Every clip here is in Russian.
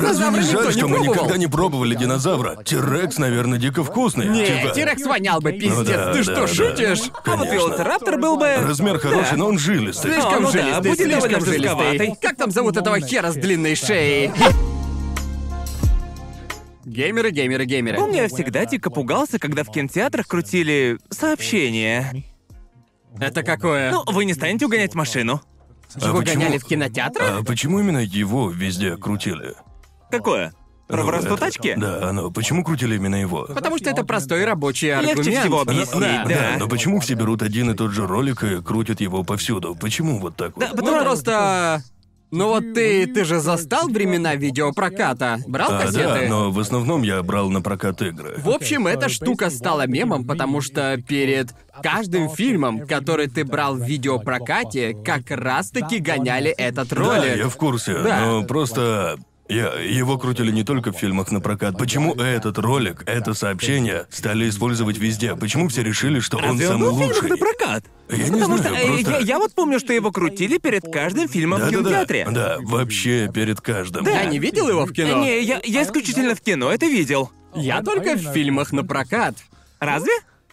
Динозавра не никто жаль, не что мы пробовал? никогда не пробовали динозавра? Тирекс, наверное, дико вкусный. Не, Типа, Тирекс вонял бы, пиздец. да, Ты да, что, да. шутишь? А вот конечно. велоцираптор был бы... Размер хороший, Да. но он жилистый. Слишком Ну да, жилистый, будет слишком довольно жилистый. жестковатый. Как там зовут этого хера с длинной шеей? Геймеры, геймеры, геймеры. Помню, я всегда дико пугался, когда в кинотеатрах крутили сообщения. Это какое? Ну, вы не станете угонять машину. Его почему- гоняли в кинотеатрах? А почему именно его везде крутили? Какое? Про Ну, воровство это- тачки? Да, но почему крутили именно его? Потому что это простой рабочий Легче аргумент. всего объяснить, Да. да. Но почему все берут один и тот же ролик и крутят его повсюду? Почему вот так вот? Ну просто... Ну вот ты же застал времена видеопроката? Брал Да, кассеты? но в основном я брал на прокат игры. В общем, эта штука стала мемом, потому что перед каждым фильмом, который ты брал в видеопрокате, как раз-таки гоняли этот Да, ролик. я в курсе, Да. но просто... Его крутили не только в фильмах на прокат. Почему этот ролик, это сообщение стали использовать везде? Почему все решили, что он Разве он самый был в фильмах лучший? на прокат? Я не Потому знаю, что просто... я вот помню, что его крутили перед каждым фильмом в кинотеатре. Да, вообще перед каждым. Я не видел его в кино. Не, я исключительно в кино это видел. Я только в фильмах на прокат. Разве?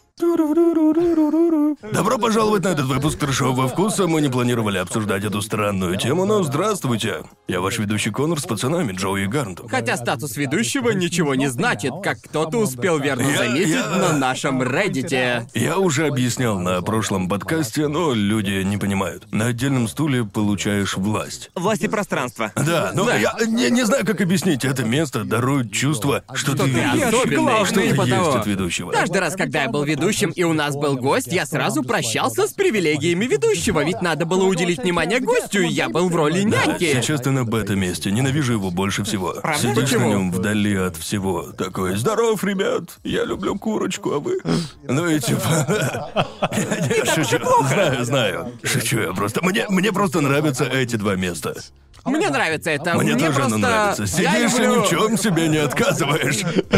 Добро пожаловать на этот выпуск Трэшового вкуса. Мы не планировали обсуждать эту странную тему, но здравствуйте. Я ваш ведущий Конор с пацанами Джоуи и Гарнтом. Хотя статус ведущего ничего не значит, как кто-то успел верно Я- заметить я- на нашем Reddit. Я уже объяснял на прошлом подкасте, но люди не понимают. На отдельном стуле получаешь власть. Власть и пространство. Да, но я не знаю, как объяснить. Это место дарует чувство, что ты особенный, что-то типа есть того. от ведущего. Каждый раз, когда я был ведущим и у нас был гость, я сразу прощался с привилегиями ведущего, ведь надо было уделить внимание гостю, и я был в роли няньки. Сейчас ты на бета-месте, ненавижу его больше всего. Сидишь Почему? на нем вдали от всего. Такой, здоров, ребят, я люблю курочку, а вы? Ну и типа... Я шучу. Знаю. Шучу я просто. Мне просто нравятся эти два места. Мне нравится это. Мне тоже просто... оно нравится. Я Сидишь и люблю- ни в чем себе не отказываешь.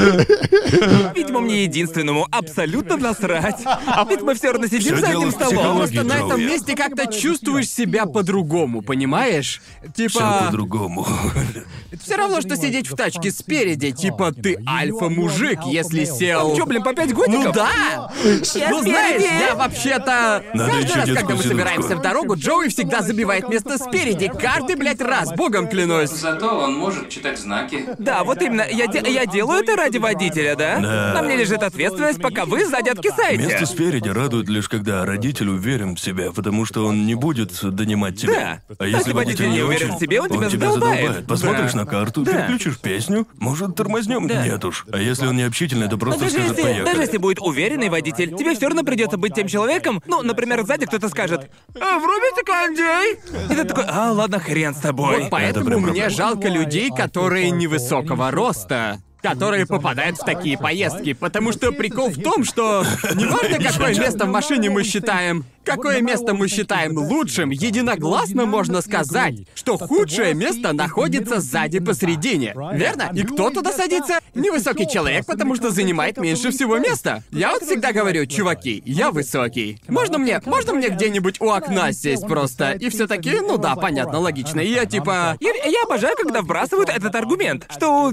Видимо, мне единственному абсолютно насрать. Ведь мы все равно сидим Всё за дело одним в столом. психологии. Просто на этом Джоуи. месте как-то чувствуешь себя по-другому, понимаешь? Все Типа, по-другому. все равно, что сидеть в тачке спереди, типа ты альфа-мужик, если сел... Чё, блин, по 5 годиков? Ну да! Ну знаешь, я вообще-то... Надо Каждый ещё раз, детскую когда мы сидушку. собираемся в дорогу, Джоуи всегда забивает место спереди. Каждый, блядь, раз, богом клянусь. Зато он может читать знаки. Да, вот именно. Я делаю это ради водителя, да? Да. На мне лежит ответственность, пока вы сзади откисаете. Место спереди радует лишь когда родитель уверен в себе, потому что он не будет донимать тебя. Да. А если водитель не уверен очень, в себе, он тебя задолбает. Посмотришь Да. на карту, Да. переключишь песню, может, тормознем? Нет уж. А если он не общительный, то просто Даже скажет если, «поехали». даже если будет уверенный водитель, тебе все равно придется быть тем человеком. Ну, например, сзади кто-то скажет: врубите кондей! И ты такой: ладно, хрен с тобой. Вот поэтому прям мне проблема. жалко людей, которые невысокого роста, которые попадают в такие поездки, потому что прикол в том, что неважно, какое место в машине мы считаем, какое место мы считаем лучшим, единогласно можно сказать, что худшее место находится сзади посередине. Верно? И кто туда садится? Невысокий человек, потому что занимает меньше всего места. Я вот всегда говорю: чуваки, я высокий. Можно мне где-нибудь у окна сесть просто? И все таки, ну да, понятно, логично. И я типа... Я обожаю, когда вбрасывают этот аргумент, что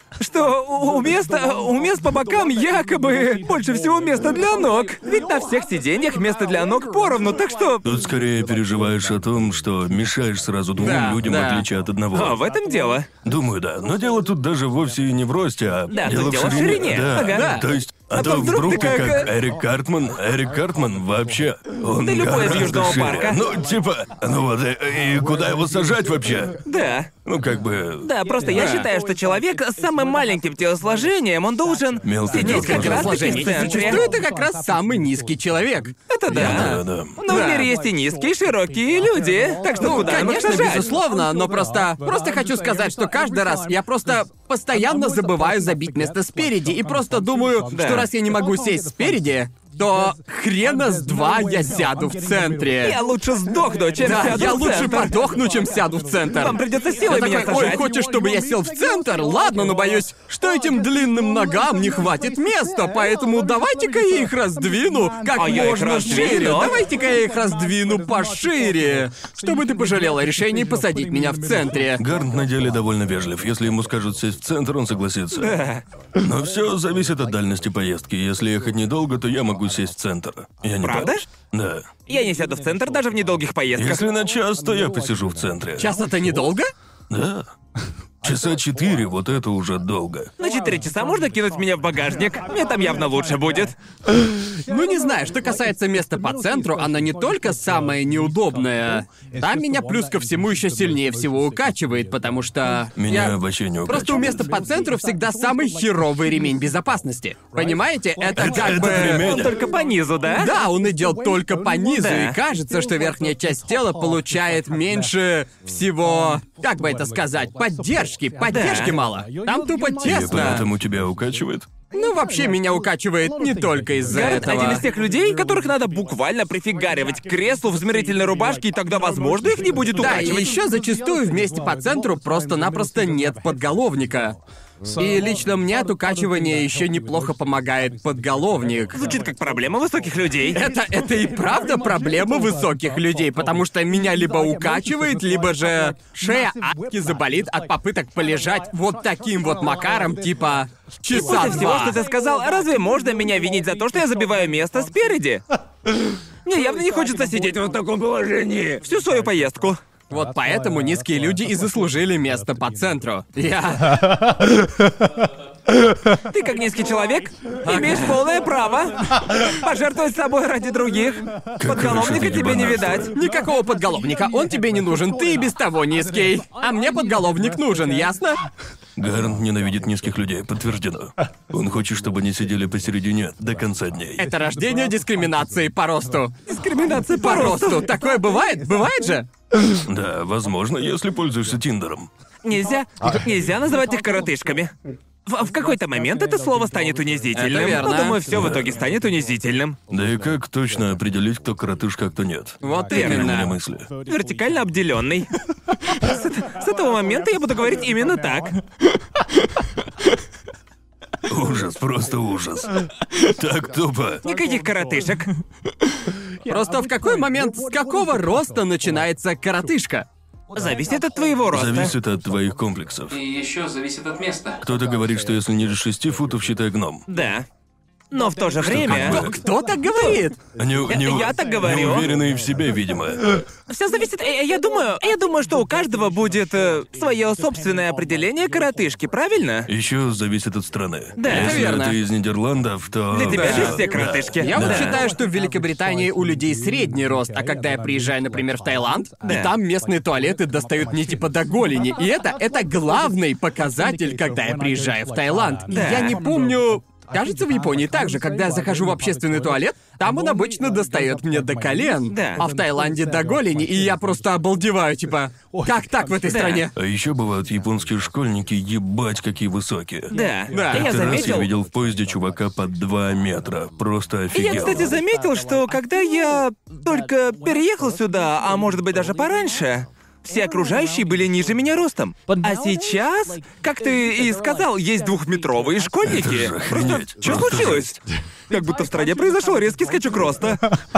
у мест по бокам якобы больше всего места для ног. Ведь на всех сиденьях место для ног поровну, так что... Тут скорее переживаешь о том, что мешаешь сразу двум Да, людям, да. в отличие от одного. в этом дело. Думаю, да. Но дело тут даже вовсе и не в росте, а Да, дело тут дело в ширине. Да, Ага. да. То есть, А то то вдруг вдруг ты ты как, как Эрик Картман вообще. Он Да любой из гораздо Южного шире. парка. Ну, типа, ну вот, и куда его сажать вообще? Да. Ну, как бы... Да, просто я считаю, что человек с самым маленьким телосложением, он должен Мелкое сидеть как раз таки Телосложение. в И центре. зачастую это как раз самый низкий человек. Это да. Да. Но в Да. мире есть и низкие, и широкие люди. Так что Ну, куда им их конечно, сажать? безусловно, но просто хочу сказать, что каждый раз я просто постоянно забываю забить место спереди и просто думаю, Да. что раз я не могу сесть спереди, то хрена с два я сяду в центре. Я лучше сдохну, чем Да, сяду я в лучше центр. подохну, чем сяду в центр. Вам придется Я силой меня такой, ой, сажать. хочешь, чтобы я сел в центр? Ладно, но боюсь, что этим длинным ногам не хватит места, поэтому давайте-ка я их раздвину как А я их можно шире. раздвину? Давайте-ка я их раздвину пошире. Чтобы ты пожалел о решении посадить меня в центре. Гарнт на деле довольно вежлив. Если ему скажут сесть в центр, он согласится. Но все зависит от дальности поездки. Если ехать недолго, то я могу сесть в центр. Я не Правда? прав? Да. Я не сяду в центр даже в недолгих поездках. Если на час, то я посижу в центре. Час это недолго? Да. Часа 4, вот это уже долго. На 4 часа можно кинуть меня в багажник. Мне там явно лучше будет. Ну, не знаю, что касается места по центру, оно не только самое неудобное. Там меня плюс ко всему еще сильнее всего укачивает, потому что... Меня я- вообще не Просто у укачивает. места по центру всегда самый херовый ремень безопасности. Понимаете? Это как этот бы... ремень. Он только по низу, да? Да, он идет только по низу, Да. и кажется, что верхняя часть тела получает меньше всего... Как бы это сказать? Поддержки. Поддержки мало. Там тупо И тесно. поэтому тебя укачивает? Ну, вообще, меня укачивает не только из-за Гаррет этого. один из тех людей, которых надо буквально прифигаривать к креслу в измерительной рубашке, и тогда, возможно, их не будет Да, и укачивать. еще зачастую вместе по центру просто-напросто нет подголовника. И лично мне от укачивания еще неплохо помогает подголовник. Звучит как проблема высоких людей. Это и правда проблема высоких людей, потому что меня либо укачивает, либо же шея адски заболит от попыток полежать вот таким вот макаром, типа часа После всего, два. что ты сказал, разве можно меня винить за то, что я забиваю место спереди? Мне явно не хочется сидеть в таком положении всю свою поездку. Вот поэтому низкие люди и заслужили место по центру. Я... Ты, как низкий человек, имеешь полное право пожертвовать собой ради других. Подголовника же ты тебе не ебанашка. видать. Никакого подголовника, он тебе не нужен, ты и без того низкий. А мне подголовник нужен, ясно? Гарнт ненавидит низких людей, подтверждено. Он хочет, чтобы они сидели посередине до конца дней. Это рождение дискриминации по росту. Дискриминация По росту. Такое бывает? Бывает же? Да, возможно, если пользуешься Тиндером. Нельзя называть их коротышками. В какой-то момент это слово станет унизительным. Это верно. Но, думаю, все в итоге станет унизительным. Да и как точно определить, кто коротышка, а кто нет? Вот Верно. именно. мысли. Вертикально обделенный. С этого момента я буду говорить именно так. Ужас, просто ужас. Так тупо. Никаких коротышек. Просто в какой момент, с какого роста начинается коротышка? Зависит от твоего роста. Зависит от твоих комплексов. И еще зависит от места. Кто-то говорит, что если ниже 6 футов, считай гном. Да. Но в то же время... как бы- Кто так говорит? Я так говорю. Неуверенные в себе, видимо. Все зависит. Я думаю, что у каждого будет свое собственное определение коротышки, правильно? Еще зависит от страны. Да. Если верно. это из Нидерландов, то... Для тебя Да. же все коротышки. Я вот Да. считаю, что в Великобритании у людей средний рост, а когда я приезжаю, например, в Таиланд, Да. и там местные туалеты достают мне типа до голени. И это главный показатель, когда я приезжаю в Таиланд. И Да. я не помню... Кажется, в Японии также, когда я захожу в общественный туалет, там он обычно достает мне до колен, Да. а в Таиланде до голени, и я просто обалдеваю, типа, как так в этой Да. стране? А еще бывают японские школьники, ебать, какие высокие. Да. Да. И я Как-то раз я заметил... видел в поезде чувака под 2 метра. Просто И офигел. я, кстати, заметил, что когда я только переехал сюда, а может быть даже пораньше, все окружающие были ниже меня ростом. А сейчас, как ты и сказал, есть двухметровые школьники. Это же охренеть. Что Просто случилось? Как будто в стране произошел резкий скачок роста.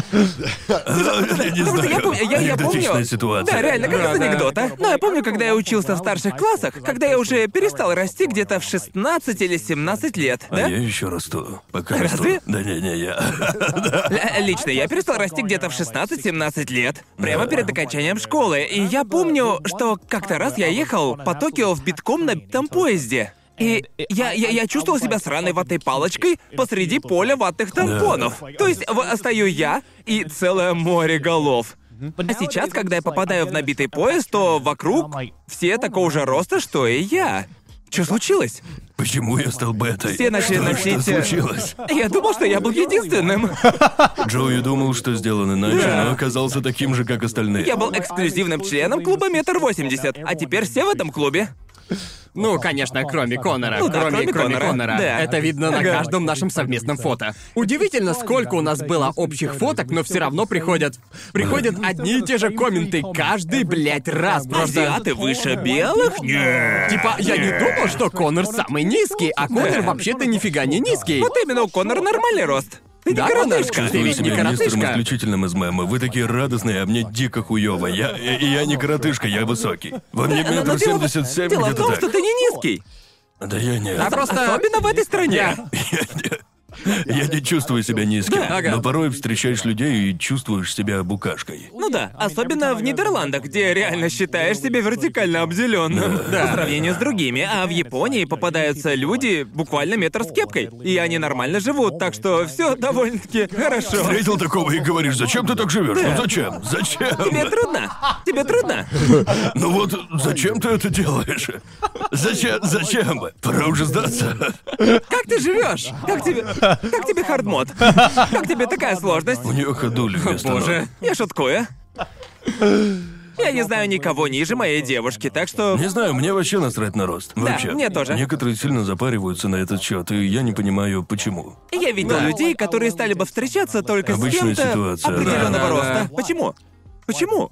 Я не Потому что я знаю. помню, я Анекдотичная помню. ситуация. Да, реально, как из Да. анекдота. Но я помню, когда я учился в старших классах, когда я уже перестал расти где-то в 16 или 17 лет, А да? я еще расту. Пока Разве? расту. Да не, я. Лично я перестал расти где-то в 16-17 лет, прямо перед окончанием школы. И я помню, что как-то раз я ехал по Токио в битком набитом поезде. И я чувствовал себя сраной ватной палочкой посреди поля ватных тампонов. То есть стою я и целое море голов. А сейчас, когда я попадаю в набитый поезд, то вокруг все такого же роста, что и я. Что случилось? Почему я стал бетой? Все начали носить... Что случилось? Я думал, что я был единственным. Джоуи думал, что сделан иначе, но оказался таким же, как остальные. Я был эксклюзивным членом клуба 1,80 м, а теперь все в этом клубе. Ну, конечно, кроме Конора. Ну да, кроме Конора. Да. Это видно на каждом нашем совместном фото. Удивительно, сколько у нас было общих фоток, но все равно приходят одни и те же комменты каждый, блядь, раз. Просто... Азиаты выше белых? Нет. Типа, я не думал, что Конор самый низкий, а Конор вообще-то нифига не низкий. Вот именно, у Конора нормальный рост. Ты не Да, коротышка. Конор? Ты Чувствую ведь не себя мистером коротышка. исключительным из мема. Вы такие радостные, а мне дико хуёво. Я не коротышка, я высокий. Во мне Но метр дело 77 в где-то том, так. что ты не низкий. Да я не... А просто... Особенно в этой стране. Я не чувствую себя низким, Да, ага. но порой встречаешь людей и чувствуешь себя букашкой. Ну да, особенно в Нидерландах, где реально считаешь себя вертикально обделенным по сравнению с другими, а в Японии попадаются люди буквально метр с кепкой, и они нормально живут, так что все довольно-таки хорошо. Встретил такого и говоришь, зачем ты так живешь? Ну зачем? Зачем? Тебе трудно? Тебе трудно? Ну вот, зачем ты это делаешь? Зачем? Пора уже сдаться. Как ты живешь? Как тебе хардмод? Как тебе такая сложность? У нее ходули вместо ног. Боже. Я шуткую. Я не знаю никого ниже моей девушки, так что... Не знаю, мне вообще насрать на рост. Вообще. мне тоже. Некоторые сильно запариваются на этот счет, и я не понимаю, почему. Я видел людей, которые стали бы встречаться только Обычная с кем-то ситуация, определенного да. роста. Почему?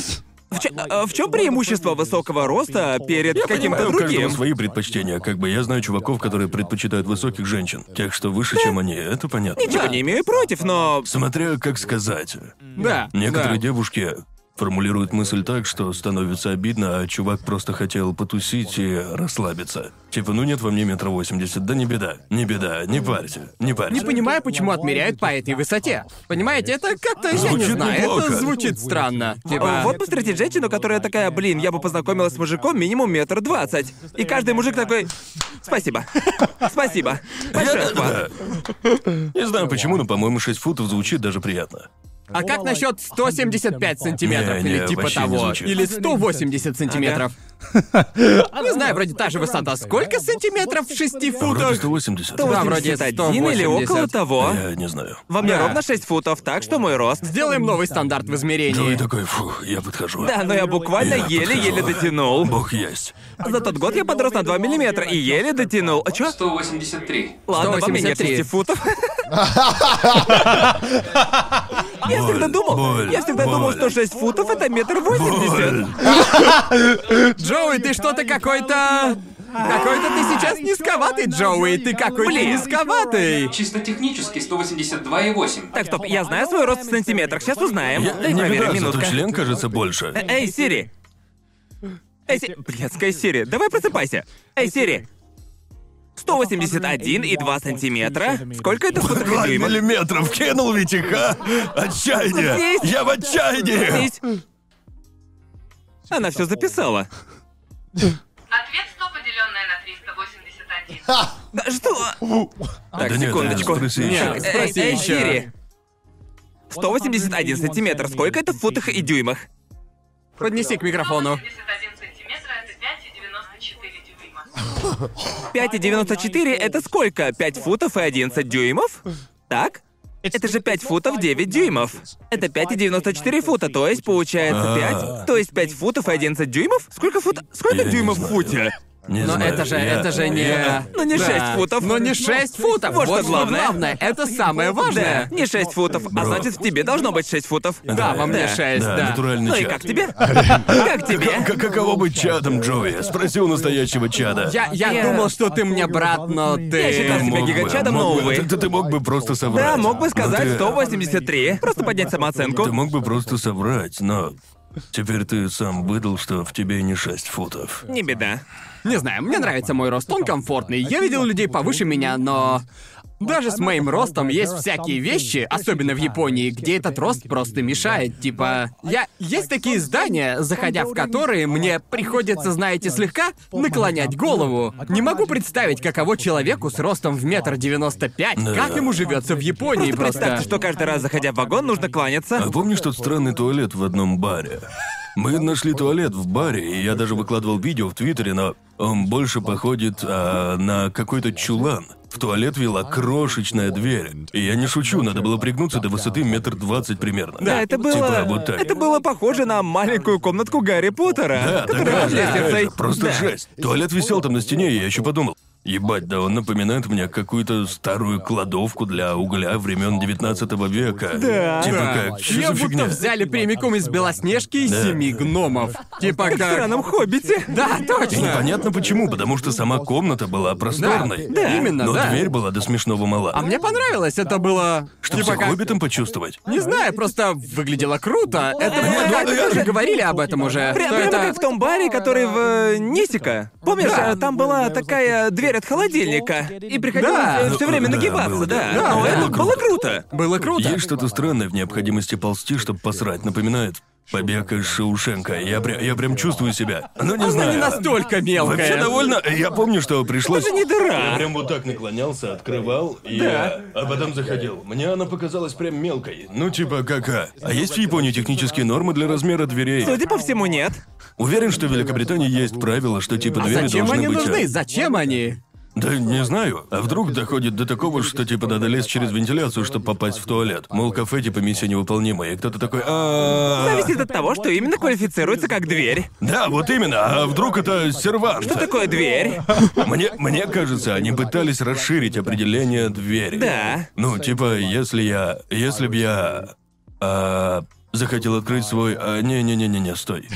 В чем преимущество высокого роста перед Я каким-то понимаю, у каждого другим? свои предпочтения. Как бы я знаю чуваков, которые предпочитают высоких женщин. Тех, что выше, чем они, это понятно. Ничего не имею против, но... Смотря как сказать. Да. Некоторые да. девушки формулируют мысль так, что становится обидно, а чувак просто хотел потусить и расслабиться. Типа, ну нет во мне 1,80 м, да не беда, не парься. Не понимаю, почему отмеряют по этой высоте. Понимаете, это как-то, я не Звучит знаю, неплохо. это звучит странно. Типа... Вот бы встретить женщину, которая такая, блин, я бы познакомилась с мужиком минимум 1,20 м. И каждый мужик такой, спасибо. Спасибо. Большое охват. Не знаю почему, но, по-моему, 6 футов звучит даже приятно. А как насчет 175 сантиметров Не, или типа вообще не того? звучит. Или 180 сантиметров? Не знаю, вроде та же высота. Сколько сантиметров в 6 Вроде футах? 180. Да, вроде 181 или 180. около того. Я не знаю. Во мне Да. ровно 6 футов, так что мой рост. Сделаем новый стандарт в Джои измерении. такой, фух, я подхожу. Да, но я буквально Я еле-еле подхожу. дотянул. Бог есть. За тот год я подрос на 2 миллиметра и еле дотянул. А чё? 183. Ладно, во мне нет 183. 6 футов. Я всегда думал, что 6 футов это 1,80 м. Джоуи, ты что-то какой-то ты сейчас низковатый, Джоуи. Ты какой-то Блин. низковатый. Чисто технически 182,8. Так, стоп, я знаю свой рост в сантиметрах, сейчас узнаем. Дай Не проверим, беда, минутка. зато член кажется больше. Эй, Сири! Блядская Сири, давай просыпайся. Эй, Сири! 181,2 сантиметра. Сколько это в футах и 2 дюймах? миллиметров кинул ведь их, а? Отчаяние! Заткнись. Я в отчаянии! Заткнись. Она все записала. Ответ 100, поделенное на 381. Да что? Так, Да нет, секундочку. спроси ещё. Нет, спроси Эй, ещё. Сири! 181 сантиметр. Сколько это в футах и дюймах? Поднеси к микрофону. 181 сантиметра — это 5,94 дюйма. 5,94 это сколько? 5 футов и 11 дюймов? Так? Это же 5 футов 9 дюймов. Это 5,94 фута, то есть получается 5. То есть 5 футов и 11 дюймов? Сколько Я не дюймов в знаю. футе? Не Но знаю, это же я- не... Ну, не 6 футов. Но не 6 футов. Вот что что главное. главное. Это самое Да, важное. не 6 футов, а значит в тебе должно быть 6 футов. Да, во мне Да. 6, Да, да. натуральный Ну и чат. как тебе? Как тебе? Каково быть чадом, Джои? Спроси у настоящего чада. Я думал, что ты мне брат, но Я считал ты... себя Мог бы, гигачадом, мог но, бы. увы. Ты мог бы просто соврать. Да, мог бы Но сказать ты- 183. Просто поднять самооценку. Ты мог бы просто соврать, но... Теперь ты сам выдал, что в тебе не 6 футов. Не беда. Не знаю, мне нравится мой рост, он комфортный. Я видел людей повыше меня, но... Даже с моим ростом есть всякие вещи, особенно в Японии, где этот рост просто мешает. Типа, есть такие здания, заходя в которые мне приходится, знаете, слегка наклонять голову. Не могу представить, каково человеку с ростом в 1,95 м, Да. как ему живется в Японии Просто представьте, просто. что каждый раз, заходя в вагон, нужно кланяться. А помнишь тот странный туалет в одном баре? Мы нашли туалет в баре, и я даже выкладывал видео в Твиттере, но он больше походит на какой-то чулан. в туалет вела крошечная дверь. И я не шучу, надо было пригнуться до высоты 1,20 м примерно. Да, это было... Типа вот так. Это было похоже на маленькую комнатку Гарри Поттера, Да, которая под лестницей. это просто Да. жесть. Туалет висел там на стене, и я еще подумал. Ебать, да он напоминает мне какую-то старую кладовку для угля времен 19 века. Да. Типа Да. как, что Её за будто фигня? взяли прямиком из Белоснежки и Да. 7 гномов. Типа В как... странном хоббите. Да, И точно. непонятно почему, потому что сама комната была просторной. Да, именно, Но да. дверь была до смешного мала. А мне понравилось, это было... Чтобы типа всех как... хоббитом почувствовать. Не знаю, просто выглядело круто. Это было ну, как... я Мы же- же говорили об этом уже. что Прямо это... как в том баре, который в Нисика. Помнишь, Да. там была такая дверь от холодильника. И приходилось Да. все время Да, нагибаться, было, да. да. Но Да, это было было круто. круто. Было круто. Есть что-то странное в необходимости ползти, чтобы посрать. Напоминает побег из Шоушенка. Я прям чувствую себя. Ну, не Она знаю. не настолько мелкая. Вообще довольно... Я помню, что пришлось... Это же не дыра. Я прям вот так наклонялся, открывал, и... А потом заходил. Мне она показалась прям мелкой. Ну, типа, кака. А есть в Японии технические нормы для размера дверей? Судя по всему, нет. Уверен, что в Великобритании есть правила, что типа А двери зачем должны они быть... нужны? Зачем они? Да не знаю. А вдруг доходит до такого, что типа надо лезть через вентиляцию, чтобы попасть в туалет. Мол, кафе типа миссия невыполнимая. И кто-то такой... Зависит от того, что именно квалифицируется как дверь. Да, вот именно. А вдруг это сервант? Что такое дверь? Мне кажется, они пытались расширить определение двери. Да. Ну, типа, если б я захотел открыть свой... Не-не-не-не, стой.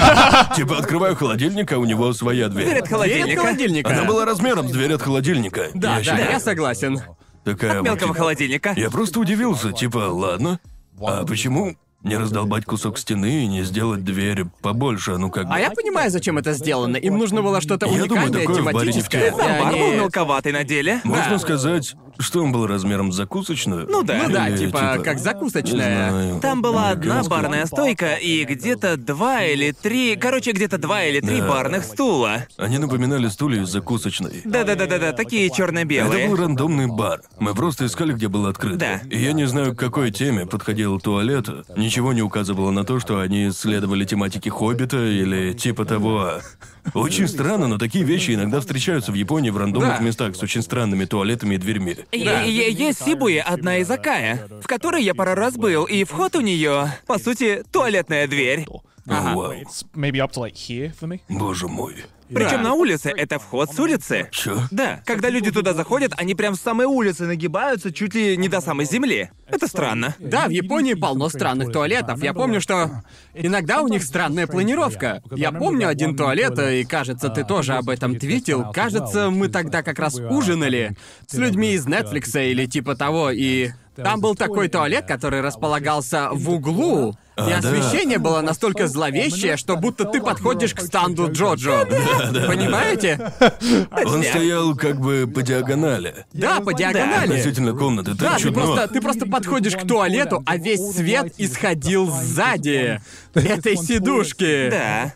Типа, открываю холодильник, а у него своя Дверь дверь. от холодильника. Дверь от холодильника. Она была размером с дверь от холодильника. Да, считаю. я согласен. Такая вот, Мелкого типа, холодильника. Я просто удивился, типа, ладно. А почему не раздолбать кусок стены и не сделать дверь побольше, ну как бы... А я понимаю, зачем это сделано. Им нужно было что-то Я думаю, уникальное, такое в баре не в тематическое. тему. и Сам бар был они- мелковатый на деле. Можно сказать, что он был размером с закусочную? Ну да. Ну да, Или, типа, как не закусочная. знаю, Там была одна американская. барная стойка и где-то 2 или 3, короче, где-то 2 или 3 Да. барных стула. Они напоминали стулья из закусочной. Да-да-да-да, такие Это черно-белые. был рандомный бар. Мы просто искали, где было открыто. Да. И я не знаю, к какой теме подходил туалет. Ничего не указывало на то, что они исследовали тематики Хоббита или типа того. Очень странно, но такие вещи иногда встречаются в Японии в рандомных Да. местах с очень странными туалетами и дверьми. Есть Сибуя, одна изакая, в которой я пару раз был, и вход у нее, по сути, туалетная дверь. Вау. It's maybe up to like here for me. Боже мой. Причем на улице, это вход с улицы. Чё? Да, когда люди туда заходят, они прям с самой улицы нагибаются чуть ли не до самой земли. Это странно. Да, в Японии полно странных туалетов. Я помню, что иногда у них странная планировка. Я помню один туалет, и кажется, ты тоже об этом твитил. Кажется, мы тогда как раз ужинали с людьми из Netflix или типа того, и там был такой туалет, который располагался в углу. И да. освещение было настолько зловещее, что будто ты подходишь к стенду Джоджо. Понимаете? Он стоял как бы по диагонали. Да, по диагонали. Относительно комнаты. Так Да, чудно. ты просто подходишь к туалету, а весь свет исходил сзади этой сидушки. Да.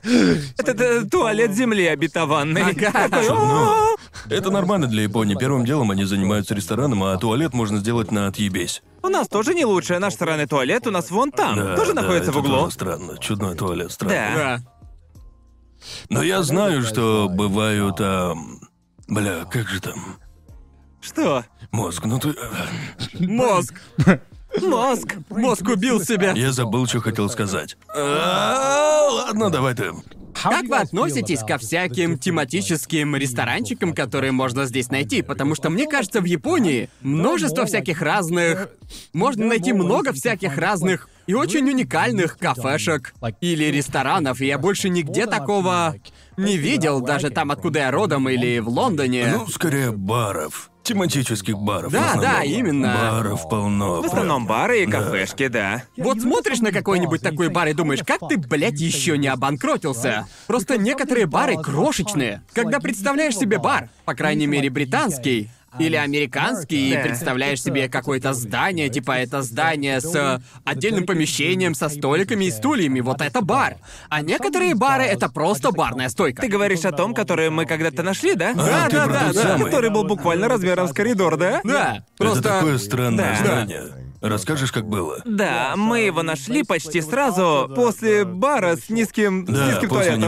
Это туалет земли обетованный. Ага. Такой, Ну, «О-о-о». это нормально для Японии. Первым делом они занимаются рестораном, а туалет можно сделать на отъебись. У нас тоже не лучше. Наш сраный туалет у нас вон там. Да, Тоже да, находится в это углу. тоже странно. Чудной туалет, странно. Да. Да. Но я знаю, что бывают Бля, как же там? Что? Мозг, ну ты... Мозг. Мозг. Мозг убил себя. Я забыл, что хотел сказать. Ладно, давай ты. Как вы относитесь ко всяким тематическим ресторанчикам, которые можно здесь найти? Потому что мне кажется, в Японии множество всяких разных... Можно найти много всяких разных и очень уникальных кафешек или ресторанов, и я больше нигде такого не видел, даже там, откуда я родом, или в Лондоне. Ну, скорее, баров. Тематических баров. Да, в основном. да, именно. Баров полно. В основном бары и кафешки, да. Вот смотришь на какой-нибудь такой бар и думаешь, как ты, блядь, еще не обанкротился? Просто некоторые бары крошечные. Когда представляешь себе бар, по крайней мере британский, или американский, и Да. представляешь себе какое-то здание, типа это здание с отдельным помещением, со столиками и стульями, вот это бар. А некоторые бары — это просто барная стойка. Ты говоришь о том, который мы когда-то нашли, да? А, ты про тот самый. Который был буквально размером с коридор, да? Да, Это просто... такое странное Да. здание. Расскажешь, как было? Да, мы его нашли почти сразу после бара с низким Да, после туалетом. него.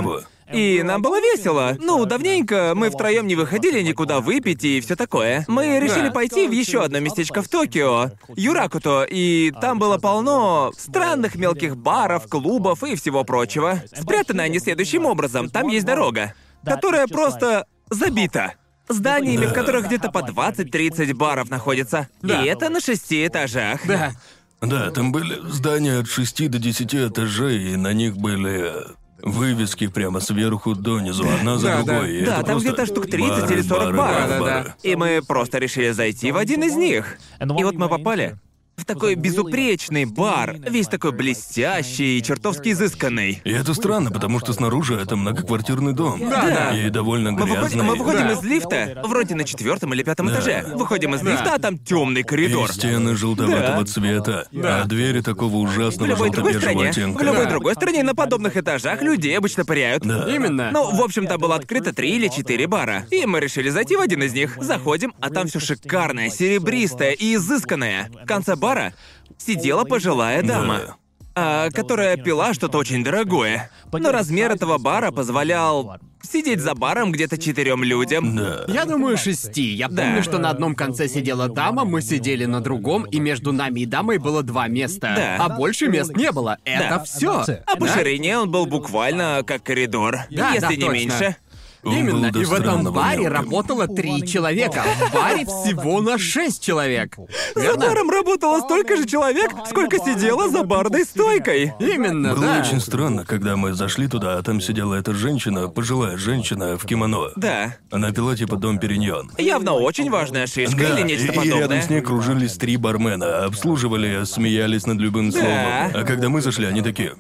И нам было весело. Ну, давненько мы втроем не выходили никуда выпить и все такое. Мы решили пойти в еще одно местечко в Токио, Юракуто, и там было полно странных мелких баров, клубов и всего прочего. Спрятаны они следующим образом. Там есть дорога, которая просто забита зданиями, в которых где-то по 20-30 баров находится. Да. И это на 6 этажах. Да. Да, там были здания от 6 до 10 этажей, и на них были вывески прямо сверху донизу, одна за Да, другой. да. И Да, это там просто где-то штук 30 бары, или 40 бары, баров. бары, Да-да-да. бары. И мы просто решили зайти в один из них. И вот мы попали в такой безупречный бар, весь такой блестящий и чертовски изысканный. И это странно, потому что снаружи это многоквартирный дом. Да. И довольно Мы грязный. выходим Да. из лифта, вроде на 4-м или 5-м этаже. Выходим из лифта, а там темный И коридор. стены желтоватого Да. цвета, Да. а двери такого В ужасного любой другой желто-бежевого стране, оттенка. в любой Да. другой стране на подобных этажах людей обычно пыряют. Да. Именно. Ну, в общем, там было открыто 3 или 4 бара. И мы решили зайти в один из них. Заходим, а там все шикарное, серебристое и изысканное. В конце бара сидела пожилая дама, которая пила что-то очень дорогое. Но размер этого бара позволял сидеть за баром где-то 4 людям. Да. Я думаю, 6. Я помню, Да. что на одном конце сидела дама, мы сидели на другом, и между нами и дамой было 2 места. Да. А больше мест не было. Это все. А по ширине он был буквально как коридор, Да, если да, не точно. меньше. Он Именно. был до И в этом странного баре мелким. работало 3 человека. В баре всего на 6 человек. За Верно? баром работало столько же человек, сколько сидело за барной стойкой. Именно, Было да. очень странно, когда мы зашли туда, а там сидела эта женщина, пожилая женщина в кимоно. Да. Она пила типа Дом Периньон. Явно очень важная шишка Да, или нечто и рядом подобное. с ней кружились 3 бармена, обслуживали, смеялись над любым словом. А когда мы зашли, они такие...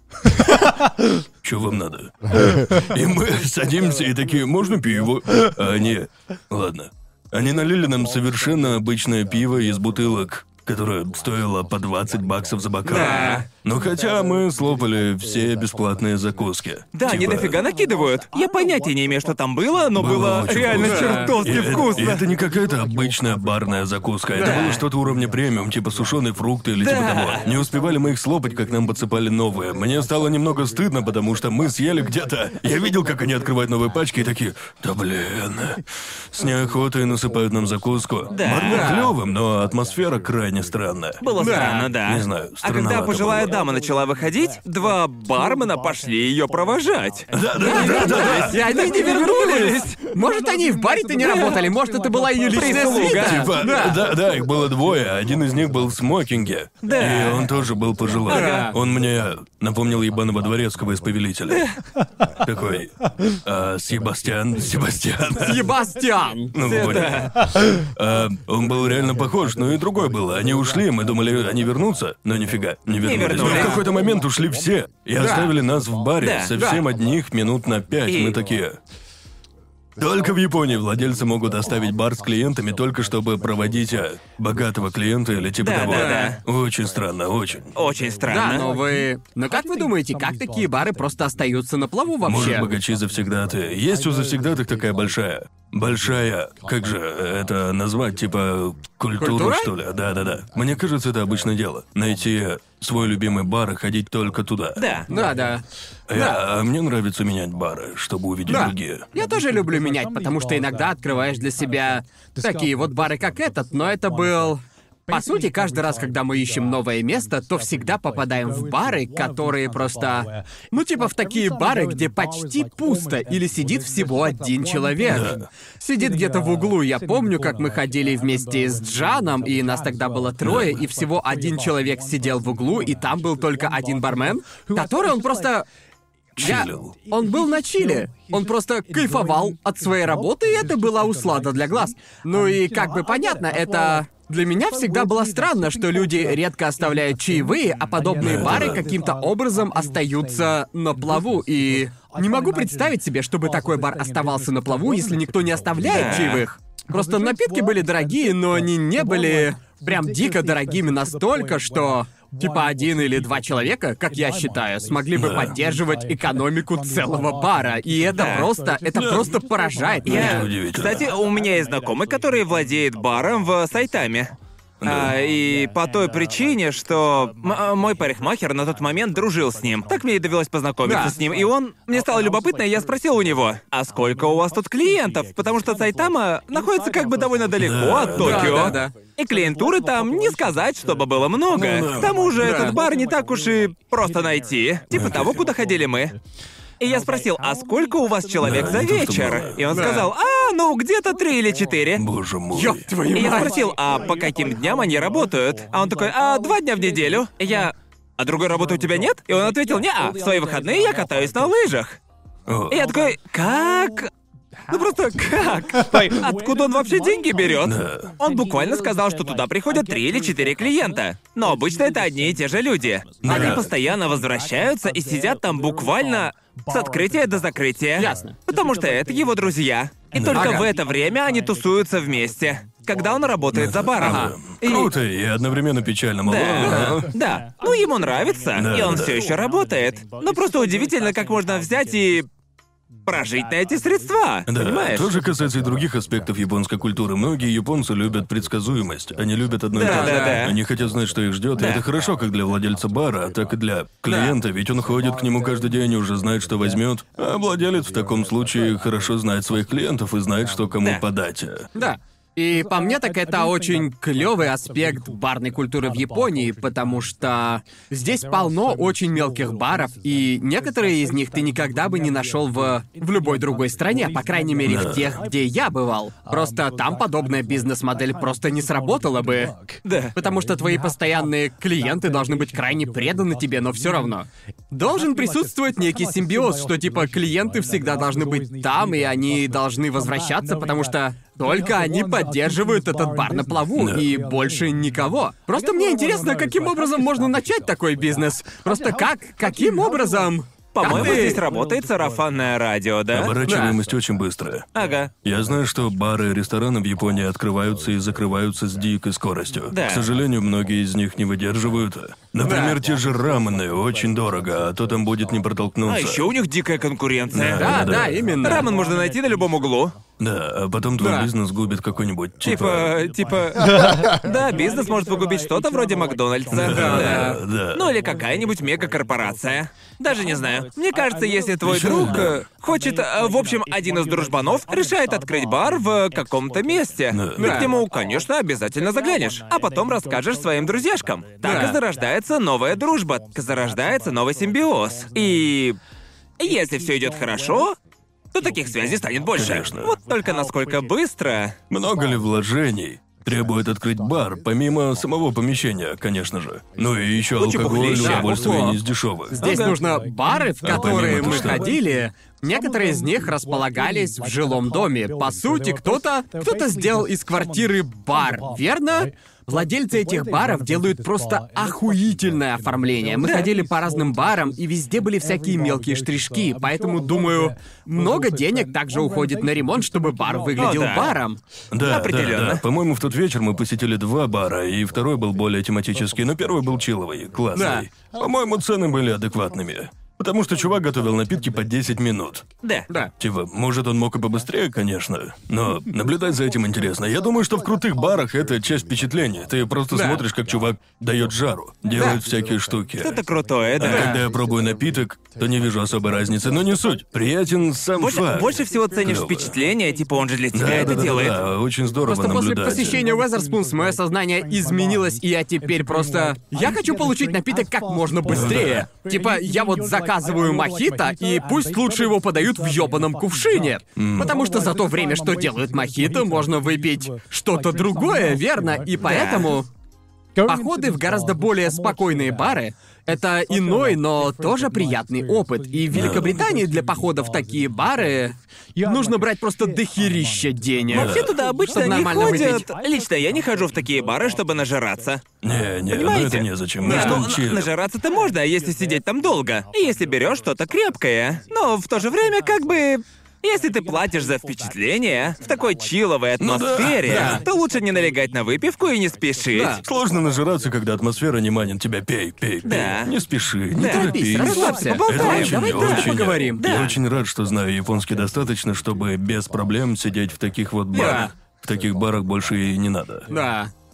Чё вам надо? И мы садимся и такие, можно пиво? А они... Ладно. Они налили нам совершенно обычное пиво из бутылок, которое стоило по 20 баксов за бокал. Да. Но хотя мы слопали все бесплатные закуски. Да, они Типа, дофига накидывают. Я понятия не имею, что там было, но было очень реально вкусно. чертовски И вкусно. это не какая-то обычная барная закуска. Это было что-то уровня премиум, типа сушеные фрукты или типа Да. того. Не успевали мы их слопать, как нам подсыпали новые. Мне стало немного стыдно, потому что мы съели где-то. Я видел, как они открывают новые пачки и такие, да блин. С неохотой насыпают нам закуску. Да. Бар был клёвым, но атмосфера крайне странная. Было странно, да. Не знаю, А когда странновато пожилая было. дама начала выходить, 2 бармена пошли ее провожать. И они не вернулись. Может, они и в баре-то не работали, может, это была ее личная Прислуга. свита. Типа, Да. да, их было 2, один из них был в смокинге. Да. И он тоже был пожилой. Ага. Он мне напомнил ебаного дворецкого из Повелителя. Такой, Себастьян. Себастьян. Ну, вы поняли. Он был реально похож, но и другой был. Они ушли, мы думали, они вернутся, но нифига, не вернулись. вернулись. Но в какой-то момент ушли все и оставили нас в баре Да. совсем одних минут на 5. И- Мы такие... Только в Японии владельцы могут оставить бар с клиентами только чтобы проводить богатого клиента или типа Да, того. да, Очень странно, очень. Очень Да, странно. но вы... Но как вы думаете, как такие бары просто остаются на плаву Может, вообще? богачи завсегдаты. Есть у завсегдатых такая большая, как же это назвать, типа культуру, Культура? что ли? Да-да-да. Мне кажется, это обычное дело. Найти свой любимый бар и ходить только туда. Да. Да. А мне нравится менять бары, чтобы увидеть Да. другие. Я тоже люблю менять, потому что иногда открываешь для себя такие вот бары, как этот, но это был... По сути, каждый раз, когда мы ищем новое место, то всегда попадаем в бары, которые просто... Ну, типа в такие бары, где почти пусто, или сидит всего 1 человек. Сидит где-то в углу. Я помню, как мы ходили вместе с Джаном, и нас тогда было 3, и всего 1 человек сидел в углу, и там был только 1 бармен, который он просто... Чилил. Он был на чиле. Он просто кайфовал от своей работы, и это была услада для глаз. Ну и как бы понятно, это... Для меня всегда было странно, что люди редко оставляют чаевые, а подобные бары каким-то образом остаются на плаву. И не могу представить себе, чтобы такой бар оставался на плаву, если никто не оставляет чаевых. Просто напитки были дорогие, но они не были прям дико дорогими настолько, что... Типа 1 или 2 человека, как я считаю, смогли бы поддерживать экономику целого бара. И это просто поражает меня. Я... удивительно. Кстати, у меня есть знакомый, который владеет баром в Сайтаме. И по той причине, что мой парикмахер на тот момент дружил с ним. Так мне и довелось познакомиться Да. с ним. И мне стало любопытно, и я спросил у него, а сколько у вас тут клиентов? Потому что Сайтама находится как бы довольно далеко от Токио. Да. И клиентуры там не сказать, чтобы было много. К тому же этот бар не так уж и просто найти. Типа того, куда ходили мы. И я спросил, а сколько у вас человек Да, за не то, что вечер? было. И он сказал, ну где-то 3 или 4. Боже мой. Ёб твою И я мать. спросил, а по каким дням они работают? А он такой, 2 дня в неделю. И я, а другой работы у тебя нет? И он ответил, неа, в свои выходные я катаюсь на лыжах. О, И я такой, как? Ну просто как? Откуда он вообще деньги берет? Да. Он буквально сказал, что туда приходят 3 или 4 клиента. Но обычно это одни и те же люди. Они постоянно возвращаются и сидят там буквально с открытия до закрытия. Ясно. Потому что это его друзья. И только Ага. в это время они тусуются вместе. Когда он работает за баром. Ага. И- Круто и одновременно печально. Мало. Да. Ну, ему нравится, Да, и он да. все еще работает. Но просто удивительно, как можно взять и прожить на эти средства. Да, Понимаешь? то же касается и других аспектов японской культуры. Многие японцы любят предсказуемость. Они любят одно и Да, то же. да, да. Они хотят знать, что их ждет. И Да. это хорошо как для владельца бара, так и для клиента, ведь он ходит к нему каждый день и уже знает, что возьмет. А владелец в таком случае хорошо знает своих клиентов и знает, что кому Да. подать. Да. И по мне, так это очень клевый аспект барной культуры в Японии, потому что здесь полно очень мелких баров, и некоторые из них ты никогда бы не нашел в любой другой стране, по крайней мере, в тех, где я бывал. Просто там подобная бизнес-модель просто не сработала бы. Да. Потому что твои постоянные клиенты должны быть крайне преданы тебе, но все равно. Должен присутствовать некий симбиоз, что типа клиенты всегда должны быть там, и они должны возвращаться, потому что только они поддерживают этот бар на плаву, и больше никого. Просто мне интересно, каким образом можно начать такой бизнес. Просто каким образом? По-моему, Как ты- здесь работает сарафанное радио, да? Оборачиваемость очень быстрая. Ага. Я знаю, что бары и рестораны в Японии открываются и закрываются с дикой скоростью. Да. К сожалению, многие из них не выдерживают. Например, те же рамены очень дорого, а то там будет не протолкнуться. А еще у них дикая конкуренция. Да, именно. Рамен можно найти на любом углу. Да, а потом твой Да. бизнес губит какой-нибудь Да, бизнес может погубить что-то вроде Макдональдса. Да. Ну или какая-нибудь мегакорпорация. Даже не знаю. Мне кажется, если твой друг хочет... В общем, один из дружбанов решает открыть бар в каком-то месте. Ты Да. к нему, конечно, обязательно заглянешь. А потом расскажешь своим друзьяшкам. Так Да. и зарождается новая дружба. Так и зарождается новый симбиоз. И... если все идет хорошо, то таких связей станет больше. Конечно. Вот только насколько быстро... Много ли вложений требует открыть бар, помимо самого помещения, конечно же. Ну и еще Куча алкоголь, похлеще. удовольствие Да, не из дешевых. Здесь Ага. нужно бары, в помимо которые мы того, что- ходили. Некоторые из них располагались в жилом доме. По сути, кто-то сделал из квартиры бар, верно? Владельцы этих баров делают просто охуительное оформление. Мы ходили по разным барам, и везде были всякие мелкие штришки, поэтому, думаю, много денег также уходит на ремонт, чтобы бар выглядел да. баром. Да, Определенно. да. По-моему, в тот вечер мы посетили 2 бара, и второй был более тематический, но первый был чиловый, классный. По-моему, цены были адекватными. Потому что чувак готовил напитки по 10 минут. Да. Да. Типа, может, он мог и побыстрее, конечно, но наблюдать за этим интересно. Я думаю, что в крутых барах это часть впечатления. Ты просто Да. смотришь, как чувак дает жару, делает всякие штуки. Это крутое, да. Когда я пробую напиток, то не вижу особой разницы, но не суть. Приятен сам факт. Больше всего ценишь Клёво. впечатление, типа он же для тебя Да, это да, делает. да, очень здорово Просто после наблюдать. посещения Уэзерспунс мое сознание изменилось, и я теперь просто... Я хочу получить напиток как можно быстрее. Типа, я вот заказываю мохито, и пусть лучше его подают в ёбаном кувшине. Потому что за то время, что делают мохито, можно выпить что-то другое, верно? И поэтому... Походы в гораздо более спокойные бары — это иной, но тоже приятный опыт. И в Великобритании для похода в такие бары нужно брать просто дохерища денег. Вообще туда обычно Чтобы не нормально ходят. выпить. Лично я не хожу в такие бары, чтобы нажираться. Не, ну Понимаете? это незачем. Мы Да, же ну, там чилим. нажираться-то можно, если сидеть там долго. И если берешь что-то крепкое. Но в то же время как бы... Если ты платишь за впечатление в такой чиловой атмосфере, да. то лучше не налегать на выпивку и не спешить. Да. Сложно нажираться, когда атмосфера не манит тебя. Пей, пей, пей. Да. Не спеши, не Да. торопись. Расслабься. Это Поболтаем, очень, давай просто очень... поговорим. Я Да. очень рад, что знаю японский достаточно, чтобы без проблем сидеть в таких вот барах. В таких барах больше и не надо. Да.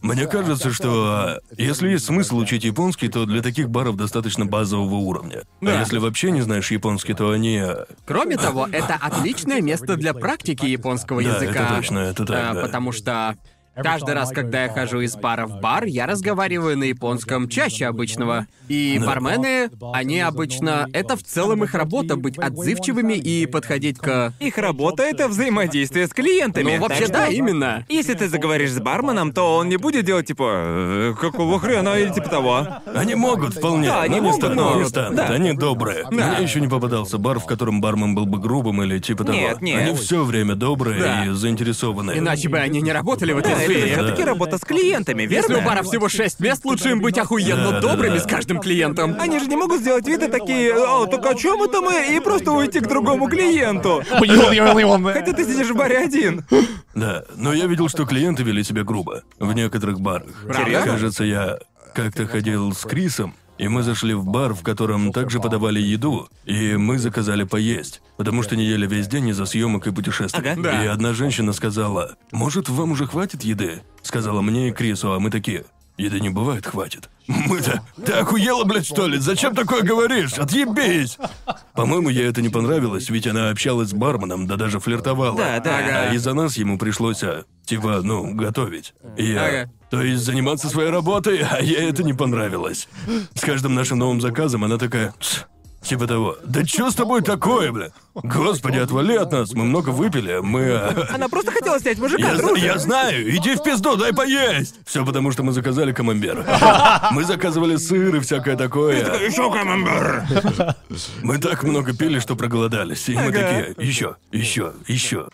Мне кажется, что если есть смысл учить японский, то для таких баров достаточно базового уровня. Да. А если вообще не знаешь японский, то они... Кроме того, это отличное место для практики японского Да, языка. это точно, это так, да. Потому что каждый раз, когда я хожу из бара в бар, я разговариваю на японском чаще обычного. И бармены, они обычно... Это в целом их работа — быть отзывчивыми и подходить к... Их работа — это взаимодействие с клиентами. Ну, вообще, так что, да, именно. Если ты заговоришь с барменом, то он не будет делать типа какого хрена или типа того. Они могут вполне, Да, но они не могут, станут, но- не станут. да. Они добрые. Мне еще не попадался бар, в котором бармен был бы грубым или типа того. Нет, нет. Они все время добрые Да. и заинтересованные. Иначе бы они не работали в этой Да, это сфере. все-таки работа с клиентами, Если верно? у бара всего 6 мест, лучше им быть охуенно Да, добрыми да. с каждым клиентом. Они же не могут сделать вид и такие, так о чем это мы? И просто уйти к другому клиенту. But you're the only one there. Хотя ты сидишь в баре один. Да, но я видел, что клиенты вели себя грубо в некоторых барах. Серьёзно? Кажется, я как-то ходил с Крисом, и мы зашли в бар, в котором также подавали еду, и мы заказали поесть, потому что не ели весь день из-за съемок и путешествий. Ага. Да. И одна женщина сказала: «Может, вам уже хватит еды?» Сказала мне и Крису, а мы такие: «Еды не бывает, хватит». Мы-то... Ты охуела, блядь, что ли? Зачем такое говоришь? Отъебись! По-моему, ей это не понравилось, ведь она общалась с барменом, да даже флиртовала. Да, да. А из-за нас ему пришлось, типа, готовить. И я... Ага. То есть заниматься своей работой, а ей это не понравилось. С каждым нашим новым заказом она такая... «Тс». Типа того. Да чё с тобой такое, бля? Господи, отвали от нас, мы много выпили, мы... Она просто хотела снять мужика, дружи. Я знаю, иди в пизду, дай поесть! Все потому, что мы заказали камамбер. Мы заказывали сыр и всякое такое. Еще камамбер. Мы так много пили, что проголодались. И мы такие: еще.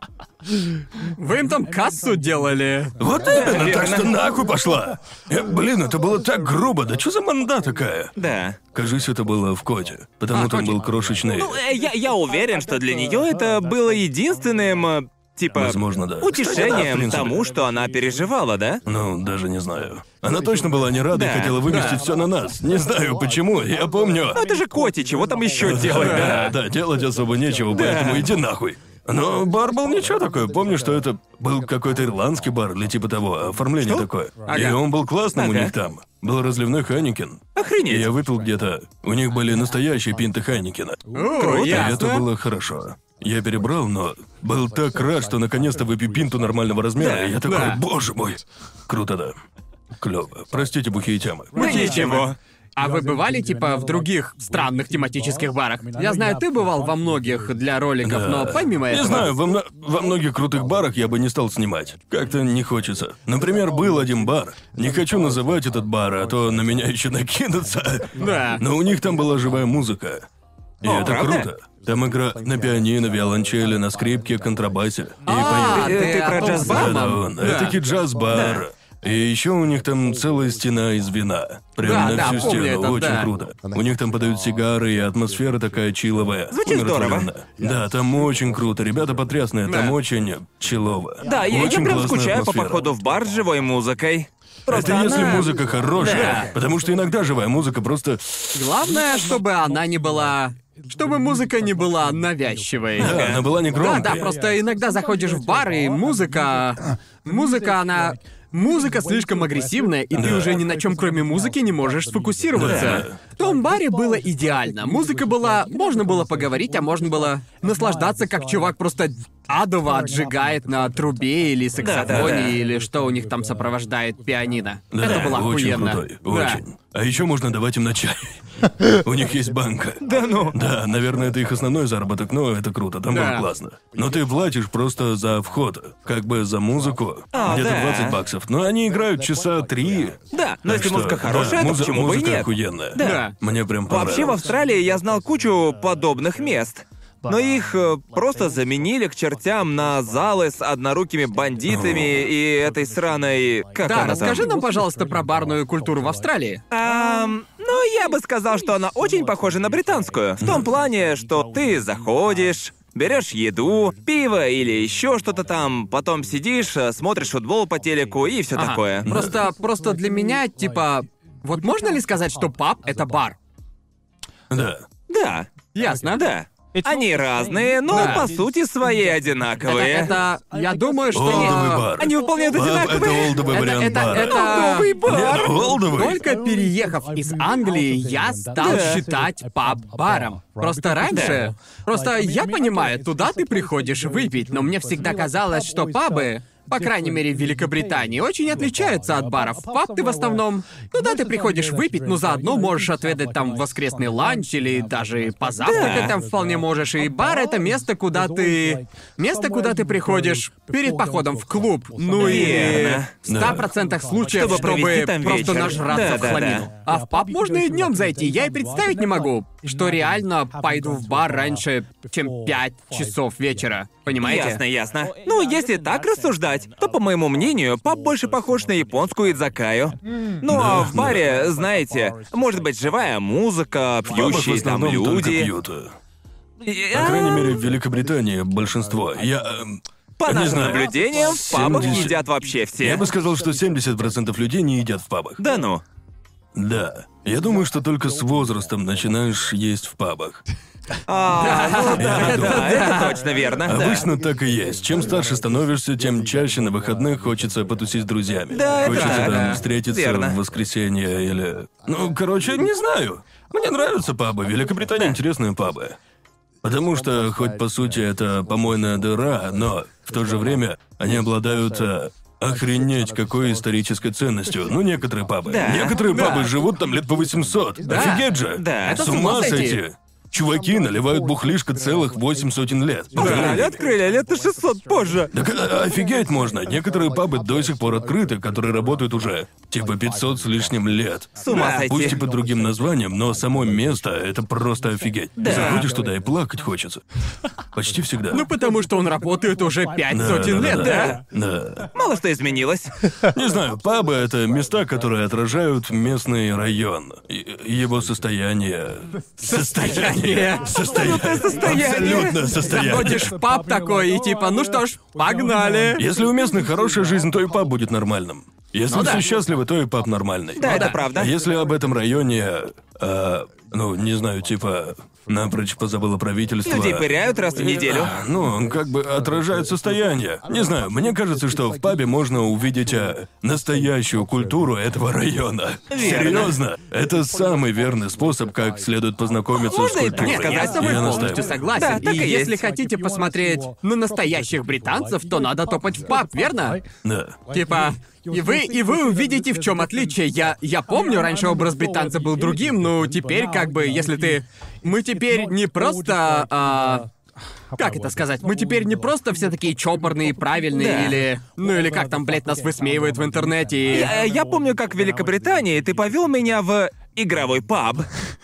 Вы им там кассу делали. Вот именно, верно. так что нахуй пошла. Блин, это было так грубо, да что за манда такая? Да. Кажись, это было в Коте, потому там Коте. был крошечный... Ну, я уверен, что для нее это было единственным, типа, Возможно, да. Кстати, да, в утешением принципе. тому, что она переживала, да? Ну, даже не знаю. Она точно была не рада и Да, хотела выместить все на нас. Не знаю почему, я помню. Ну это же Коти, чего там еще делать, да? Да, делать особо нечего, поэтому иди нахуй. Но бар был ничего такое. Помню, что это был какой-то ирландский бар или типа того, оформление такое. И он был классным у Ага. них там. Был разливной Хайникен. И Охренеть. я выпил где-то... У них были настоящие пинты Хайникена. Круто, И это ясно. было хорошо. Я перебрал, но был так рад, что наконец-то выпью пинту нормального размера. Да, И я такой: да. боже мой. Круто, да. Клево. Простите, бухие темы. Ну ничего. А вы бывали, типа, в других странных тематических барах? Я знаю, ты бывал во многих для роликов, но помимо этого... Не знаю, во многих крутых барах я бы не стал снимать. Как-то не хочется. Например, был один бар. Не хочу называть этот бар, а то на меня еще накинутся. Да. Но у них там была живая музыка. И О, это правда? круто. Там игра на пианино, виолончели, на скрипке, контрабасе. И А, поют. Ты о про том джаз-бар? самом? Да, он. Это джаз-бар. И еще у них там целая стена из вина. Прям Да, на да, всю помню стену. это, Очень да. круто. У них там подают сигары, и атмосфера такая чиловая. Звучит здорово. Умиротворённая. Да, там очень круто. Ребята потрясные, там Да. очень чилово. Да, я Очень прям классная скучаю по атмосфера. походу в бар с живой музыкой. Просто Это если она- музыка хорошая. Да. Потому что иногда живая музыка просто... Главное, чтобы она не была... Чтобы музыка не была навязчивой. Да, она была не Да, громкой. да, просто иногда заходишь в бар, и музыка... она... Музыка слишком агрессивная, и ты Да. уже ни на чем, кроме музыки, не можешь сфокусироваться. В том баре было идеально. Музыка была... Можно было поговорить, а можно было наслаждаться, как чувак просто адово отжигает на трубе или саксофоне, да. или что у них там сопровождает пианино. Да, Это было очень охуенно. крутой, Да. очень. А еще можно давать им на чай. У них есть банка. Да ну. Да, наверное, это их основной заработок, но это круто, там Да. было классно. Но ты платишь просто за вход, как бы за музыку, где-то да. 20 баксов. Но они играют часа 3. Да, но Так если что, музыка хорошая, да, то почему бы и музыка нет? охуенная. Да. Мне прям понравилось. Вообще в Австралии я знал кучу подобных мест. Но их просто заменили к чертям на залы с однорукими бандитами и этой сраной... Как Да, она расскажи там? нам, пожалуйста, про барную культуру в Австралии. Ну, я бы сказал, что она очень похожа на британскую. В том плане, что ты заходишь, берешь еду, пиво или еще что-то там, потом сидишь, смотришь футбол по телеку и все Ага. такое. Просто для меня, типа... Вот можно ли сказать, что паб — это бар? Да. Да, Ясно? да. Они разные, но Да. по сути своей одинаковые. Я думаю, что... Олдовый бар. Они выполняют Паб — это одинаковые. олдовый вариант бара. Олдовый бар. Нет, олдовый. Только переехав из Англии, я стал считать паб баром. Просто раньше... Просто я понимаю, туда ты приходишь выпить, но мне всегда казалось, что пабы, по крайней мере в Великобритании, очень отличаются от баров. Паб ты в основном... Туда ты приходишь выпить, но заодно можешь отведать там воскресный ланч или даже позавтракать там вполне можешь. И бар — это место, куда ты... Место, куда ты приходишь перед походом в клуб. Ну и... Верно. В 100% случаев, Чтобы провести там просто вечер. нажраться в Да-да-да. хламину. А в паб можно и днем зайти. Я и представить не могу, что реально пойду в бар раньше, чем 5 часов вечера. Понимаете? Ясно, ясно. Ну, если так рассуждать, то, по моему мнению, паб больше похож на японскую идзакаю. Ну, а в баре, знаете, может быть живая музыка, В пабах в пьющие там основном только люди. пьют. По крайней мере, в Великобритании большинство. По не нашим знаю. наблюдениям, в пабах 70. едят вообще все. Я бы сказал, что 70% людей не едят в пабах. Да ну. Да. Я думаю, что только с возрастом начинаешь есть в пабах. Это точно верно. Да. Обычно так и есть. Чем старше становишься, тем чаще на выходных хочется потусить с друзьями. Да, это хочется так. там Да. встретиться Верно. в воскресенье или... Ну, короче, не знаю. Мне нравятся пабы. Великобритания интересные пабы. Потому что, хоть по сути это помойная дыра, но в то же время они обладают охренеть какой исторической ценностью. Ну, некоторые пабы. Да. Некоторые пабы живут там лет по 800. Офигеть же! Да. Это С ума сойти. сойти! Чуваки наливают бухлишко целых 8 сотен лет. Открыли лет на 600 позже. Так офигеть можно. Некоторые пабы до сих пор открыты, которые работают уже типа 500 с лишним лет. С ума сойти. Пусть и под другим названием, но само место — это просто офигеть. Заходишь туда и плакать хочется. Почти всегда. Ну, потому что он работает уже 5 сотен лет, да? Да. Мало что изменилось. Не знаю, пабы — это места, которые отражают местный район. Его состояние... Состояние. состояние. Абсолютно состояние. Заходишь в паб такой и типа, ну что ж, погнали. Если у местных хорошая жизнь, то и паб будет нормальным. Если Ну все да. счастливы, то и паб нормальный. Да, это да. правда. А если об этом районе, ну, не знаю, типа, напрочь позабыло правительство... Людей пыряют раз в неделю. Ну, он как бы отражает состояние. Не знаю, мне кажется, что в пабе можно увидеть настоящую культуру этого района. Серьезно, это самый верный способ, как следует познакомиться Можно с и так культурой. сказать. Я с тобой Я полностью настаиваю. согласен. Да, так и и если есть. хотите посмотреть на настоящих британцев, то надо топать в паб, верно? Да. Типа, и вы увидите, в чем отличие. Я помню, раньше образ британца был другим, но теперь как бы, если ты... Мы теперь не просто... Как это сказать? Мы теперь не просто все такие чопорные и правильные, Да. или... Ну или как там, блядь, нас высмеивают в интернете и... Я помню, как в Великобритании ты повел меня в игровой паб.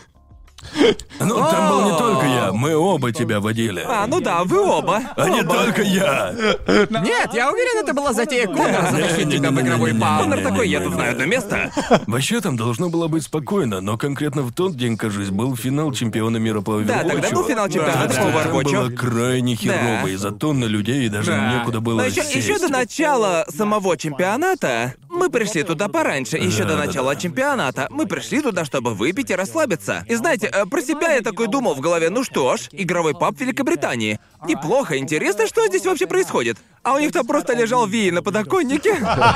Ну, там был не только я, мы оба тебя водили. Ну да, вы оба. А не только я. Нет, я уверен, это была затея Конора затащить тебя в игровой паб. Конор такой, я тут знаю одно место. Вообще там должно было быть спокойно, но конкретно в тот день, кажется, был финал чемпиона мира по Да, Overwatch. тогда был финал чемпионата по Там было Overwatch. крайне херово, Да. из-за тонны людей, и даже Да. некуда было Но еще сесть. до начала самого чемпионата мы пришли туда пораньше. Еще до Да, начала чемпионата мы пришли туда, чтобы выпить и расслабиться. И знаете, про себя я такой думал в голове, ну что ж, игровой паб в Великобритании. Неплохо, интересно, что здесь вообще происходит. А у них там просто лежал Wii на подоконнике.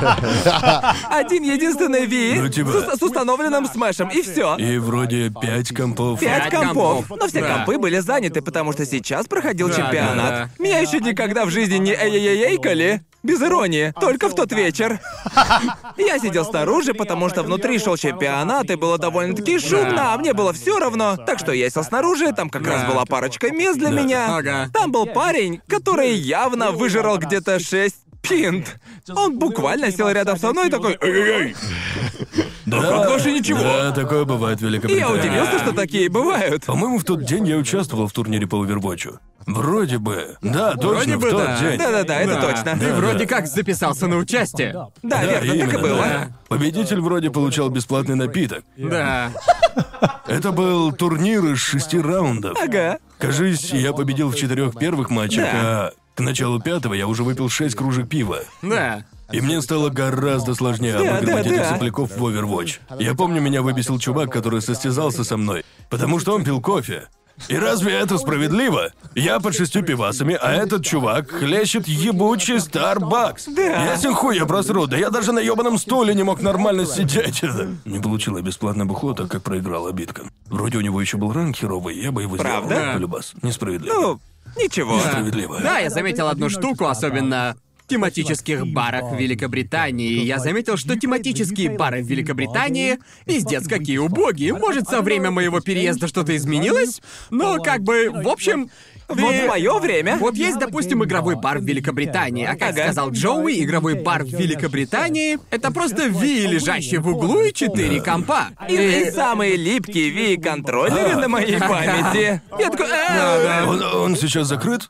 Один единственный Wii Ну, типа- с установленным смешем, и все. И вроде 5 компов. 5 Пять компов. компов. Но все Да. компы были заняты, потому что сейчас проходил Да, чемпионат. да, Меня еще никогда в жизни не эй-ей-ей-кали. Без иронии, только в тот вечер. Я сидел снаружи, потому что внутри шел чемпионат, и было довольно-таки шумно, а мне было все равно. Так что я сел снаружи, там как раз Да. была парочка мест для меня. Ага. Там был парень, который явно выжрал где-то 6 пинт. Он буквально сел рядом со мной и такой: «Эй-эй-эй». Да, больше ничего. Да, такое бывает в И я Великобритании. удивился, что такие бывают. По-моему, в тот день я участвовал в турнире по Overwatch. Вроде бы. Да, точно, Вроде бы в тот да. день. Да-да-да, это Да. точно. Ты Да, вроде да. как записался на участие. Да, верно, так и именно, было. да. Победитель вроде получал бесплатный напиток. Да. Это был турнир из 6 раундов. Ага. Кажись, я победил в 4 первых матчах, Да. а к началу 5-го я уже выпил 6 кружек пива. Да. И мне стало гораздо сложнее обыгрывать да, этих да. сопляков в Overwatch. Я помню, меня выбесил чувак, который состязался со мной, потому что он пил кофе. И разве это справедливо? Я под 6 пивасами, а этот чувак хлещет ебучий Starbucks. Да. Ясен хуй, я просру, да я даже на ебаном стуле не мог нормально сидеть. Не получила бесплатное бухло, так как проиграла битком. Вроде у него еще был ранг херовый, я бы его сделал. Правда? Полюбас. Несправедливо. Ну, ничего. Несправедливо. Да, я заметил одну штуку, особенно в тематических барах в Великобритании. Я заметил, что тематические бары в Великобритании пиздец какие убогие. Может, со время моего переезда что-то изменилось? Но как бы, в общем... Вот в мое время. Вот есть, допустим, игровой бар в Великобритании, а как Ага. сказал Джоуи, игровой бар в Великобритании — это просто Wii, лежащий в углу, и 4 компа. И самые липкие Wii-контроллеры на моей памяти. Я такой... Он сейчас закрыт?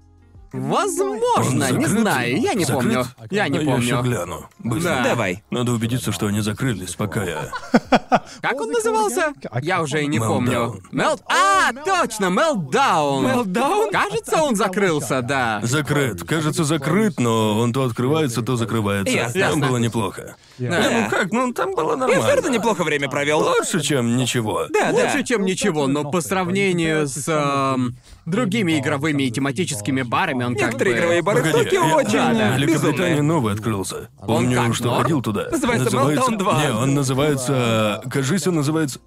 Возможно, Он не закрыт? знаю, я не Закрыт? помню. Я не Ну, Я еще помню. гляну. Быстро. Да. Давай. Надо убедиться, что они закрылись, пока я... Как он назывался? Я уже и не помню. Meltdown. Точно, Meltdown. Meltdown? Кажется, он закрылся, да. Закрыт. Кажется, закрыт, но он то открывается, то закрывается. Ясно. Там Ясно. было неплохо. Да. Ну как, ну там было Я нормально. правда неплохо время провел. Лучше, чем ничего. Да, Лучше, да. чем ничего, но по сравнению с другими игровыми и тематическими барами, он как Некоторые бы... игровые бары в Погоди, Токио я- очень Да. В Великобритании безумные. новый открылся. Помню, как, что норм? ходил туда. Называется Meltdown 2. Не, он называется... Кажись, он называется...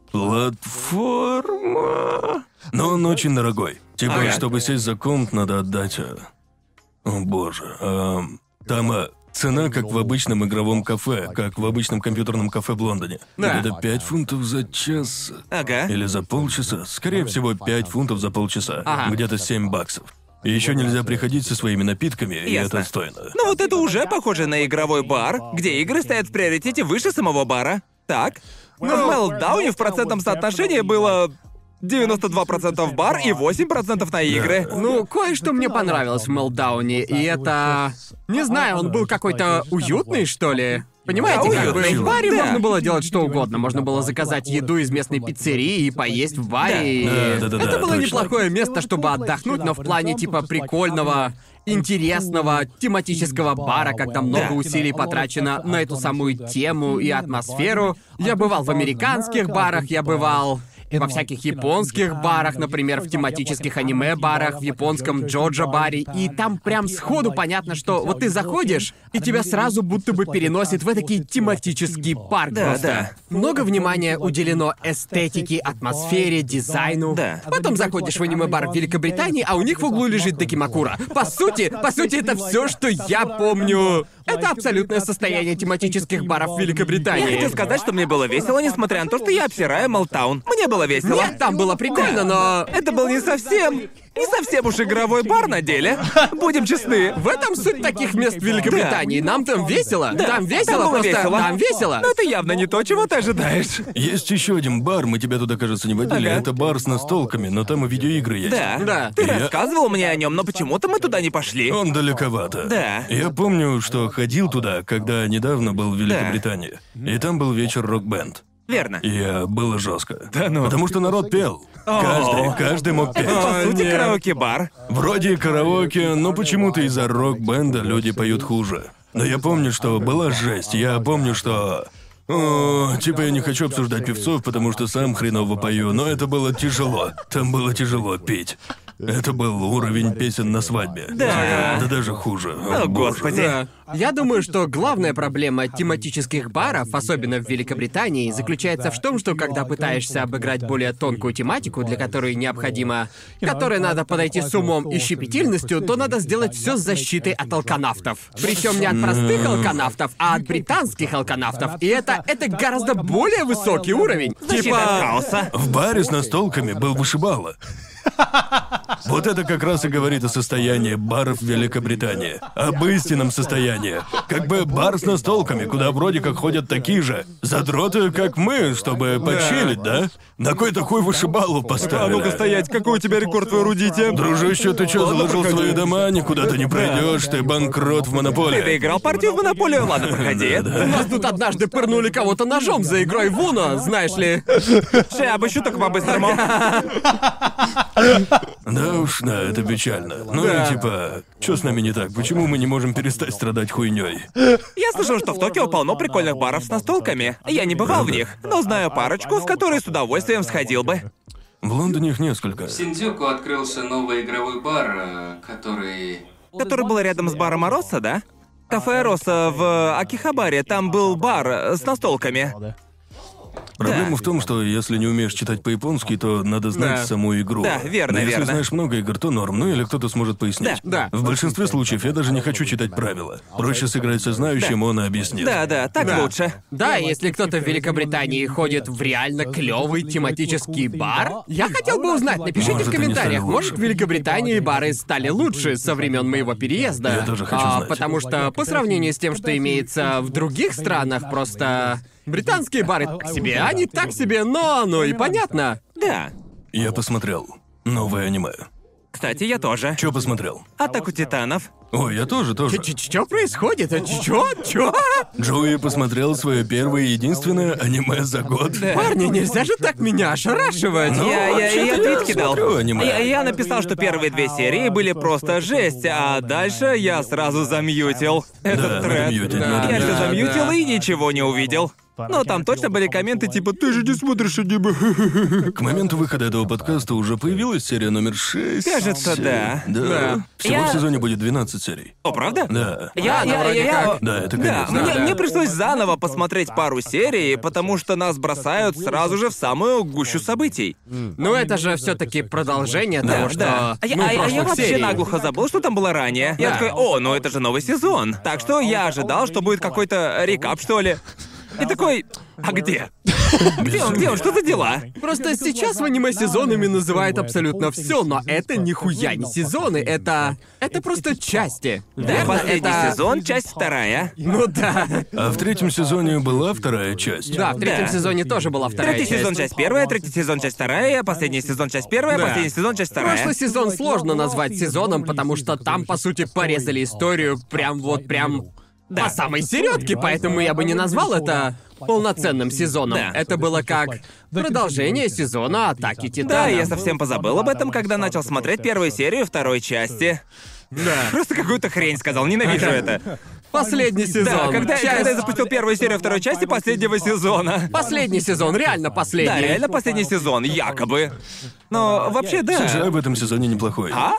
Платформа... Но он очень дорогой. Типа, Ага. чтобы сесть за комп, надо отдать... О боже. Там цена как в обычном игровом кафе, как в обычном компьютерном кафе в Лондоне. Да. Это 5 фунтов за час. Ага. Или за полчаса. Скорее всего, 5 фунтов за полчаса. Ага. Где-то $7. И еще нельзя приходить со своими напитками, и Ясно. это отстойно. Ну вот это уже похоже на игровой бар, где игры стоят в приоритете выше самого бара. Так? В Meltdown в процентном соотношении было 92% бар и 8% на игры. Ну, кое-что мне понравилось в Meltdown, и это... Не знаю, он был какой-то уютный, что ли? Понимаете, Да, как бы уютный. в баре Да. можно было делать что угодно. Можно было заказать еду из местной пиццерии и поесть в баре. и Да, это было точно. неплохое место, чтобы отдохнуть, но в плане типа прикольного, интересного, тематического бара, когда много Да. усилий потрачено на эту самую тему и атмосферу. Я бывал в американских барах, я бывал во всяких японских барах, например, в тематических аниме-барах, в японском джоджо-баре, и там прям сходу понятно, что вот ты заходишь, и тебя сразу будто бы переносит в этакий тематический парк Да, просто. да. Много внимания уделено эстетике, атмосфере, дизайну. Да. Потом заходишь в аниме-бар в Великобритании, а у них в углу лежит Дакимакура. По сути, это все, что я помню. Это абсолютное состояние тематических баров в Я Великобритании. хотел сказать, что мне было весело, несмотря на то, что я обсираю Meltdown. Мне было весело. Нет, там было прикольно, но... Это был не совсем уж игровой бар на деле. Будем честны. В этом суть таких мест в Великобритании. Нам там весело. Да, Там весело, там было просто весело. там весело. Но это явно не то, чего ты ожидаешь. Есть еще один бар, мы тебя туда, кажется, не водили. Ага. Это бар с настолками, но там и видеоигры есть. Да. Да. Ты Я- рассказывал мне о нем, но почему-то мы туда не пошли. Он далековато. Да. Я помню, что ходил туда, когда недавно был в Великобритании. И там был вечер рок-бенд. Верно. И было жестко. Да ну. Потому что народ пел. Каждый мог петь. По сути, нет. караоке-бар. Вроде и караоке, но почему-то из-за рок-бенда люди поют хуже. Но я помню, что была жесть. Я помню, что... типа я не хочу обсуждать певцов, потому что сам хреново пою, но это было тяжело. Там было тяжело петь. Это был уровень песен на свадьбе. Да. Да даже хуже. О, боже. господи. Да. Я думаю, что главная проблема тематических баров, особенно в Великобритании, заключается в том, что когда пытаешься обыграть более тонкую тематику, для которой необходимо... которой надо подойти с умом и щепетильностью, то надо сделать все с защитой от алканавтов. Причем не от простых алканавтов, а от британских алканавтов. И это гораздо более высокий уровень. Защита от хаоса. В баре с настолками был вышибала. Вот это как раз и говорит о состоянии баров в Великобритании. Об истинном состоянии. Как бы бар с настолками, куда вроде как ходят такие же задроты, как мы, чтобы почилить, да? На какой-то хуй вышибалу поставили. стоять, какой у тебя рекорд в эрудите? Дружище, ты чё, заложил свои дома? Никуда ты не пройдешь, ты банкрот в Ты монополии. доиграл партию в Монополию? Ладно, проходи. У нас тут однажды пырнули кого-то ножом за игрой в Уно, знаешь ли. Я обыщу так по-быстрому. Да уж, да, это печально. Ну Да. и типа, что с нами не так? Почему мы не можем перестать страдать хуйней? Я слышал, что в Токио полно прикольных баров с настолками. Я не бывал в них, но знаю парочку, в которые с удовольствием сходил бы. В Лондоне их несколько. В Синдзюку открылся новый игровой бар, который... Который был рядом с баром Ароса, да? Кафе Ароса в Акихабаре, там был бар с настолками. Проблема в том, что если не умеешь читать по-японски, то надо знать Да. саму игру. Да, верно, Но если верно. знаешь много игр, то норм, ну или кто-то сможет пояснить. Да. В большинстве случаев я даже не хочу читать правила. Проще сыграть со знающим, он объяснит. Да, так Да. лучше. Да, если кто-то в Великобритании ходит в реально клевый тематический бар, я хотел бы узнать, напишите Может, в они комментариях, стали лучше. может, в Великобритании бары стали лучше со времен моего переезда. Я тоже хочу знать. Потому что по сравнению с тем, что имеется в других странах, просто британские бары так себе, они так себе, но оно и понятно. Да. Я посмотрел новое аниме. Кстати, я тоже. Чё посмотрел? Атаку титанов. Ой, я тоже. Что происходит? Чё? Джоуи посмотрел свое первое и единственное аниме за год. Парни, нельзя же так меня ошарашивать. Я вообще-то твит я кидал. смотрю аниме. Я написал, что первые 2 серии были просто жесть, а дальше я сразу замьютил этот Да, надо тред. мьютить, Да, надо Я мьютить. все замьютил да. и ничего не увидел. Но там точно были комменты типа «Ты же не смотришь аниме». К моменту выхода этого подкаста уже появилась серия номер 6. Кажется, да. Да. Всего в Я- сезоне будет 12 серий. О, правда? Да. Да, это Да, конец. мне, да. мне пришлось заново посмотреть пару серий, потому что нас бросают сразу же в самую гущу событий. Ну это же все-таки продолжение Да, того, что да. А я, ну, а я прошлых вообще серий. наглухо забыл, что там было ранее. Я Да. такой, о, ну это же новый сезон. Так что я ожидал, что будет какой-то рекап, что ли. И такой, а где? Где он? Что за дела? Просто сейчас в аниме сезонами называют абсолютно все, но это нихуя не сезоны, это просто части. Да, Верно? последний Это- сезон, часть 2. Ну да. А в третьем сезоне была вторая часть. Да, в третьем Да. сезоне тоже была вторая Третий часть. сезон, часть 1, третий сезон, часть 2, последний сезон, часть 1, Да. последний сезон, часть 2. Прошлый сезон сложно назвать сезоном, потому что там, по сути, порезали историю прям по самой середке, поэтому я бы не назвал это полноценным сезоном. Да. Это было как продолжение сезона Атаки Титанов. Да, я совсем позабыл об этом, когда начал смотреть первую серию 2 части. Да. Просто какую-то хрень сказал, ненавижу это. Последний сезон. Да, когда Часть- я запустил первую серию 2 части последнего сезона. Последний сезон, реально последний. Да, реально последний сезон, якобы. Но вообще да. CGI в этом сезоне неплохой. А?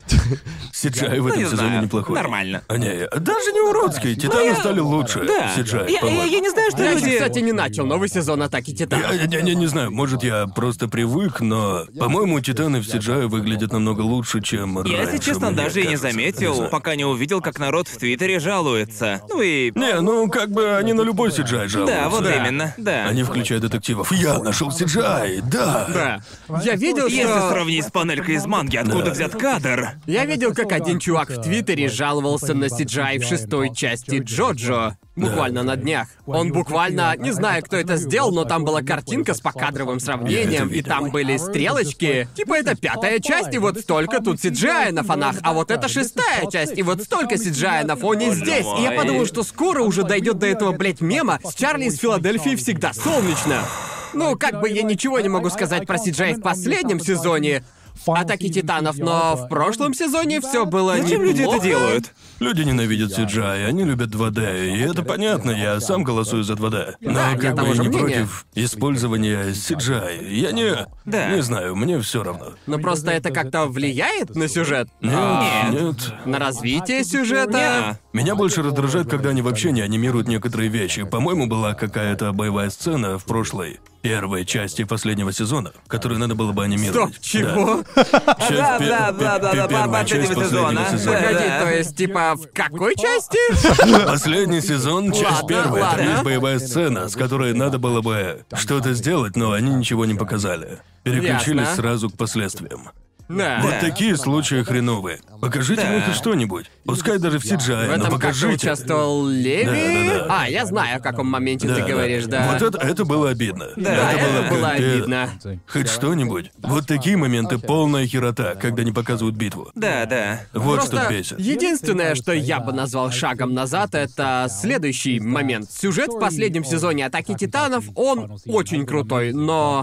CGI в этом не сезоне знаю. неплохой. Нормально. А не, даже не уродский. Титаны стали лучше. Да. CGI, Я по-моему. не знаю, что Я, люди... кстати, не начал новый сезон Атаки Титанов. Я не знаю, может, я просто привык, но, по-моему, Титаны в CGI выглядят намного лучше, чем раньше. Я, если честно, мне даже и не кажется. заметил, знаю. пока не увидел, как народ в Твиттере жалуется. Ну и... Не, ну как бы они на любой CGI жалуются. Да, вот именно, да. Они включают детективов. Я нашел CGI, да. Да. Я видел, Если что... сравнить с панелькой из манги, откуда взят кадр? Я видел, как один чувак в Твиттере жаловался на CGI в 6 части Джоджо. Буквально на днях. Он буквально, не знаю, кто это сделал, но там была картинка с покадровым сравнением, Я это и видел. там были стрелочки. Типа это 5 часть, и вот столько тут CGI на фонах, а вот это 6 часть, и вот столько CGI на фоне здесь. И я мой. подумал, что скоро уже дойдет до этого, блять, мема с Чарли из Филадельфии всегда солнечно. Ну, как бы я ничего не могу сказать про CGI в последнем сезоне Атаки Титанов, но в прошлом сезоне все было Зачем люди это неплохо. делают? Люди ненавидят CGI, они любят 2D, и это понятно, я сам голосую за 2D. Но Да, я как бы того я же не мнения. против использования CGI. Я Да. не знаю, мне все равно. Но просто это как-то влияет на сюжет? Нет. На развитие сюжета? Неа. Меня больше раздражает, когда они вообще не анимируют некоторые вещи. По-моему, была какая-то боевая сцена в прошлой первой части последнего сезона, которую надо было бы анимировать. Стоп, чего? Часть Да, первая часть последнего сезона. последнего сезона. Погоди, Да. то есть, типа, в какой части? Последний сезон, часть Ладно, первая. Там ладно. есть боевая сцена, с которой надо было бы что-то сделать, но они ничего не показали. Переключились Ясно. сразу к последствиям. Да. Вот такие случаи хреновые. Покажите мне хоть что-нибудь. Пускай даже в CGI, В но этом как-то покажите. участвовал Леви? Да. А, я знаю, о каком моменте Да, ты да. говоришь, да. Вот это было обидно. Да, это было капец. обидно. Хоть что-нибудь. Вот такие моменты полная херота, когда не показывают битву. Да. Вот Просто что бесит. единственное, что я бы назвал шагом назад, это следующий момент. Сюжет в последнем сезоне Атаки Титанов, он очень крутой, но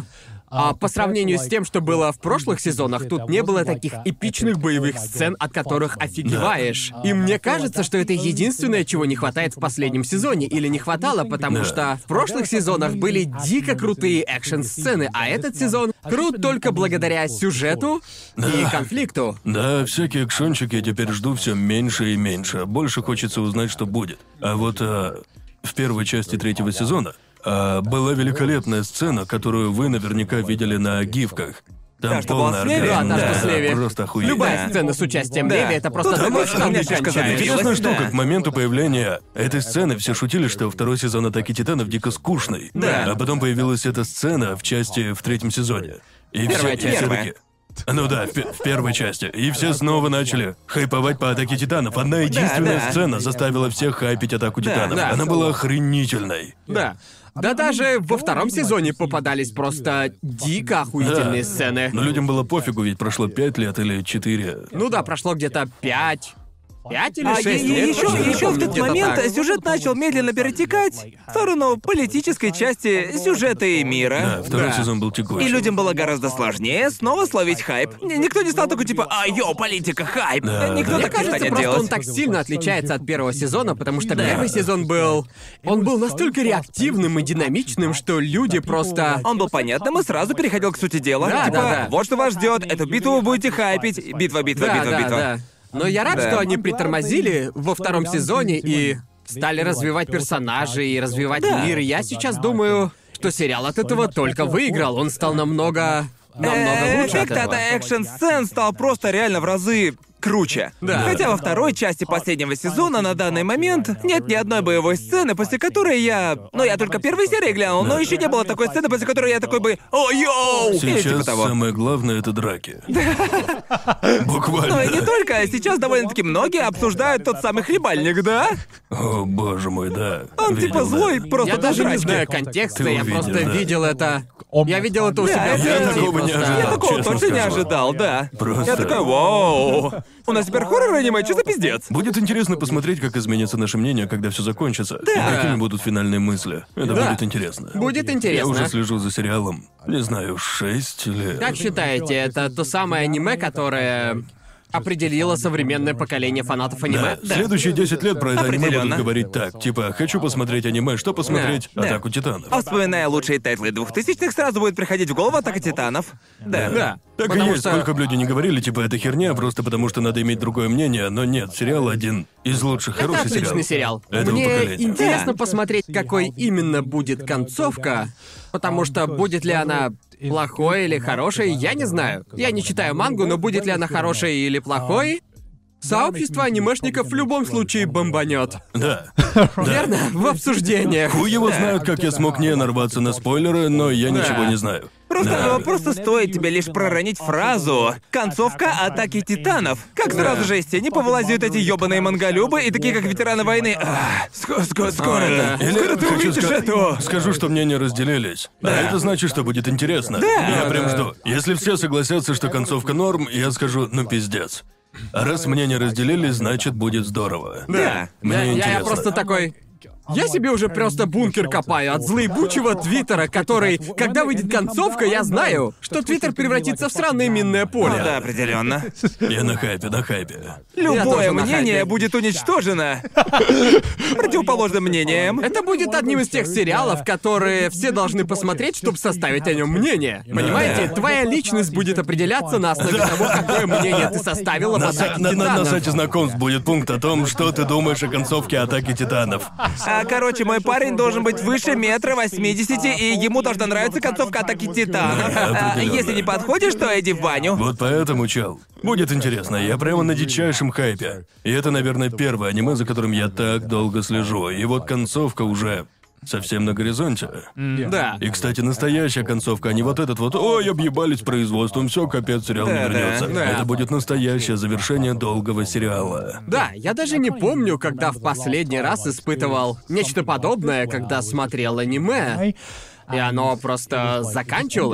по сравнению с тем, что было в прошлых сезонах, тут не было таких эпичных боевых сцен, от которых офигеваешь. И мне кажется, что это единственное, чего не хватает в последнем сезоне, или не хватало, потому что в прошлых сезонах были дико крутые экшн-сцены, а этот сезон крут только благодаря сюжету и конфликту. Да, всякие экшончики я теперь жду все меньше и меньше. Больше хочется узнать, что будет. А вот в первой части третьего сезона была великолепная сцена, которую вы наверняка видели на гифках. Там Та, что была полный с Леви? оргазм. Да, та, что с Леви. Просто охуенно. Любая сцена с участием Да. Леви, это просто Тут думаешь, у что меня не фишка кончается. завелась. Интересная Да. штука, к моменту появления этой сцены все шутили, что второй сезон «Атаки Титанов» дико скучный. Да. А потом появилась эта сцена в третьем сезоне. И Первая часть. все таки... Ну да, в первой части. И все снова начали хайповать по «Атаке Титанов». Одна единственная да. сцена заставила всех хайпить «Атаку Титанов». да. Она была охренительной. Да. Да даже во втором сезоне попадались просто дико охуительные сцены. Но людям было пофигу, ведь прошло 5 лет или 4. Ну да, прошло где-то 5 или 6 лет. Еще точно не в помню, тот где-то момент так. сюжет начал медленно перетекать в сторону политической части сюжета и Да, мира. второй Да. сезон был текучий. И людям было гораздо сложнее снова словить хайп. Никто не стал такой типа, политика, хайп. Да, Никто да. Мне так не кажется, станет просто делать. он так сильно отличается от первого сезона, потому что первый сезон был... Он был настолько реактивным и динамичным, что люди просто... Он был понятным и сразу переходил к сути дела. Да, типа, да. вот что вас ждет, эту битву вы будете хайпить. Битва. Да. Но я рад, Да. что они притормозили во втором сезоне и стали развивать персонажей и развивать мир. И я сейчас думаю, что сериал от этого только выиграл. Он стал намного лучше от Эффект от этого. экшн-сцен стал просто реально в разы круче. Да. Хотя во второй части последнего сезона на данный момент нет ни одной боевой сцены, после которой я... Ну, я только первые серии глянул, но еще не было такой сцены, после которой я такой бы «О, йоу!» Или типа Сейчас того. самое главное — это драки. Буквально. Ну и не только, сейчас довольно-таки многие обсуждают тот самый хлебальник, да? О, боже мой, да. Он Видел, типа да. злой, просто Я даже не дурачки. знаю контекста, Ты я увидел, просто да. видел это... Я видел это у себя в я сети, такого не просто- ожидал. Я такого честно точно не скажу. ожидал, да. Просто- Я такой, вау. У нас теперь хоррор-аниме, что за пиздец? Будет интересно посмотреть, как изменится наше мнение, когда все закончится. И какими будут финальные мысли. Это Да. будет интересно. Будет Я интересно. уже слежу за сериалом. Не знаю, 6 или... Как считаете, это то самое аниме, которое определило современное поколение фанатов аниме? Да. Следующие 10 лет про это аниме будут Определенно. говорить так. Типа, хочу посмотреть аниме, что посмотреть? Да. «Атаку Титанов». А вспоминая лучшие тайтлы 2000-х, сразу будет приходить в голову «Атака Титанов». Да. Да. Так и Потому есть, что- сколько бы люди не говорили, типа, это херня, просто потому что надо иметь другое мнение, но нет, сериал один из лучших, Это хороший отличный сериал. Этого Мне поколения. интересно Да. посмотреть, какой именно будет концовка, потому что будет ли она плохой или хорошей, я не знаю. Я не читаю мангу, но будет ли она хорошей или плохой, сообщество анимешников в любом случае бомбанет. Да. Верно? В обсуждениях. Хуй его знают, как я смог не нарваться на спойлеры, но я ничего не знаю. Просто стоит тебе лишь проронить фразу «Концовка Атаки Титанов». Как сразу же из тени повылазят эти ёбаные манголюбы и такие, как ветераны войны. Скоро да. ты хочу увидишь это. скажу, что мнения разделились. А это значит, что будет интересно. Я прям жду. Если все согласятся, что концовка норм, я скажу, ну пиздец. А раз мнения разделились, значит будет здорово. Да. Мне Я интересно. просто такой... Я себе уже просто бункер копаю от злоебучего Твиттера, который, когда выйдет концовка, я знаю, что Твиттер превратится в сраное минное поле. Да, определенно. Я на хайпе, на хайпе. Любое тоже на мнение хайпе. будет уничтожено противоположным мнением. Это будет одним из тех сериалов, которые все должны посмотреть, чтобы составить о нем мнение. Понимаете? Твоя личность будет определяться на основе того, какое мнение ты составила в «Атаке На Титанов». сайте знакомств будет пункт о том, что ты думаешь о концовке «Атаки Титанов». Короче, мой парень должен быть выше 1,80 м, и ему должна нравиться концовка «Атаки Титанов». определенно. Если не подходишь, то иди в баню. Вот поэтому, чел, будет интересно. Я прямо на дичайшем хайпе. И это, наверное, первое аниме, за которым я так долго слежу. И вот концовка уже совсем на горизонте. Да. И, кстати, настоящая концовка, а не вот этот вот «Ой, объебались производством, все, капец, сериал не Да, вернется». да. Это будет настоящее завершение долгого сериала. Да, я даже не помню, когда в последний раз испытывал нечто подобное, когда смотрел аниме. И оно просто заканчивалось.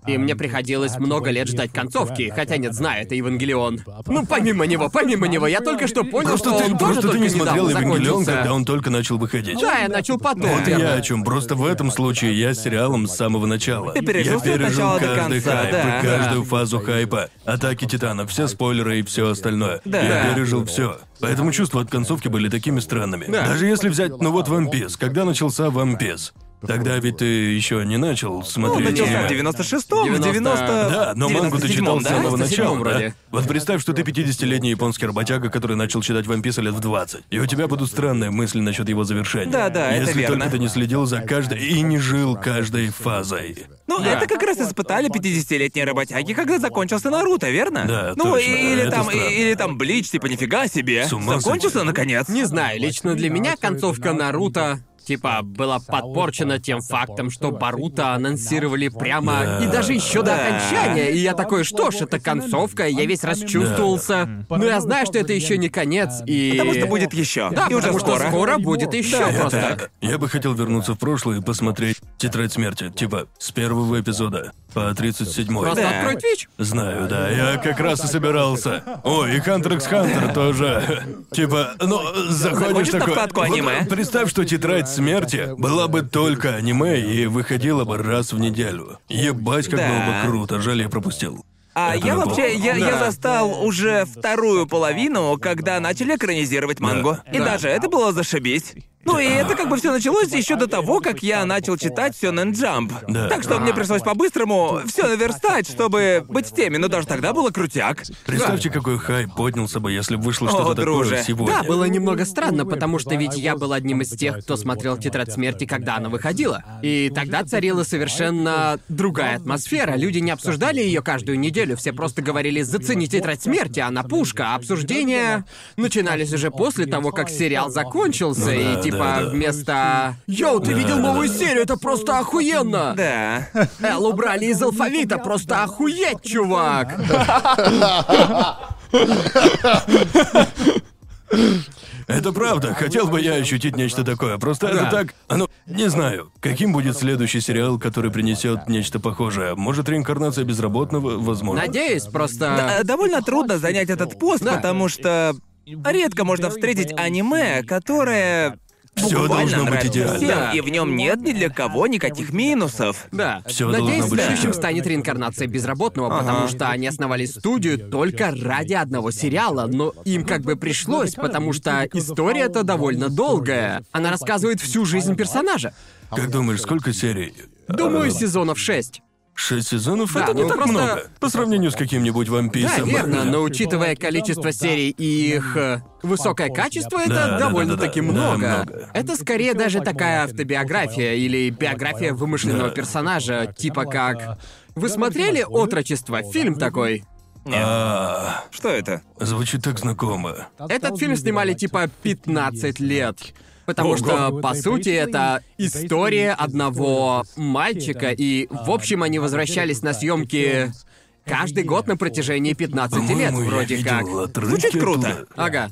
И мне приходилось много лет ждать концовки, хотя нет, знаю, это Евангелион. Ну, помимо него, я только что понял, Просто что ты, он тоже просто ты только не смотрел недавно Евангелион, закончился. когда он только начал выходить. Да, я начал потом. Вот и верно. я о чем. Просто в этом случае я с сериалом с самого начала. Ты пережил Я всё от пережил начала до каждый конца, хайп, да. и каждую фазу хайпа, атаки Титанов, все спойлеры и все остальное. Да. Я пережил все. Поэтому чувства от концовки были такими странными. Да. Даже если взять, ну вот One Piece, когда начался One Piece? Тогда ведь ты еще не начал Ну, смотреть начался аниме. в 96-м, в 90... Да, но мангу ты читал с да? самого 97-м начала, да? вроде. Вот представь, что ты 50-летний японский работяга, который начал читать One Piece лет в 20. И у тебя будут странные мысли насчет его завершения. Да, это Если верно. только ты не следил за каждой и не жил каждой фазой. Ну, это как раз испытали 50-летние работяги, когда закончился Наруто, верно? Да, ну, точно, или это там, странно. или там Блич, типа, нифига себе. С ума Закончился сойти. наконец. Не знаю, лично для меня концовка Наруто типа была подпорчена тем фактом, что Боруто анонсировали прямо и даже еще до окончания. И я такой, что ж, это концовка, я весь расчувствовался. Но я знаю, что это еще не конец, и... Потому что будет еще. Да, и уже потому что скоро. скоро будет еще Да, просто. Я бы хотел вернуться в прошлое и посмотреть «Тетрадь смерти», типа, с первого эпизода по 37-й. Просто Да. открой Twitch. Знаю, да, я как раз и собирался. О, и Hunter x Hunter тоже. Типа, ну, заходишь Заходишь на такой... вкладку вот аниме. представь, что «Тетрадь смерти» была бы только аниме и выходила бы раз в неделю. Ебать, как Да. было бы круто, жаль, я пропустил. А Это я было. вообще, я Да. застал уже вторую половину, когда начали экранизировать мангу. И Да. даже это было зашибись. Ну и это как бы все началось еще до того, как я начал читать Сёнэн Джамп. Да. Так что мне пришлось по-быстрому все наверстать, чтобы быть в теме, но даже тогда было крутяк. Представьте, какой хайп поднялся бы, если бы вышло О, что-то друже. такое сегодня. Да, было немного странно, потому что ведь я был одним из тех, кто смотрел «Тетрадь смерти», когда она выходила. И тогда царила совершенно другая атмосфера. Люди не обсуждали ее каждую неделю, все просто говорили «зацени «Тетрадь смерти», она пушка». А обсуждения начинались уже после того, как сериал закончился, Ну и да, типа да, да. вместо «Йоу, ты видел новую серию, это просто охуенно!» Да. Эл убрали из алфавита, просто охуеть, чувак! Это правда, хотел бы я ощутить нечто такое. Просто Да. это так. Ну, не знаю, каким будет следующий сериал, который принесет нечто похожее. Может, реинкарнация безработного, возможно. Надеюсь, просто... Довольно трудно занять этот пост, Да. потому что редко можно встретить аниме, которое Всё буквально должно быть нравится идеально. всем, Да. и в нем нет ни для кого никаких минусов. Да. Всё Надеюсь, должно быть следующим хорошо. станет реинкарнация безработного, потому что они основали студию только ради одного сериала, но им как бы пришлось, потому что история-то довольно долгая. Она рассказывает всю жизнь персонажа. Как думаешь, сколько серий? Думаю, сезонов 6. 6 сезонов? Да, Это не ну так просто- много. По сравнению с каким-нибудь One Piece. Да, верно, но учитывая количество серий и их высокое качество, это Да, да, довольно-таки да, да, много. много. Это скорее даже такая автобиография или биография вымышленного Да. персонажа, типа как... Вы смотрели «Отрочество»? Фильм такой. Что это? Звучит так знакомо. Этот фильм снимали типа 15 лет. Потому что, по сути, это история одного мальчика, и, в общем, они возвращались на съемки каждый год на протяжении 15 лет, По-моему, я вроде видел как. отрывки Звучит круто. оттуда. Ага.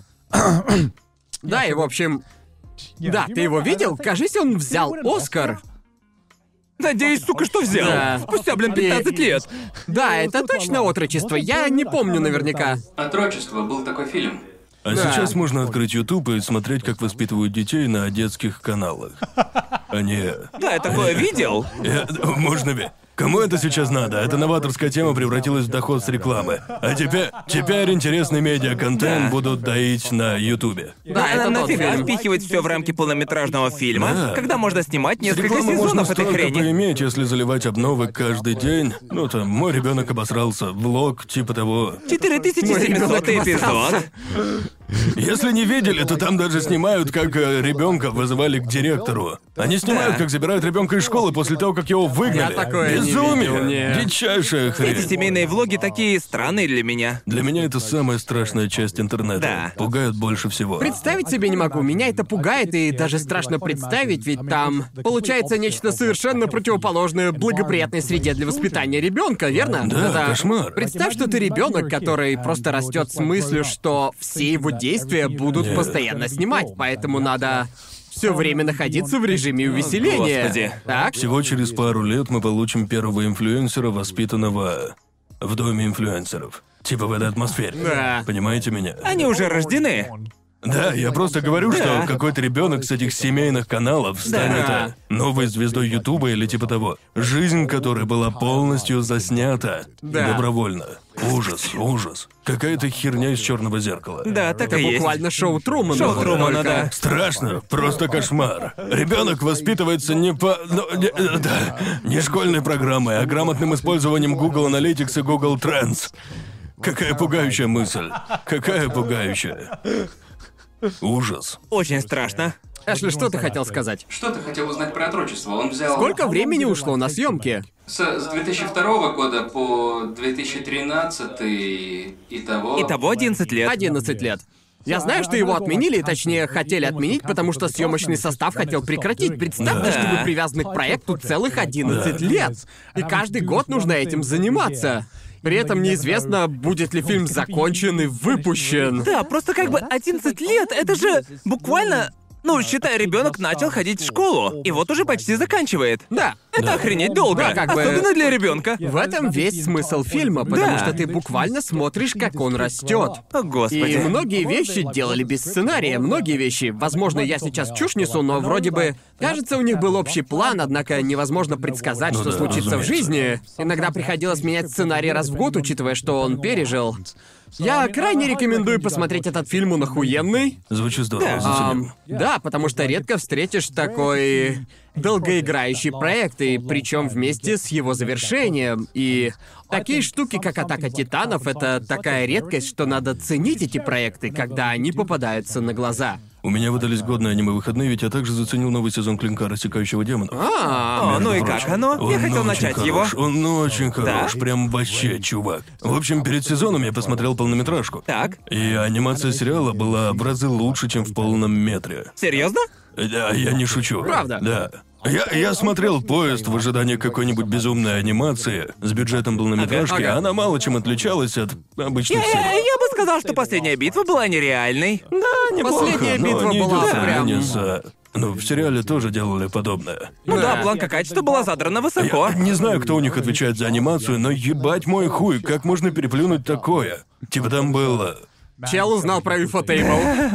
Да, и в общем... Да, ты его видел? Кажись, он взял Оскар. Надеюсь, сука, что взял. Да. Спустя, 15 лет. Да, это точно «Отрочество», я не помню наверняка. «Отрочество» был такой фильм. А Да. сейчас можно открыть YouTube и смотреть, как воспитывают детей на детских каналах. Они... Да, я такое видел. Можно ведь? Кому это сейчас надо? Эта новаторская тема превратилась в доход с рекламы. А теперь интересный медиа-контент Да. будут доить на Ютубе. Да, это тот нафига фильм. впихивать все в рамки полнометражного фильма, Да. когда можно снимать С несколько рекламы можно сезонов этой столько хрени? поиметь, если заливать обновы каждый день. Ну там, мой ребенок обосрался, влог, типа того. 4700 эпизод. Если не видели, то там даже снимают, как ребенка вызывали к директору. Они снимают, Да. как забирают ребенка из школы после того, как его выгнали. Я такое не Безумие! видел, нет. Дичайшая хрень. Эти семейные влоги такие странные для меня. Для меня это самая страшная часть интернета. Да. Пугают больше всего. Представить себе не могу, меня это пугает, и даже страшно представить, ведь там получается нечто совершенно противоположное благоприятной среде для воспитания ребенка, верно? Да, кошмар. Представь, что ты ребенок, который просто растет с мыслью, что все его действия будут Нет. постоянно снимать, поэтому надо все время находиться в режиме увеселения. Господи. Так? Всего через пару лет мы получим первого инфлюенсера, воспитанного в доме инфлюенсеров. Типа в этой атмосфере. Да. Понимаете меня? Они уже рождены. Да, я просто говорю, что какой-то ребенок с этих семейных каналов станет новой звездой Ютуба или типа того. Жизнь которой была полностью заснята добровольно. Ужас, ужас. Какая-то херня из черного зеркала. Да, так Это и есть. буквально шоу Трумана. Шоу вот Трумана, только. да. Страшно, просто кошмар. Ребенок воспитывается не по... не школьной программой, а грамотным использованием Google Analytics и Google Trends. Какая пугающая мысль. Какая пугающая. Ужас. Очень страшно. Эшли, что ты хотел сказать? Что ты хотел узнать про отрочество? Он взял... Сколько времени ушло на съемки? С 2002 года по 2013 итого... Итого 11 лет. 11 лет. Я знаю, что его отменили, точнее, хотели отменить, потому что съемочный состав хотел прекратить. Представьте, что вы привязаны к проекту целых 11 лет. И каждый год нужно этим заниматься. При этом неизвестно, будет ли фильм закончен и выпущен. Да, просто как бы 11 лет, это же буквально... Ну, считай, ребенок начал ходить в школу, и вот уже почти заканчивает. Да. Это охренеть долго. Да, как бы- Особенно для ребенка. В этом весь смысл фильма, потому Да. что ты буквально смотришь, как он растет. О, И господи. многие вещи делали без сценария, многие вещи. Возможно, я сейчас чушь несу, но вроде бы... Кажется, у них был общий план, однако невозможно предсказать, что да, случится в разумеется. жизни. Иногда приходилось менять сценарий раз в год, учитывая, что он пережил. Я крайне рекомендую посмотреть этот фильм, он охуенный. Звучит здорово, заценим. Да, потому что редко встретишь такой долгоиграющий проект, и причем вместе с его завершением. И такие штуки, как «Атака Титанов», это такая редкость, что надо ценить эти проекты, когда они попадаются на глаза. У меня выдались годные аниме-выходные, ведь я также заценил новый сезон «Клинка, рассекающего демонов». О, ну и как оно? Я Он хотел очень начать хорош, его. Он очень хорош, прям вообще, чувак. В общем, перед сезоном я посмотрел полнометражку. Так. И анимация сериала была в разы лучше, чем в полном метре. Серьезно? Да, я не шучу. Правда? Да. Я смотрел «Поезд» в ожидании какой-нибудь безумной анимации с бюджетом полнометражки, Ага. а она мало чем отличалась от обычных Я серий. бы сказал, что последняя битва была нереальной. Да, неплохо, Последняя но битва не была идёт в прям- сравнение с... Ну, в сериале тоже делали подобное. Ну да, Да. планка качества была задрана высоко. Я не знаю, кто у них отвечает за анимацию, но ебать мой хуй, как можно переплюнуть такое? Типа там было... Чел узнал про Юфотейбл.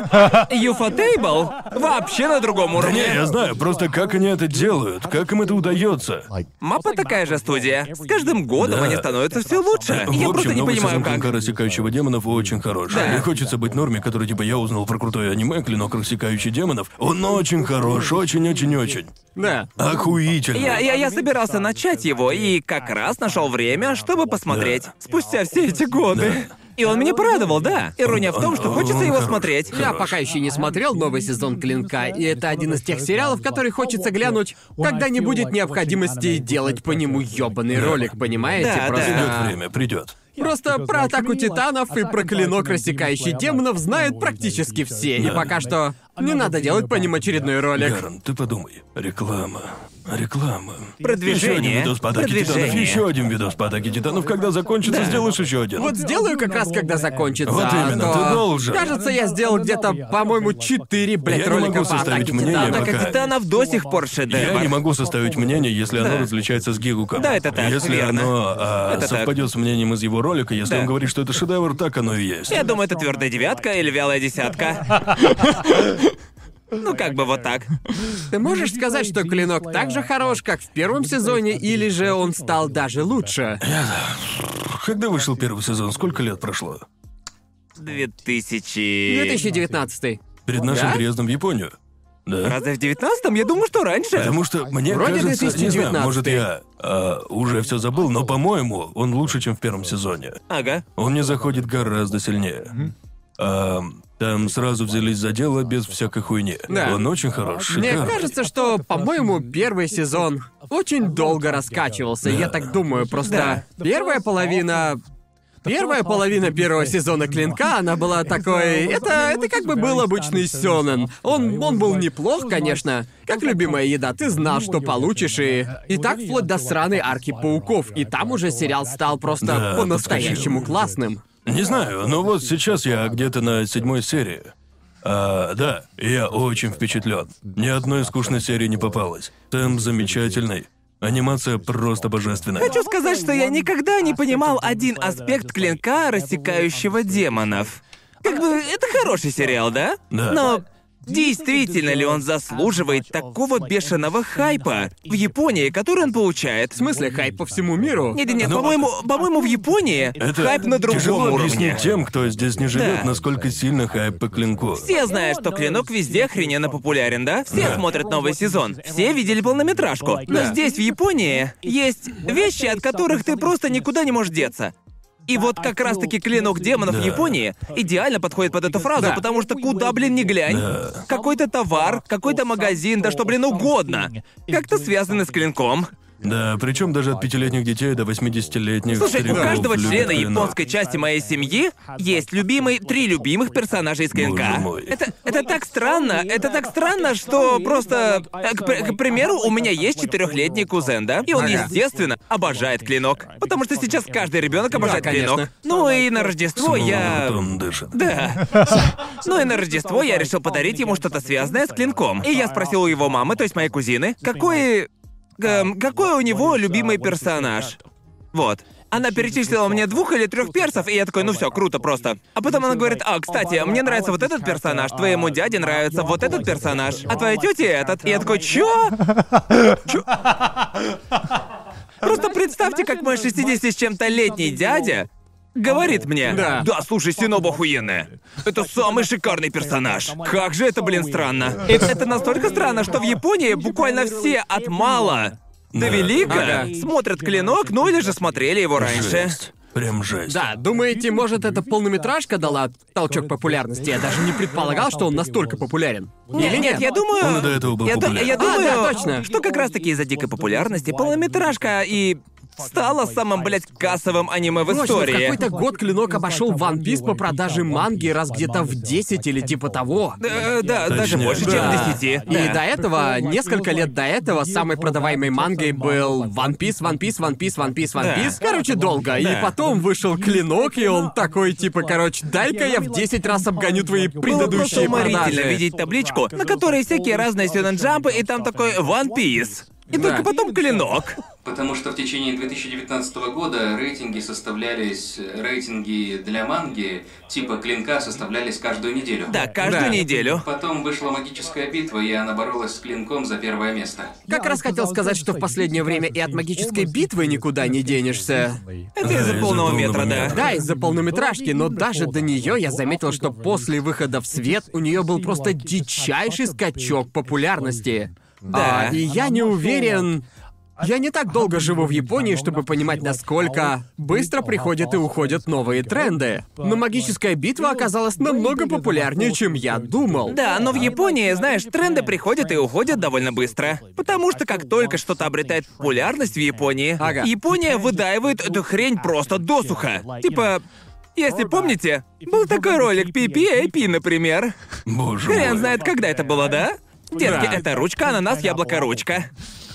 Юфотейбл вообще на другом Да уровне. не, я знаю, просто как они это делают, как им это удается. Мапа такая же студия. С каждым годом Да. они становятся все лучше. В Я общем, просто не новый понимаю, сезон как. «Клинка, рассекающего демонов» очень хорош. Да. Не хочется быть норме, который типа я узнал про крутое аниме «Клинок, рассекающий демонов». Он очень хорош, очень-очень-очень. Да. Охуительно. Я собирался начать его и как раз нашел время, чтобы посмотреть. Спустя все эти годы. И он меня порадовал, да. Ирония в том, что хочется его хорош. смотреть. Я пока еще не смотрел новый сезон «Клинка», и это один из тех сериалов, который хочется глянуть, когда не будет необходимости делать по нему ёбаный ролик, понимаете? Да, Просто... да. Придет время, придет. Просто про «Атаку Титанов» и про «Клинок, рассекающий демонов» знают практически все, и пока что не надо делать по ним очередной ролик. Гарн, ты подумай. Реклама. Реклама. Продвижение. Еще один видос по «Атаке Титанов». Продвижение. Еще один видос по «Атаке Титанов». Когда закончится, сделаешь еще один. Вот сделаю как раз, когда закончится. Вот а именно, то- ты должен. Кажется, я сделал где-то, по-моему, 4, блядь, Я не ролика могу по составить «Атаке мнение, Титанов». пока- «Атака Титанов» до сих пор Я шедевр. не могу составить мнение, если оно различается с Гигуком. Да, это так, Если верно. оно Это совпадет с мнением из его ролика, если Да. он говорит, что это шедевр, так оно и есть. Я думаю, это твердая девятка или вялая десятка. Ну, как бы вот так. Ты можешь сказать, что «Клинок» так же хорош, как в первом сезоне, или же он стал даже лучше? Когда вышел первый сезон, сколько лет прошло? 2000... 2019. Перед нашим Да? приездом в Японию. Да. Разве в 19-м? Я думаю, что раньше. Потому что мне Вроде кажется, не знаю, 2019. может я уже все забыл, но по-моему он лучше, чем в первом сезоне. Ага. Он мне заходит гораздо сильнее. Там сразу взялись за дело без всякой хуйни. Да. Он очень хорош, Мне шикарный. кажется, что, по-моему, первый сезон очень долго раскачивался. Я так думаю, просто первая половина первого сезона «Клинка», она была такой... Это как бы был обычный сёнэн. Он был неплох, конечно. Как любимая еда, ты знал, что получишь, и так вплоть до сраной арки пауков. И там уже сериал стал просто Да, по-настоящему подскочил. классным. Не знаю, но вот сейчас я где-то на 7-й серии. Да, я очень впечатлен. Ни одной скучной серии не попалось. Темп замечательный. Анимация просто божественная. Хочу сказать, что я никогда не понимал один аспект клинка, рассекающего демонов. Как бы, это хороший сериал, да? Да. Но действительно ли он заслуживает такого бешеного хайпа в Японии, который он получает? В смысле, хайп по всему миру? Нет, по-моему, в Японии Это хайп на другом тяжело уровне. объяснить тем, кто здесь не живет, Да. насколько сильно хайп по клинку. Все знают, что клинок везде охрененно популярен, да? Все смотрят новый сезон. Все видели полнометражку. Но Да. здесь, в Японии, есть вещи, от которых ты просто никуда не можешь деться. И вот как раз-таки клинок демонов в Японии идеально подходит под эту фразу, Да. потому что куда, блин, не глянь, какой-то товар, какой-то магазин, да что, блин, угодно, как-то связаны с клинком. Да, причем даже от 5-летних детей до 80-летних Слушай, у стариков каждого любят члена клинок. японской части моей семьи есть три любимых персонажа из клинка. Боже мой. Это так странно, что просто... К примеру, у меня есть 4-летний кузен, да? И он, Ага. естественно, обожает клинок. Потому что сейчас каждый ребенок обожает конечно. клинок. Ну и на Рождество Снова я... ртом дышит. Да. Ну и на Рождество я решил подарить ему что-то связанное с клинком. И я спросил у его мамы, то есть моей кузины, какой у него любимый персонаж. Вот. Она перечислила мне 2 или 3 персов, и я такой, ну все, круто просто. А потом она говорит, кстати, мне нравится вот этот персонаж, твоему дяде нравится вот этот персонаж, а твоей тете этот. И я такой, чё? Просто представьте, как мой 60 с чем-то летний дядя говорит мне, Да. слушай, Синобу охуенная. Это самый шикарный персонаж. Как же это, блин, странно. Это настолько странно, что в Японии буквально все от мала до велика Ага. смотрят клинок, ну или же смотрели его раньше. Жесть. Прям жесть. Да, думаете, может, эта полнометражка дала толчок популярности? Я даже не предполагал, что он настолько популярен. Или нет? Я думаю... Он и до этого был я популярен. думаю, да, точно. что как раз-таки из-за дикой популярности полнометражка и стала самым, блядь, кассовым аниме в Точно, в истории. какой-то год клинок обошел One Piece по продаже манги раз где-то в 10 или типа того. Да, даже Точняк. больше, чем Да. в 10. И до этого, несколько лет до этого, самой продаваемой мангой был One Piece, One Piece, One Piece, One Piece, One Piece. Короче, долго. И потом вышел клинок, и он такой, типа, короче, дай-ка я в 10 раз обгоню твои Было просто предыдущие уморительно продажи. видеть табличку, на которой всякие разные сёнэн-джампы, и там такой One Piece. И Да. только потом клинок. Потому что в течение 2019 года рейтинги для манги типа клинка составлялись каждую неделю. Да, каждую Да. неделю. Потом вышла магическая битва, и она боролась с клинком за первое место. Как раз хотел сказать, что в последнее время и от магической битвы никуда не денешься. Это Да, из-за из-за полного полного метра, да. метра. Да, из-за полнометражки, но даже до нее я заметил, что после выхода в свет у нее был просто дичайший скачок популярности. Да. И я не уверен. Я не так долго живу в Японии, чтобы понимать, насколько быстро приходят и уходят новые тренды. Но магическая битва оказалась намного популярнее, чем я думал. Да, но в Японии, знаешь, тренды приходят и уходят довольно быстро. Потому что как только что-то обретает популярность в Японии, Ага. Япония выдаивает эту хрень просто досуха. Типа, если помните, был такой ролик PPAP, например. Боже Хрен мой. знает, когда это было, да? Детки, Да. это ручка, ананас, яблоко, ручка.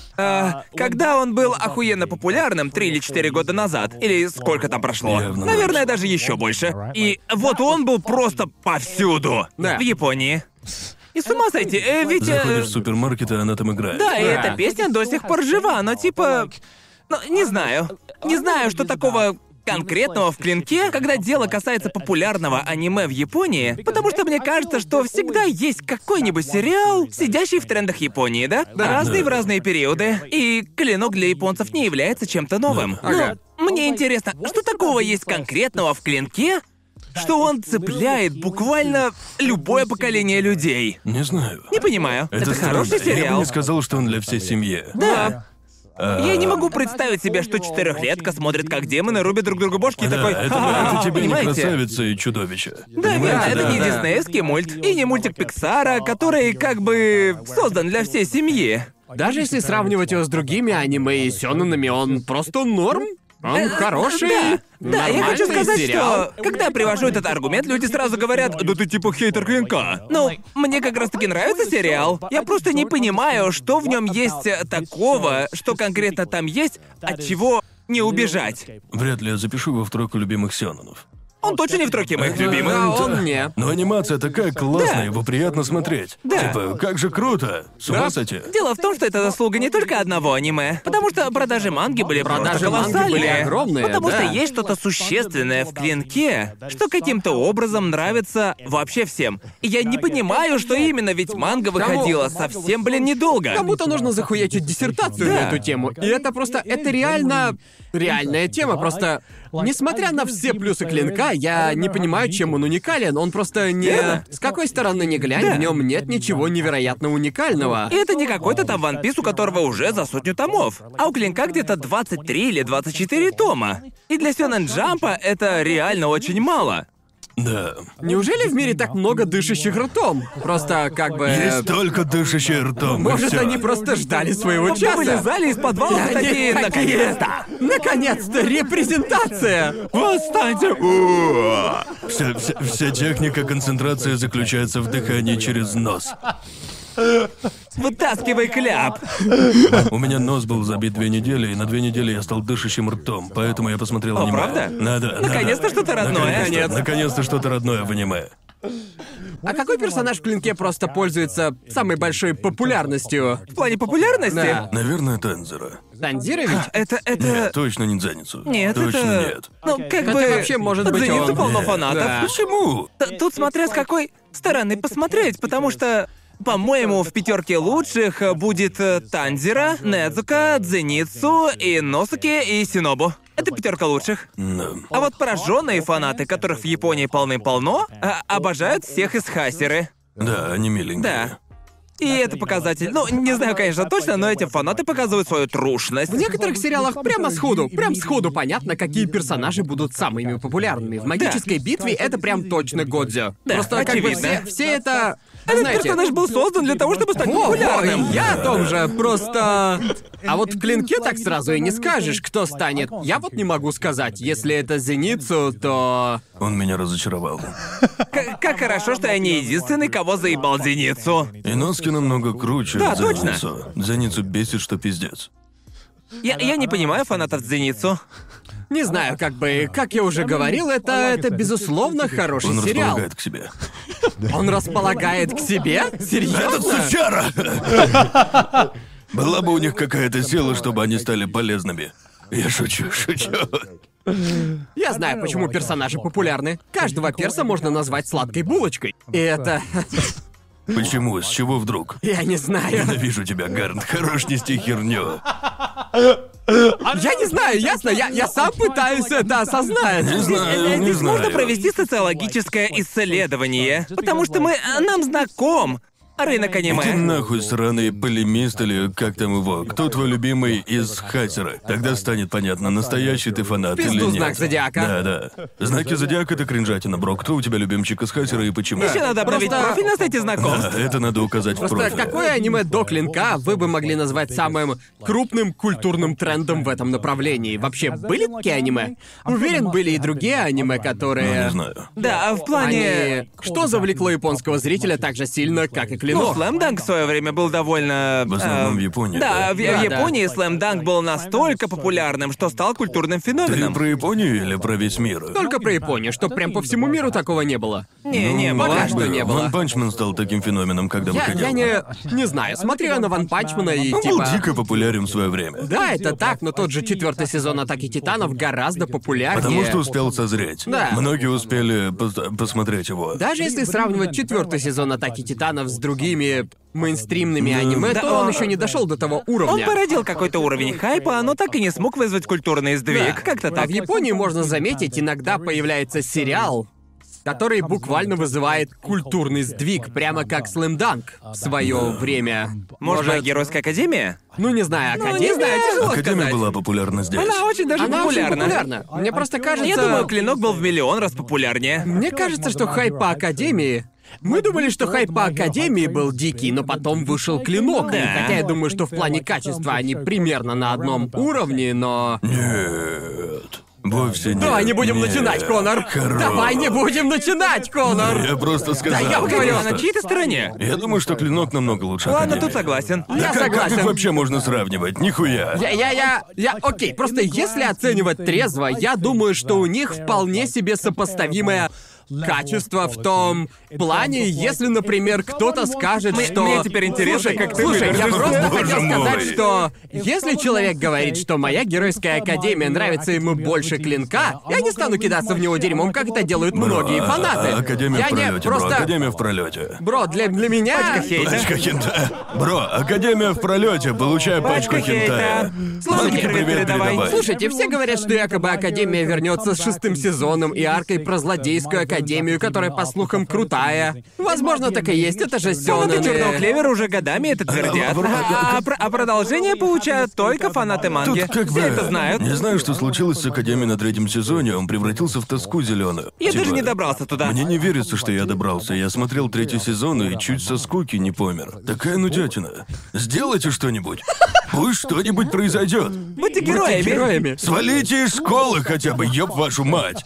Когда он был охуенно популярным 3 или 4 года назад, или сколько там прошло, Явно наверное, даже еще больше. И вот он был просто повсюду Да. в Японии. И с ума сойти, ведь... Заходишь в супермаркет, и она там играет. Да, и Да. эта песня до сих пор жива, но типа... Ну, не знаю. Не знаю, что такого конкретного в клинке, когда дело касается популярного аниме в Японии, потому что мне кажется, что всегда есть какой-нибудь сериал, сидящий в трендах Японии, да? Разные в разные периоды. И клинок для японцев не является чем-то новым. Ага. Но мне интересно, что такого есть конкретного в клинке, что он цепляет буквально любое поколение людей? Не знаю. Не понимаю. Это странно. хороший Я бы сериал. не сказал, что он для всей семьи. Да. Я не могу представить себе, что 4-летка смотрит, как демоны рубят друг другу бошки и Да, такой... это тебе не понимаете? красавица и чудовище. Да, верно, это не да. диснеевский мульт, и не мультик Пиксара, который как бы создан для всей семьи. Даже если сравнивать его с другими аниме и сёнэнами, он просто норм. Он хороший. Да, я хочу нормальный сказать, сериал. что когда я привожу этот аргумент, люди сразу говорят, да ты типа хейтер клинка. Ну, мне как раз таки нравится сериал. Я просто не понимаю, что в нем есть такого, что конкретно там есть, от чего не убежать. Вряд ли я запишу его в тройку любимых сёнэнов. Он точно не в тройке моих любимых. А он не. Но анимация такая классная, Да. его приятно смотреть. Да. Типа, как же круто. С ума сойти. Дело в том, что это заслуга не только одного аниме, потому что продажи манги были Продажи просто манги были колоссальные. огромные, потому да. что есть что-то существенное в Клинке, что каким-то образом нравится вообще всем. И я не понимаю, что именно, ведь манга выходила совсем, недолго. Кому-то нужно захуячить диссертацию Да. на эту тему. И это просто, это реальная тема. Просто, несмотря на все плюсы Клинка, я не понимаю, чем он уникален. Он просто не... Да. С какой стороны ни глянь, Да. в нем нет ничего невероятно уникального. И это не какой-то там One Piece, у которого уже за 100 томов. А у Клинка где-то 23 или 24 тома. И для Сёнэн Джампа это реально очень мало. Да. Неужели в мире так много дышащих ртом? Просто как бы... Есть только дышащие ртом. и Может, всё. они просто ждали своего Мы часа? вылезали из подвала и Они такие, наконец-то! Наконец-то, репрезентация! Восстаньте! Вся техника концентрации заключается в дыхании через нос. Вытаскивай кляп! У меня нос был забит 2 недели, и на 2 недели я стал дышащим ртом, поэтому я посмотрел О, аниме. правда? Надо. Наконец-то что-то родное. Наконец-то что-то родное в аниме. А какой персонаж в Клинке просто пользуется самой большой популярностью? В плане популярности? Да. Наверное, Тензера. Танзира ведь? Это... Точно не Дзеницу. Нет, Точно это... нет. Ну, как Это бы... вообще может быть Дзеницу он. полно Нет. фанатов. Да. Почему? Тут смотря с какой стороны посмотреть, потому что... По-моему, в 5 лучших будет Танзера, Недзука, Дзеницу, и Носуке, и Синобу. Это 5 лучших. Да. А вот пораженные фанаты, которых в Японии полным-полно, обожают всех из Хасеры. Да, они миленькие. Да. И это показатель. Ну, не знаю, конечно, точно, но эти фанаты показывают свою трушность. В некоторых сериалах прям сходу понятно, какие персонажи будут самыми популярными. В магической битве это прям точно Годзё. Да, Просто как бы очевидно. все это... Этот знаете, персонаж был создан для того, чтобы стать популярным. и я о том же, просто... А вот в Клинке так сразу и не скажешь, кто станет. Я вот не могу сказать. Если это Зеницу, то... Он меня разочаровал. Как хорошо, что я не единственный, кого заебал Зеницу. Иноски намного круче Да, точно. Дзеницу. Дзеницу бесит, что пиздец. Я не понимаю фанатов Зеницу. Не знаю, как я уже говорил, это безусловно хороший Он сериал. располагает к себе. Он располагает к себе? Этот Серьезно? сучара! Была бы у них какая-то сила, чтобы они стали полезными. Я шучу. Я знаю, почему персонажи популярны. Каждого перса можно назвать сладкой булочкой. И это... Почему? С чего вдруг? Я не знаю. Ненавижу тебя, Гарнт. Хорош нести херню. Я не знаю, ясно? Я сам пытаюсь это осознать. Не знаю, не Здесь можно знаю. провести социологическое исследование, потому что нам знаком рынок Иди аниме. нахуй, сраный полемист или как там его. Кто твой любимый из Хасера? Тогда станет понятно, настоящий ты фанат или Пизду нет. знак зодиака. Да. Знаки зодиака — это кринжатина, бро. Кто у тебя любимчик из Хасера и почему? Еще надо обновить Просто- профиль на сайте знакомств. Да, это надо указать в Просто профиле. какое аниме до Клинка вы бы могли назвать самым крупным культурным трендом в этом направлении? Вообще, были такие аниме? Уверен, были и другие аниме, которые... Не знаю. Да, а в плане... Они... Что завлекло японского зрителя так же сильно, как и Ну, Клинок? Slam Dunk в свое время был довольно... В основном в Японии. Да, в Да, Японии Slam Dunk был настолько популярным, что стал культурным Ты феноменом. про Японию или про весь мир? Только про Японию, чтоб прям по всему миру такого не было. Не было. Пока что не было. Ван Панчмен стал таким феноменом, когда выходил. Я не знаю, смотрю я на Ван Панчмана и Он был типа... дико популярен в свое время. Да, это так, но тот же 4-й сезон «Атаки Титанов» гораздо популярнее. Потому что успел созреть. Да. Многие успели посмотреть его. Даже если сравнивать 4-й сезон «Атаки Титанов» с другими мейнстримными аниме, Да, то он он- еще не дошел до того Он уровня. породил какой-то уровень хайпа, но так и не смог вызвать культурный сдвиг. Да. Как-то А так. в Японии, можно заметить, иногда появляется сериал, который буквально вызывает культурный сдвиг, прямо как Slam Dunk в свое время. Может, моя Геройская Академия? Ну не знаю, Ну, Академия... не знаю, тяжело Академия сказать. была популярна здесь. Она очень даже Она очень популярна. популярна. Мне просто кажется... Я думаю, Клинок был в миллион раз популярнее. Мне кажется, что хайп по Академии... Мы думали, что хайп по Академии был дикий, но потом вышел Клинок. И Да. хотя я думаю, что в плане качества они примерно на одном уровне, но... Нет. вовсе нет. Давай не будем Не. начинать, Конор! Хорош. Давай не будем начинать, Конор! Я просто сказал. я говорю, просто. На чьей-то стороне. Я думаю, что Клинок намного лучше Ладно, Академии. тут согласен. Да Я как согласен. их вообще можно сравнивать? Нихуя. Окей, просто если оценивать трезво, я думаю, что у них вполне себе сопоставимое качество в том плане, если, например, кто-то скажет, что... мне теперь интересно, Слушай, как ты слушай, я выдержишь. просто Боже хотел мой. сказать, что если человек говорит, что моя геройская академия нравится ему больше Клинка, я не стану кидаться в него дерьмом, как это делают многие фанаты. Академия Я в не пролете, просто... бро. Академия в пролете. Бро, для меня... Пачка хента. Бро, Академия в пролете, получай пачку Пачка хейта. хента. Слушайте, Манке привет передавай. передавай. Слушайте, все говорят, что якобы Академия вернется с 6-м сезоном и аркой про злодейскую Академию, которая, по слухам, крутая. Возможно, так и есть, это же Фанаты Сёнэн. Черного Клевера уже годами это твердят. А продолжение получают только фанаты манги. Тут как Все бы... это знают. Не знаю, что случилось с Академией на 3-м сезоне, он превратился в тоску зеленую. Я даже не добрался туда. Мне не верится, что я добрался. Я смотрел 3-й сезон и чуть со скуки не помер. Такая нудятина. Сделайте что-нибудь. Пусть что-нибудь произойдет. Будьте героями. Героями. Свалите из школы хотя бы, ёб вашу мать.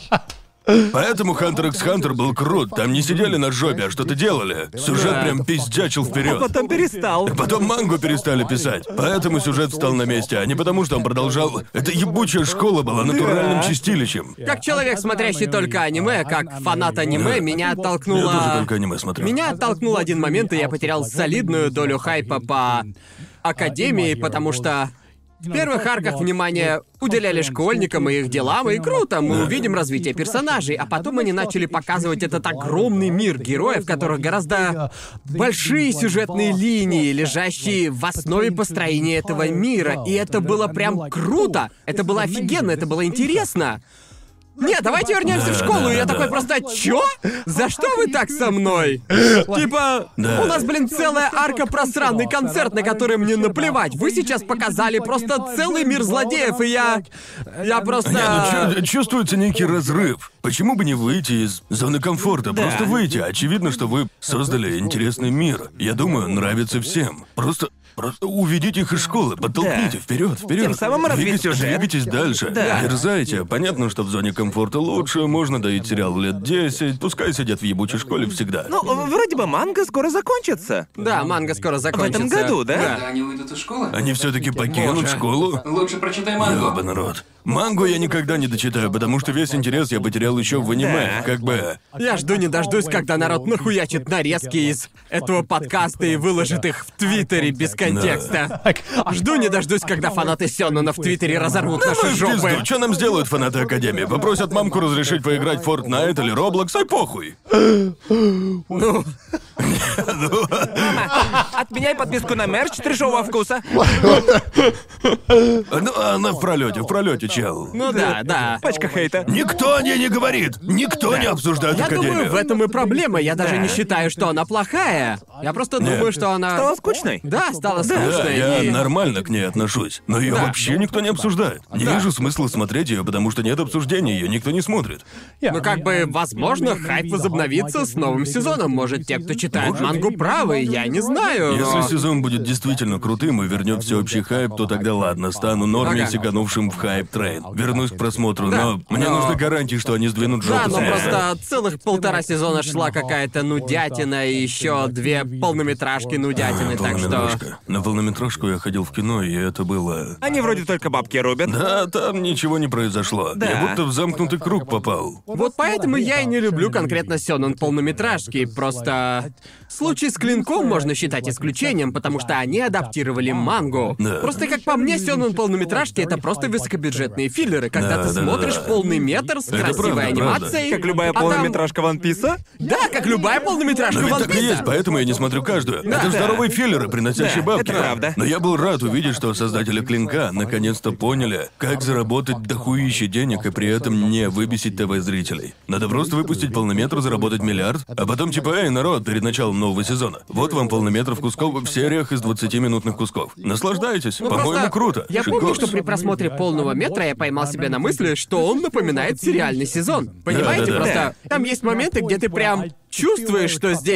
Поэтому Хантер икс Хантер был крут. Там не сидели на жопе, а что-то делали. Сюжет прям пиздячил вперед. Потом перестал. Потом мангу перестали писать. Поэтому сюжет встал на месте, а не потому, что он продолжал... Эта ебучая школа была натуральным чистилищем. Как человек, смотрящий только аниме, как фанат аниме, меня Я тоже оттолкнуло... только аниме смотрю. Меня оттолкнул один момент, и я потерял солидную долю хайпа по Академии, потому что... В первых арках внимание уделяли школьникам и их делам, и круто, мы увидим развитие персонажей, а потом они начали показывать этот огромный мир героев, в которых гораздо большие сюжетные линии, лежащие в основе построения этого мира, и это было прям круто, это было офигенно, это было интересно. Нет, давайте вернемся в школу, и я такой просто, чё? За что вы так со мной? Типа, Да. у нас, блин, целая арка про сраный концерт, на который мне наплевать. Вы сейчас показали просто целый мир злодеев, и я просто... Не, ну чувствуется некий разрыв. Почему бы не выйти из зоны комфорта? Просто выйти. Очевидно, что вы создали интересный мир. Я думаю, нравится всем. Просто уведите их из школы, подтолкните вперед. Тем самым развить сюжет. Двигайтесь дальше. Да. Дерзайте. Понятно, что в зоне комфорта лучше, можно доить сериал лет 10, пускай сидят в ебучей школе всегда. Ну, вроде бы манга скоро закончится. Да, манга скоро закончится. В этом году, да? Когда они уйдут из школы? Они все-таки покинут Боже. школу? Лучше прочитай мангу. Ёба народ. Мангу я никогда не дочитаю, потому что весь интерес я потерял еще в аниме. Да. Как бы... Я жду не дождусь, когда народ нахуячит нарезки из этого подкаста и выложит их в Твиттере без контекста. Жду не дождусь, когда фанаты Сёнэна в Твиттере разорвут наши жопы. Что нам сделают фанаты Академии? Попросят мамку разрешить поиграть в Fortnite или Roblox, ай похуй. Отменяй подписку на мерч трешового вкуса. Ну, она в пролете, чел. Ну да. Пачка хейта. Никто о ней не говорит! Никто не обсуждает Я Академию. думаю, в этом и проблема. Я даже Да. не считаю, что она плохая. Я просто думаю, что она... Стала скучной? Да, стала Да, скучной. я и- нормально к ней отношусь. Но ее Да. вообще никто не обсуждает. Не вижу смысла смотреть ее, потому что нет обсуждения, ее никто не смотрит. Ну как бы, возможно, хайп возобновится с новым сезоном. Может, те, кто читает мангу, правы, я не знаю, но... Если сезон будет действительно крутым и вернет всеобщий хайп, то тогда ладно, стану норме, Ага. сиганувшим в хайп-трейн. Вернусь к просмотру, Да, но мне но- нужны гарантии, что они сдвинут жопу Да, с но места. просто целых 1,5 сезона шла какая-то нудятина и еще 2 полнометражки нудятины, так что... Полнометражка. На полнометражку я ходил в кино, и это было... Они вроде только бабки рубят. Да, там ничего не произошло. Да. Я будто в замкнутый круг попал. Вот поэтому я и не люблю конкретно сёнэн полнометражки, просто... Случай с Клинком можно считать исключением, потому что они адаптировали мангу. Да. Просто, как по мне, сёнэн полнометражки — это просто высокобюджетные филлеры, когда Да, ты да, смотришь да. полный метр с Это красивой правда, анимацией. Как любая а там- полнометражка Ван Писа. Да, как любая полнометражка Но ведь Ван так и Писа. есть, поэтому я не смотрю каждую. Это здоровые филлеры, приносящие Да, бабки. это правда. Но я был рад увидеть, что создатели Клинка наконец-то поняли, как заработать дохуище денег и при этом не выбесить ТВ-зрителей. Надо просто выпустить полнометр, заработать миллиард, а потом типа, эй, народ, перед началом нового сезона. Вот вам полнометров кусков в сериях из 20-минутных кусков. Наслаждайтесь. Ну, По-моему, просто круто. Я помню, Шикос. что при просмотре полного метра я поймал себя на мысли, что он напоминает сериальный сезон. Понимаете, Да-да-да. просто там есть моменты, где ты прям чувствуешь, что здесь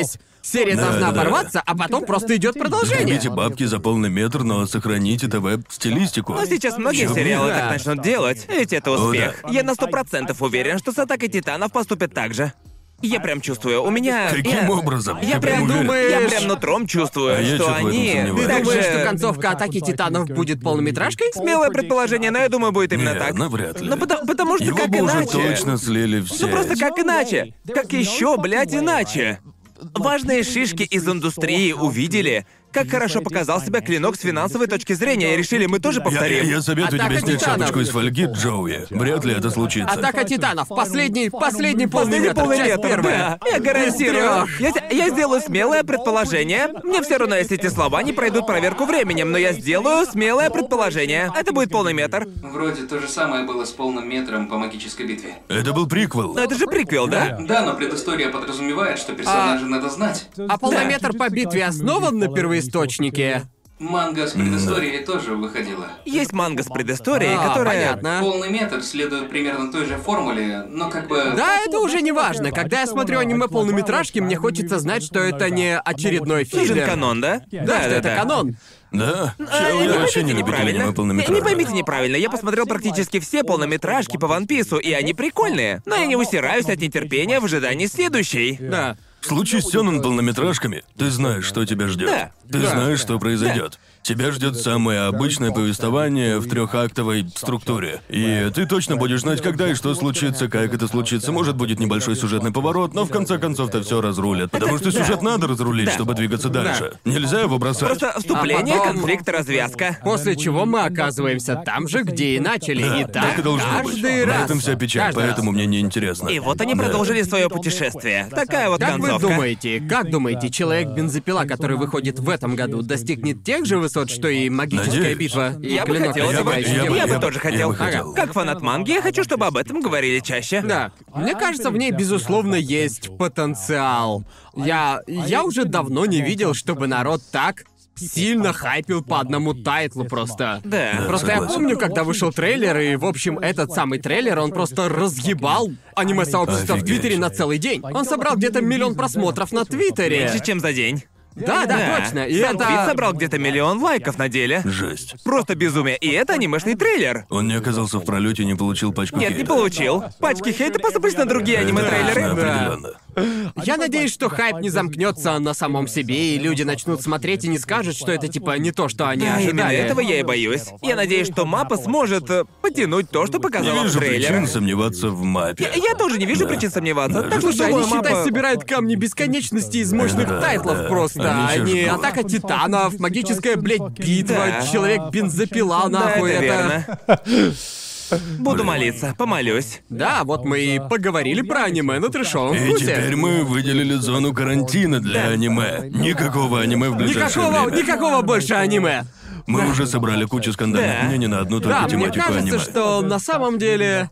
серия должна да. оборваться, а потом просто идет продолжение. Примите бабки за полный метр, но сохраните ТВ-стилистику. Но сейчас многие Чё, сериалы да. так начнут делать, ведь это успех. да. Я на 100% уверен, что с «Атакой Титанов» поступят так же. Я прям чувствую, у меня... Каким образом? Я Ты прям уверен? думаю- Я прям нутром чувствую, А я что чё-то в этом они... сомневаюсь. Ты так думаешь, же- что концовка «Атаки Титанов» будет полнометражкой? Смелое предположение, но я думаю, будет именно Не, так. навряд ли. Ну, потому что Его как бы уже иначе? точно слили все. Ну просто как иначе? Как еще, блядь, иначе? Важные шишки из индустрии увидели, как хорошо показал себя клинок с финансовой точки зрения, и решили, мы тоже повторим. Я советую Атака тебе снять Титанов. шапочку из фольги, Джоуи. Вряд ли это случится. «Атака Титанов». Последний полный Последний метр, полный часть метр, первая. да. Я гарантирую. Из Я сделаю смелое предположение. Мне все равно, если эти слова не пройдут проверку временем, но я сделаю смелое предположение. Это будет полный метр. Вроде то же самое было с полным метром по магической битве. Это был приквел. Но это же приквел, да? Да, но предыстория подразумевает, что персонажа надо знать. А полнометр по битве основан на первоисточнике? Манга с предысторией тоже выходила. Есть манга с предысторией, А, которая... понятно. Полный метр следует примерно той же формуле, но как бы... Да, это уже не важно. Когда я смотрю аниме полнометражки, мне хочется знать, что это не очередной Нужен филлер. канон, да? Да, что это канон. Да? Не Чел, я вообще не поймите любитель неправильно. аниме полнометражек. Не поймите неправильно, я посмотрел практически все полнометражки по Ван Пису, и они прикольные. Но я не усираюсь от нетерпения в ожидании следующей. Да. В случае с сёнэн полнометражками, ты знаешь, что тебя ждет. Да. Ты знаешь, что произойдет. Тебя ждет самое обычное повествование в трехактовой структуре. И ты точно будешь знать, когда и что случится, как это случится. Может, будет небольшой сюжетный поворот, но в конце концов-то все разрулят. Потому что сюжет надо разрулить, чтобы двигаться дальше. Нельзя его бросать. Просто вступление, А потом- конфликт, развязка. После чего мы оказываемся там же, где и начали. Да, И так и должно быть. каждый На раз. этом вся печаль, Каждый раз. поэтому мне не интересно. И вот они продолжили свое путешествие. Такая вот Как вы концовка. думаете, Человек-бензопила, который выходит в этом году, достигнет тех же высот, что и магическая Надеюсь. битва? И Я бы клинок хотел, разрывающий я демона? бы тоже хотел. хотел. Как фанат манги, я хочу, чтобы об этом говорили чаще. Да. Мне кажется, в ней, безусловно, есть потенциал. Я уже давно не видел, чтобы народ так сильно хайпил по одному тайтлу просто. Да. Просто я согласен. помню, когда вышел трейлер, и, в общем, этот самый трейлер, он просто разъебал аниме-сообщество в Офигеть. Твиттере на целый день. Он собрал где-то 1 миллион просмотров на Твиттере. Меньше, чем за день. Да, точно. И Сам это... твит собрал где-то 1 миллион лайков на деле. Жесть. Просто безумие. И это анимешный трейлер. Он не оказался в пролете и не получил пачку Нет, хейта. не получил. Пачки хейта посыпались на другие аниме-трейлеры. Точно, Да. определенно. Я надеюсь, что хайп не замкнется на самом себе, и люди начнут смотреть и не скажут, что это типа не то, что они Да, именно ожидали. этого я и боюсь. Я надеюсь, что Маппа сможет потянуть то, что показала Не в вижу трейлере. причин сомневаться в мапе. Я тоже не вижу причин сомневаться. Так что, Слушай, думаю, они, считай, Маппа- собирают камни бесконечности из мощных Да, тайтлов да. просто. Они Они чё жгут. Атака Титанов, магическая, блядь, битва, Да. Человек-бензопила, Да, нахуй, это это... верно. Буду молиться, помолюсь. Да, вот мы и поговорили про аниме на трешовом И вкусе. теперь мы выделили зону карантина для аниме. Никакого аниме в ближайшее время. Никакого больше аниме. Мы уже собрали кучу скандальных Да. мнений на одну только Да, мне тематику кажется, аниме. что на самом деле...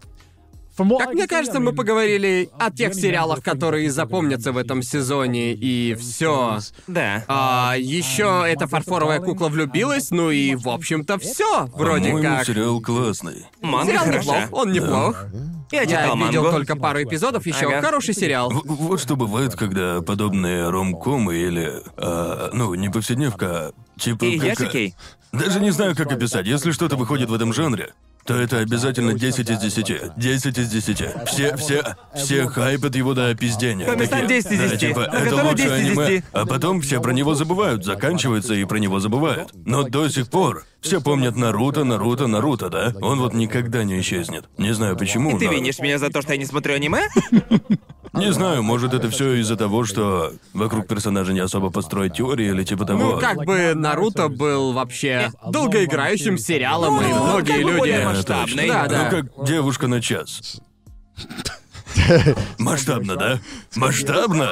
Как мне кажется, мы поговорили о тех сериалах, которые запомнятся в этом сезоне, и все. Да. А еще эта фарфоровая кукла влюбилась, ну и, в общем-то, все вроде По-моему, как. сериал классный. Манга Сериал хороша. неплох, он неплох. Я Я читал видел мангу. только пару эпизодов еще. Ага. Хороший сериал. Вот что бывает, когда подобные ромкомы или... ну, не повседневка, а типа... И как- ясикей. Даже не знаю, как описать. Если что-то выходит в этом жанре, то это обязательно 10 из 10. 10 из 10. Все хайпят его до опиздения. Комиссар Такие, 10 из да, 10. типа, У это которого лучшее 10 из аниме. 10. А потом все про него забывают. Заканчивается и про него забывают. Но до сих пор все помнят Наруто, да? Он вот никогда не исчезнет. Не знаю почему, Ты но... винишь меня за то, что я не смотрю аниме? Не знаю, может это все из-за того, что вокруг персонажа не особо построить теории или типа того. Ну, как бы Наруто был вообще долгоиграющим сериалом, и многие как бы люди... более Да, масштабный. точно. Да, да. Ну, как девушка на час. Масштабно, да? Масштабно?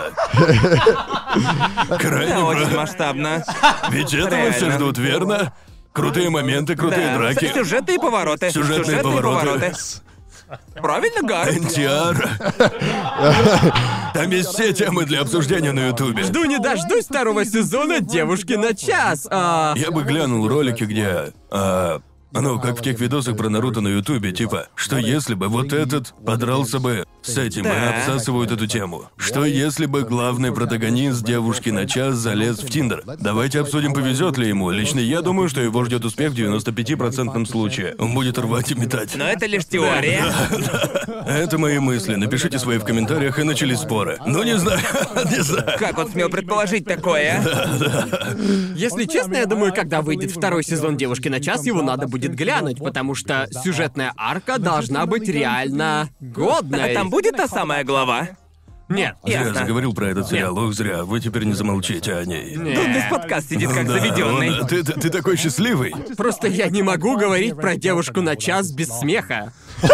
Крайне Да, очень про... масштабно. Ведь этого все Реально. ждут, верно? Крутые моменты, крутые Да. драки. Сюжетные повороты. Сюжетные повороты. Правильно, Гар? NTR. Там есть все темы для обсуждения на Ютубе. Жду не дождусь второго сезона «Девушки на час». Я бы глянул ролики, где... ну, как в тех видосах про Наруто на Ютубе, типа, что если бы вот этот подрался бы с этим и Да. обсасывают эту тему. Что если бы главный протагонист «Девушки на час» залез в Тиндер? Давайте обсудим, повезет ли ему. Лично я думаю, что его ждет успех в 95% случае. Он будет рвать и метать. Но это лишь теория. Это мои мысли. Напишите свои в комментариях, и начались споры. Ну, не знаю, не знаю. Как он смел предположить такое? Если честно, я думаю, когда выйдет второй сезон «Девушки на час», его надо будет глянуть, потому что сюжетная арка должна быть реально годной. А там будет та самая глава? Нет. Зря Ясно. заговорил про этот сериал. Ох, зря. Вы теперь не замолчите о ней. Тут без подкаст сидит как Да, заведенный. ты такой счастливый. Просто я не могу говорить про «Девушку на час» без смеха.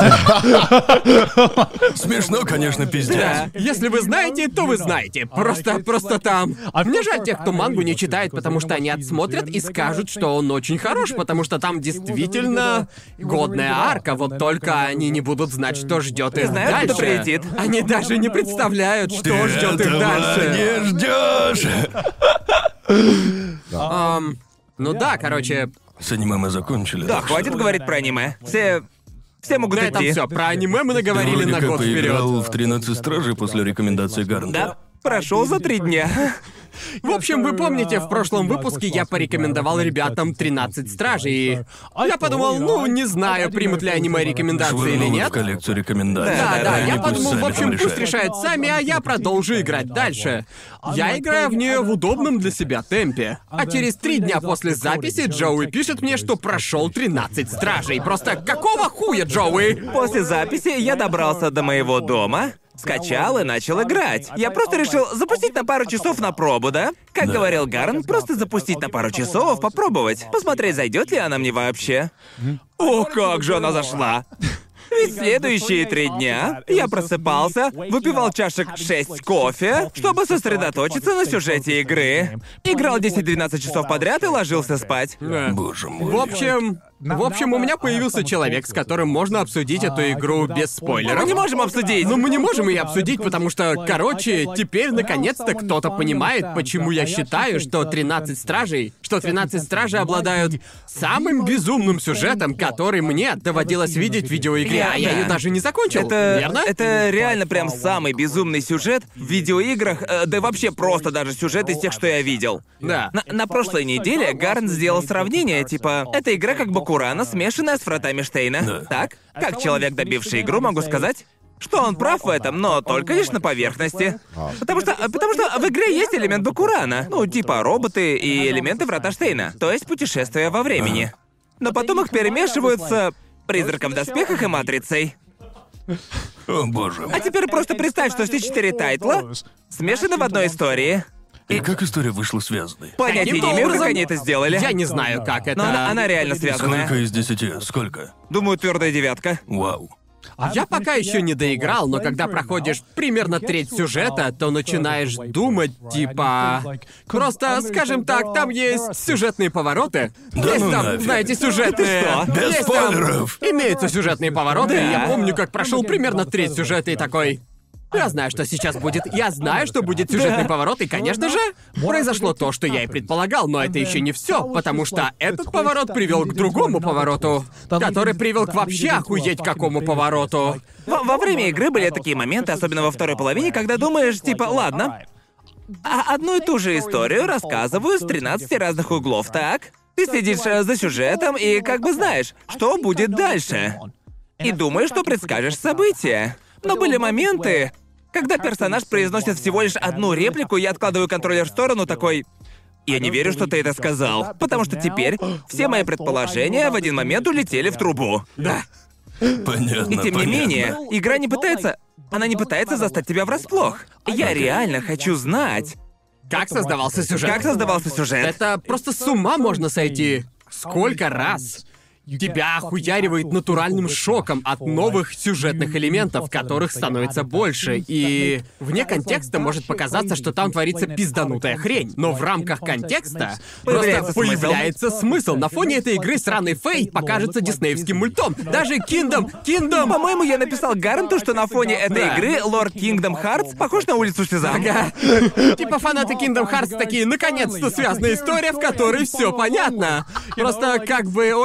Смешно, конечно, пиздец. Да. Если вы знаете, то вы знаете. Просто там. Мне жаль тех, кто мангу не читает, потому что они отсмотрят и скажут, что он очень хорош, потому что там действительно годная арка, вот только они не будут знать, что ждет их знают, дальше. кто прилетит? Они даже не представляют, что ждет их Этого дальше. не ждешь. Ну да, короче, С аниме мы закончили. Да, так что- хватит говорить про аниме. Все могут на этом идти. все. Про аниме мы Ты наговорили вроде на как год поиграл вперед. в 13 стражей после рекомендации Гарнта. Да, прошел за 3 дня. В общем, вы помните, в прошлом выпуске я порекомендовал ребятам 13 стражей. И я подумал, ну, не знаю, примут ли они мои рекомендации или Швырнул нет. в коллекцию рекомендаций. Да, Они я пусть подумал, сами в общем, там пусть решают. решают сами, а я продолжу играть дальше. Я играю в нее в удобном для себя темпе. А через 3 дня после записи Джоуи пишет мне, что прошел 13 стражей. Просто какого хуя, Джоуи? После записи я добрался до моего дома, скачал и начал играть. Я просто решил запустить на пару часов на пробу, да? Как говорил Гарн, просто запустить на пару часов, попробовать. Посмотреть, зайдет ли она мне вообще. О, как же она зашла! Ведь следующие 3 дня я просыпался, выпивал чашек 6 кофе, чтобы сосредоточиться на сюжете игры. Играл 10-12 часов подряд и ложился спать. Боже мой. В общем, у меня появился человек, с которым можно обсудить эту игру без Мы спойлеров. не можем обсудить. Но мы не можем ее обсудить, потому что, короче, теперь наконец-то кто-то понимает, почему я считаю, что 13 стражей обладают самым безумным сюжетом, который мне доводилось видеть в видеоигре, а я ее даже не закончил, верно? Это реально прям самый безумный сюжет в видеоиграх, да и вообще просто даже сюжет из тех, что я видел. Да. На прошлой неделе Гарн сделал сравнение, типа, эта игра как Бакурана, смешанная с вратами Штейна. Да. Так? Как человек, добивший игру, могу сказать, что он прав в этом, но только лишь на поверхности. Потому что в игре есть элемент Бакурана. Ну, типа роботы и элементы врата Штейна. То есть путешествия во времени. Но потом их перемешивают с Призраком в доспехах и Матрицей. О, боже. А теперь просто представь, что все 4 тайтла смешаны в одной истории. И как история вышла связанной? Понятия не Каким-то имею, как образом- они это сделали. Я не знаю, как это. Но она реально связанная. Сколько из 10? Сколько? Думаю, твердая 9. Вау. Я пока еще не доиграл, но когда проходишь примерно треть сюжета, то начинаешь думать, типа... Просто, скажем так, там есть сюжетные повороты. Да Есть ну там, нафиг. знаете, сюжетные... Ты что? Без Есть там- спойлеров. Имеются сюжетные повороты, и я Да. помню, как прошел примерно треть сюжета и такой... Я знаю, что сейчас будет. Я знаю, что будет сюжетный поворот, и, конечно же, произошло то, что я и предполагал, но это еще не все, потому что этот поворот привел к другому повороту, который привел к вообще охуеть какому повороту. Во время игры были такие моменты, особенно во второй половине, когда думаешь, типа, ладно, а одну и ту же историю рассказываю с 13 разных углов, так? Ты следишь за сюжетом и как бы знаешь, что будет дальше. И думаешь, что предскажешь события. Но были моменты, когда персонаж произносит всего лишь одну реплику, я откладываю контроллер в сторону, такой... Я не верю, что ты это сказал, потому что теперь все мои предположения в один момент улетели в трубу. Да. Понятно, И тем не понятно. менее, игра не пытается... Она не пытается застать тебя врасплох. Я реально хочу знать, Как создавался сюжет? как создавался сюжет. Это просто с ума можно сойти. Сколько раз тебя охуяривает натуральным шоком от новых сюжетных элементов, которых становится больше. И вне контекста может показаться, что там творится пизданутая хрень. Но в рамках контекста Появляется просто смысл. появляется смысл. На фоне этой игры сраный Фейт покажется диснеевским мультом. Даже Kingdom... По-моему, я написал Гарнту, что на фоне этой Да. игры лорд Kingdom Hearts похож на улицу Сезам. Ага. Типа фанаты Kingdom Hearts такие, наконец-то связанная история, в которой все понятно. Просто как бы очень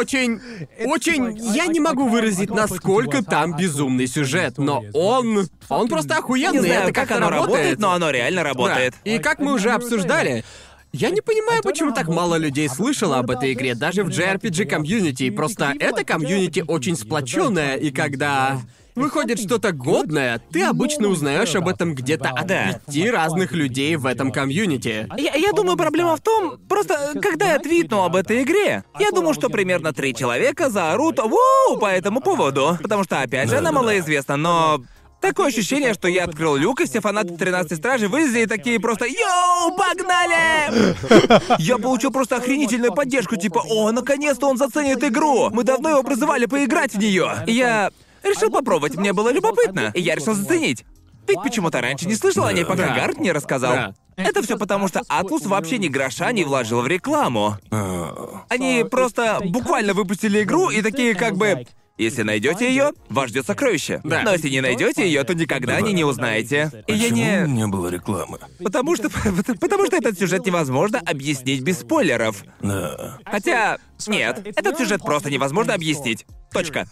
очень... Я не могу выразить, насколько там безумный сюжет, но он просто охуенный. Не знаю, это как как-то оно работает, но оно реально работает. Да. И как мы уже обсуждали, я не понимаю, почему так мало людей слышало об этой игре, даже в JRPG-комьюнити. Просто эта комьюнити очень сплоченная, и когда выходит что-то годное, ты обычно узнаешь об этом где-то от 5 разных людей в этом комьюнити. Я думаю, проблема в том, просто когда я твитну об этой игре, я думаю, что примерно 3 человека заорут «Воу!» по этому поводу. Потому что, опять же, она малоизвестна, но... Такое ощущение, что я открыл люк, и все фанаты 13-й стражи вылезли и такие просто «Йоу, погнали!» Я получил просто охренительную поддержку, типа «О, наконец-то он заценит игру! Мы давно его призывали поиграть в нее!» И я решил попробовать, мне было любопытно, и я решил заценить. Ведь почему-то раньше не слышал о ней, пока Гард не рассказал. Да. Это все потому, что Atlus вообще ни гроша не вложил в рекламу. Они просто буквально выпустили игру и такие как бы... Если найдете ее, вас ждет сокровище. Да. Но если не найдете ее, то никогда о ней не узнаете. И я Почему не. не было рекламы? Потому что этот сюжет невозможно объяснить без спойлеров. Да. Хотя. Нет, этот сюжет просто невозможно объяснить. Точка.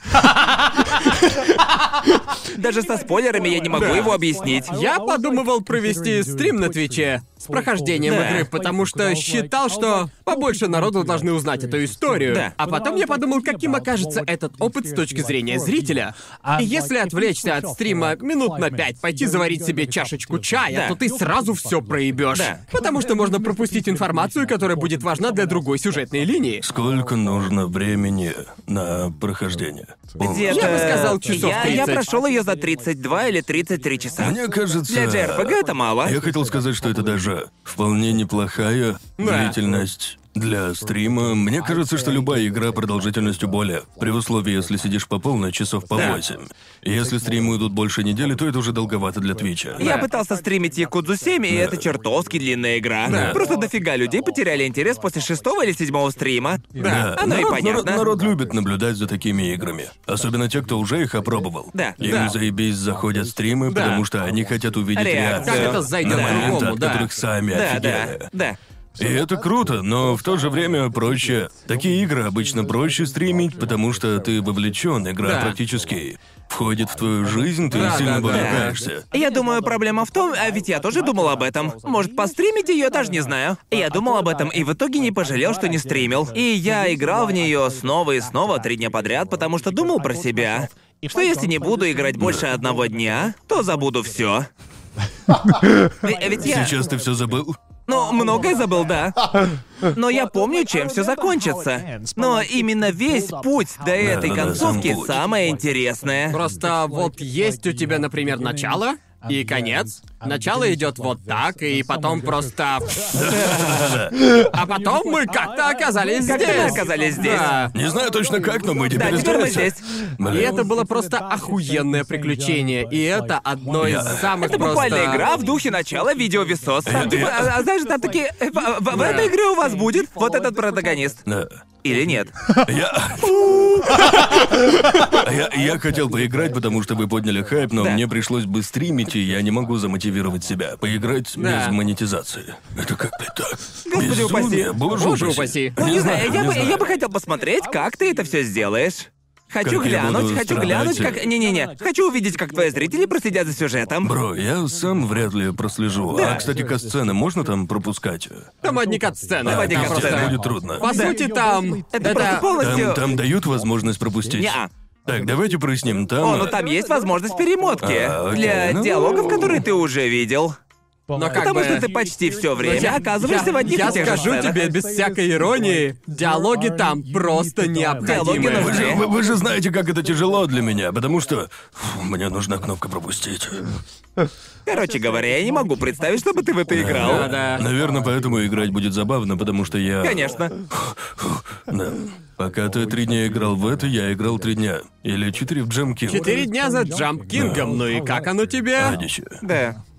Даже со спойлерами я не могу его объяснить. Я подумывал провести стрим на Твиче с прохождением Да. игры, потому что считал, что побольше народу должны узнать эту историю. Да. А потом я подумал, каким окажется этот опыт с точки зрения зрителя. И если отвлечься от стрима минут на 5, пойти заварить себе чашечку чая, Да. то ты сразу все проебешь. Да. Потому что можно пропустить информацию, которая будет важна для другой сюжетной линии. Сколько нужно времени на прохождение? Где-то... Я бы сказал, часов Я 30. прошел ее за 32 или 33 часа. Мне кажется... Для JRPG это мало. Я хотел сказать, что это даже вполне неплохая длительность для стрима. Мне кажется, что любая игра продолжительностью более, при условии, если сидишь по полной, часов по 8. Если стримы идут больше недели, то это уже долговато для Твича. Я пытался стримить Якудзу 7, и это чертовски длинная игра. Да. Просто дофига людей потеряли интерес после 6-го или 7-го стрима. Да, Оно и народ, понятно. народ любит наблюдать за такими играми. Особенно те, кто уже их опробовал. Да. Им Да. заебись заходят стримы, Да. потому что они хотят увидеть Реакцию. реакцию Как это зайдет на моменты, по-другому, от да. которых сами Да, офигели. да. И это круто, но в то же время проще. Такие игры обычно проще стримить, потому что ты вовлечен, игра Да. практически входит в твою жизнь, ты Да, сильно да, да. вовлекаешься. Я думаю, проблема в том, а ведь я тоже думал об этом. Может, постримить ее, даже не знаю. Я думал об этом и в итоге не пожалел, что не стримил. И я играл в нее снова и снова 3 дня подряд, потому что думал про себя. Что если не буду играть больше 1 дня, то забуду все. Ведь я... Сейчас ты все забыл? Ну, многое забыл, да. Но я помню, чем все закончится. Но именно весь путь до этой да, сам концовки путь. самое интересное. Просто вот есть у тебя, например, начало и конец. Начало идет вот так, и потом просто... А потом мы как-то оказались Как-то здесь. мы оказались здесь. Да. Не знаю точно как, но мы Да, теперь теперь мы здесь. здесь. Блин. И это было просто охуенное приключение. И это одно из самых Это просто... буквально игра в духе начала видеовисос. Там, типа, знаешь, там такие... В этой игре у вас будет вот этот протагонист. Да. Или нет? Я хотел поиграть, потому что вы подняли хайп, но Да. мне пришлось бы стримить, и я не могу замотивировать себя. Поиграть Да. без монетизации. Это как-то так. Господи упаси. Безумие, боже упаси. упаси. Не знаю, не знаю. я бы хотел посмотреть, как ты это все сделаешь. Хочу Как я глянуть, буду хочу страдать. глянуть, как... Не-не-не. Хочу увидеть, как твои зрители проследят за сюжетом. Бро, я сам вряд ли прослежу. Да. А, кстати, касцены можно там пропускать? Там одни кат-сцены. Там одни Там кат-сцены. просто- Будет трудно. По сути, там... Это просто полностью... Там дают возможность пропустить. Неа. Так, давайте проясним. Там... О, ну там есть возможность перемотки. Окей, Для ну- диалогов, которые ты уже видел. Но как Потому бы... что ты почти все время оказываешься в одних я и тех же скажу сценах. тебе без всякой иронии, диалоги там просто Диалоги необходимы. нужны. Вы же знаете, как это тяжело для меня, потому что мне нужна кнопка пропустить. Короче говоря, я не могу представить, чтобы ты в это играл. Да-да. Наверное, поэтому играть будет забавно, потому что я... Конечно. Да. Пока ты 3 дня играл в это, я играл 3 дня. Или 4 в Джем Кинг. 4 дня за Джамп Кингом, ну и как оно тебе? Адище. Да.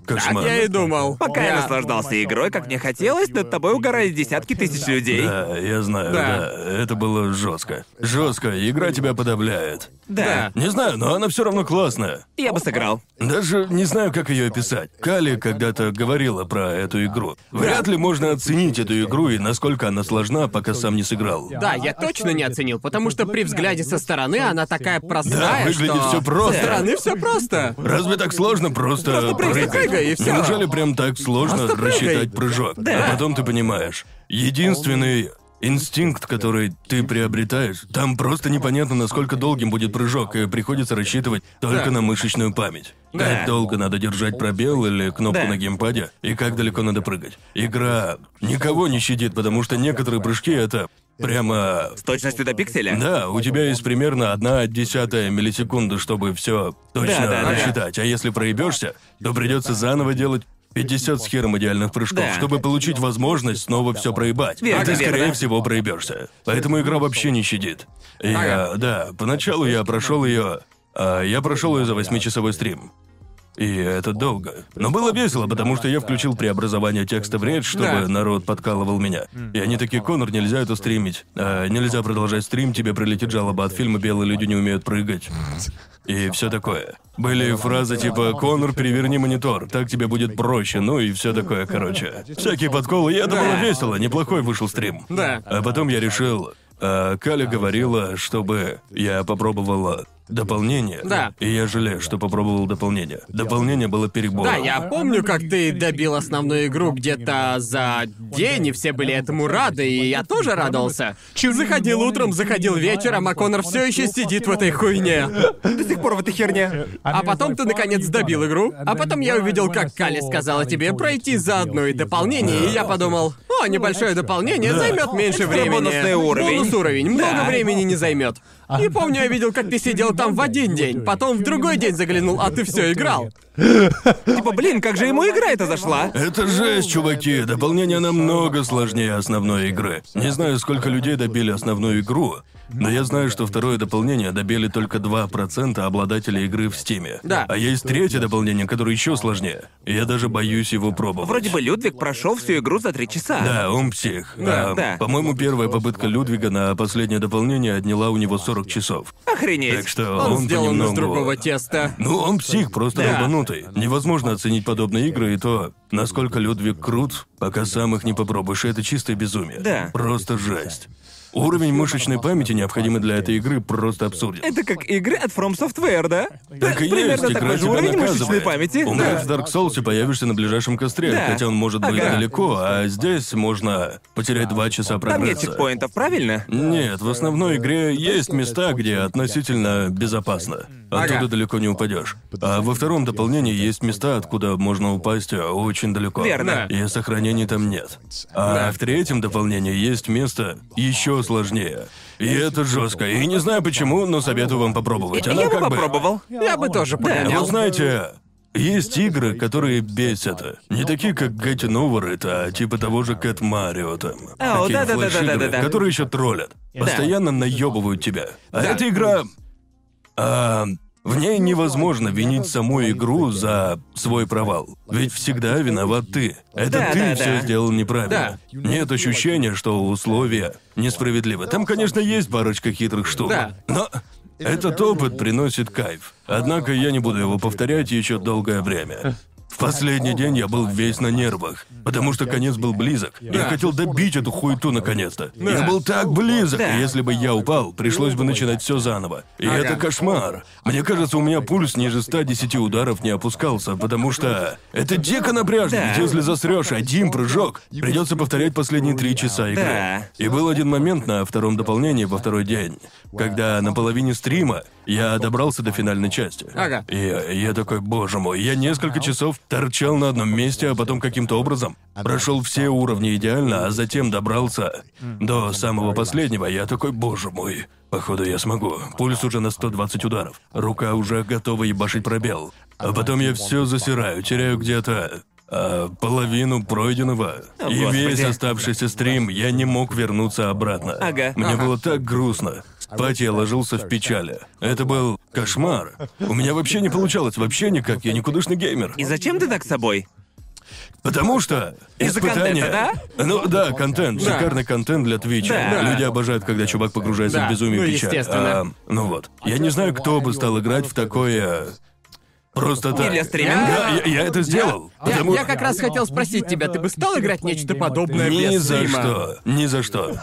Кошмар. Так я и думал. Пока я наслаждался игрой, как мне хотелось, над тобой угорали десятки тысяч людей. Да, я знаю, Да. да. Это было жестко. Жестко, игра тебя подавляет. Да. Не знаю, но она все равно классная. Я бы сыграл. Даже не знаю, как ее описать. Кали когда-то говорила про эту игру. Вряд ли можно оценить эту игру и насколько она сложна, пока сам не сыграл. Да, я точно не оценил, потому что при взгляде со стороны она такая простая, Да, выглядит что... всё просто. Со стороны все просто. Разве так сложно просто прыгай, и всё. Неужели прям так сложно Просто прыгай. рассчитать прыжок? Да. А потом ты понимаешь, единственный инстинкт, который ты приобретаешь, там просто непонятно, насколько долгим будет прыжок, и приходится рассчитывать только Да. на мышечную память. Да. Как долго надо держать пробел или кнопку Да. на геймпаде, и как далеко надо прыгать. Игра никого не щадит, потому что некоторые прыжки — это прямо... С точностью до пикселя. Да, у тебя есть примерно 1/10 миллисекунды, чтобы все точно Да. рассчитать. А если проебешься, то придется заново делать 50 с хером идеальных прыжков, Да. чтобы получить возможность снова все проебать. Верно, И ты, скорее верно. всего, проебешься. Поэтому игра вообще не щадит. И да, поначалу я прошел ее. Я прошел ее за 8-часовой стрим. И это долго. Но было весело, потому что я включил преобразование текста в речь, чтобы Да. народ подкалывал меня. И они такие: Конор, нельзя это стримить. Нельзя продолжать стрим, тебе прилетит жалоба от фильма «Белые люди не умеют прыгать». И все такое. Были фразы типа: Конор, переверни монитор, так тебе будет проще, ну и все такое, короче. Всякие подколы, и это было весело, неплохой вышел стрим. Да. А потом я решил... Каля говорила, чтобы я попробовала дополнение. Да. И я жалею, что попробовал дополнение. Дополнение было перебором. Да, я помню, как ты добил основную игру где-то за день, и все были этому рады, и я тоже радовался. Заходил утром, заходил вечером, а Конор все еще сидит в этой хуйне. До сих пор в этой херне. А потом ты наконец добил игру, а потом я увидел, как Кали сказала тебе пройти заодно и дополнение, и я подумал: о, небольшое дополнение займет меньше времени. бонусный уровень. Бонус уровень, много Да. времени не займет. И помню, я видел, как ты сидел там в один день, потом в другой день заглянул, а ты все играл. Типа, блин, как же ему игра эта зашла? Это жесть, чуваки. Дополнение намного сложнее основной игры. Не знаю, сколько людей добили основную игру, но я знаю, что второе дополнение добили только 2% обладателей игры в Стиме. Да. А есть третье дополнение, которое еще сложнее. И я даже боюсь его пробовать. Вроде бы Людвиг прошел всю игру за 3 часа. Да, он псих. Да. По-моему, первая попытка Людвига на последнее дополнение отняла у него 40 часов. Охренеть. Так что Он сделан из понемногу... другого теста. Ну, он псих, просто Да. долбанутый. Невозможно оценить подобные игры и то, насколько Людвиг крут, пока сам их не попробуешь. Это чистое безумие. Да. Просто жесть. Уровень мышечной памяти, необходимый для этой игры, просто абсурден. Это как игры от From Software, да? Так и Примерно есть, игра такой же тебя уровень мышечной наказывает. памяти. Умрешь в Dark Souls и появишься на ближайшем костре, Да. хотя он может быть Ага. далеко, а здесь можно потерять 2 часа Там прогресса. нет чекпоинтов, правильно? Нет, в основной игре есть места, где относительно безопасно. Оттуда Ага. далеко не упадешь. А во втором дополнении есть места, откуда можно упасть очень далеко. Верно. И сохранений там нет. А в третьем дополнении есть место еще сложнее. И это жестко. И не знаю почему, но советую вам попробовать. Она Я бы как попробовал. Я бы тоже Вот погонял. знаете, есть игры, которые бесят. Не такие, как Getting Over It, а типа того же Cat Mario там. О, Такие да-да-да-да-да-да. флеш-игры, которые еще троллят. Постоянно наебывают тебя. А эта игра... в ней невозможно винить саму игру за свой провал. Ведь всегда виноват ты. Это Да, ты да, все да. сделал неправильно. Нет ощущения, что условия несправедливы. Там, конечно, есть парочка хитрых штук. Да. Но этот опыт приносит кайф. Однако я не буду его повторять еще долгое время. В последний день я был весь на нервах, потому что конец был близок. Я хотел добить эту хуету наконец-то. Я был так близок, Да. и если бы я упал, пришлось бы начинать все заново. И Ага. это кошмар. Мне кажется, у меня пульс ниже 110 ударов не опускался, потому что это дико напряжно. Да. Ведь если засрешь один прыжок, придется повторять последние 3 часа игры. Да. И был один момент на втором дополнении во второй день, когда на половине стрима я добрался до финальной части. Ага. И я такой: боже мой, я несколько часов торчал на одном месте, а потом каким-то образом прошел все уровни идеально, а затем добрался до самого последнего. Я такой: боже мой, походу я смогу. Пульс уже на 120 ударов, рука уже готова ебашить пробел. А потом я все засираю, теряю где-то половину пройденного. И Господи. весь оставшийся стрим я не мог вернуться обратно. Ага. Мне было так грустно. спать я ложился в печали. Это был кошмар. У меня вообще не получалось, вообще никак, я никудышный геймер. И зачем ты так с собой? Потому что Из-за испытания... контента, Ну да, контент, Да. шикарный контент для Твича. Да. Люди обожают, когда чувак погружается Да, в безумие ну, и печаль. естественно. Ну вот. Я не знаю, кто бы стал играть в такое... Просто так. для стриминга? Да, я это сделал. потому... Я как раз хотел спросить тебя, ты бы стал играть нечто подобное Ни без за стрима? что. Ни за что.